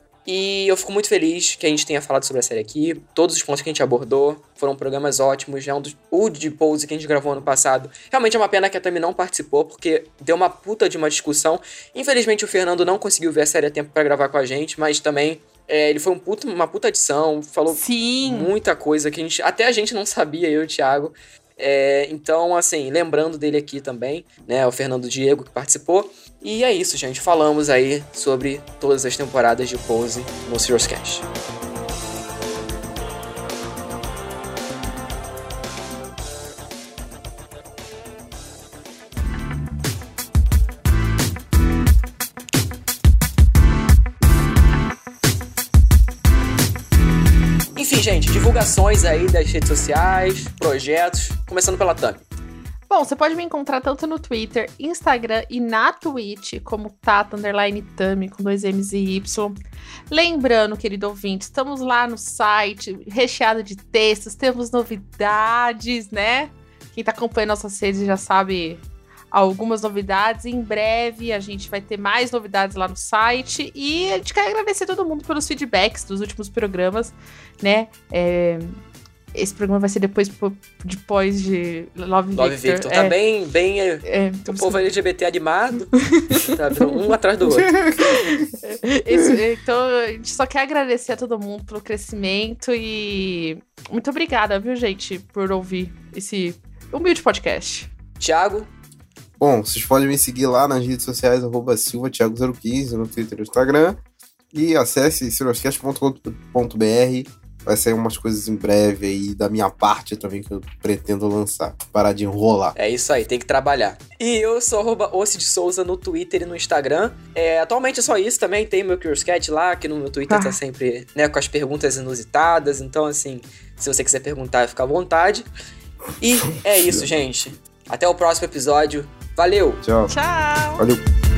E eu fico muito feliz que a gente tenha falado sobre a série aqui. Todos os pontos que a gente abordou foram programas ótimos. É um dos, o de Pose que a gente gravou ano passado. Realmente é uma pena que a Tami não participou, porque deu uma puta de uma discussão. Infelizmente o Fernando não conseguiu ver a série a tempo pra gravar com a gente, mas também... É, ele foi um puto, uma puta adição, falou Sim. muita coisa que a gente, até a gente não sabia, eu e o Thiago. É, então, assim, lembrando dele aqui também, né, o Fernando Diego que participou. E é isso, gente, falamos aí sobre todas as temporadas de Pose no SourceCast. Enfim, gente, divulgações aí das redes sociais, projetos, começando pela Tami. Bom, você pode me encontrar tanto no Twitter, Instagram e na Twitch, como Tata Underline Tami, com dois M's e Y. Lembrando, querido ouvinte, estamos lá no site, recheado de textos, temos novidades, né? Quem tá acompanhando nossas redes já sabe algumas novidades. Em breve a gente vai ter mais novidades lá no site. E a gente quer agradecer todo mundo pelos feedbacks dos últimos programas, né? É... Esse programa vai ser depois, depois de Love, Love Victor. Victor. Tá é, bem, bem é, é, o povo L G B T animado. Tá um atrás do outro. Isso, então, a gente só quer agradecer a todo mundo pelo crescimento e muito obrigada, viu, gente, por ouvir esse humilde podcast. Thiago? Bom, vocês podem me seguir lá nas redes sociais, arroba Silva Thiago zero quinze, no Twitter e no Instagram. E acesse silvascast ponto com ponto b r. Vai sair umas coisas em breve aí da minha parte também que eu pretendo lançar. Parar de enrolar. É isso aí, tem que trabalhar. E eu sou arroba Ossi de Souza no Twitter e no Instagram. É, atualmente é só isso também, tem meu Curious Cat lá, que no meu Twitter ah. tá sempre, né, com as perguntas inusitadas. Então, assim, se você quiser perguntar, fica à vontade. E é isso, gente. Até o próximo episódio. Valeu! Tchau. Tchau! Valeu!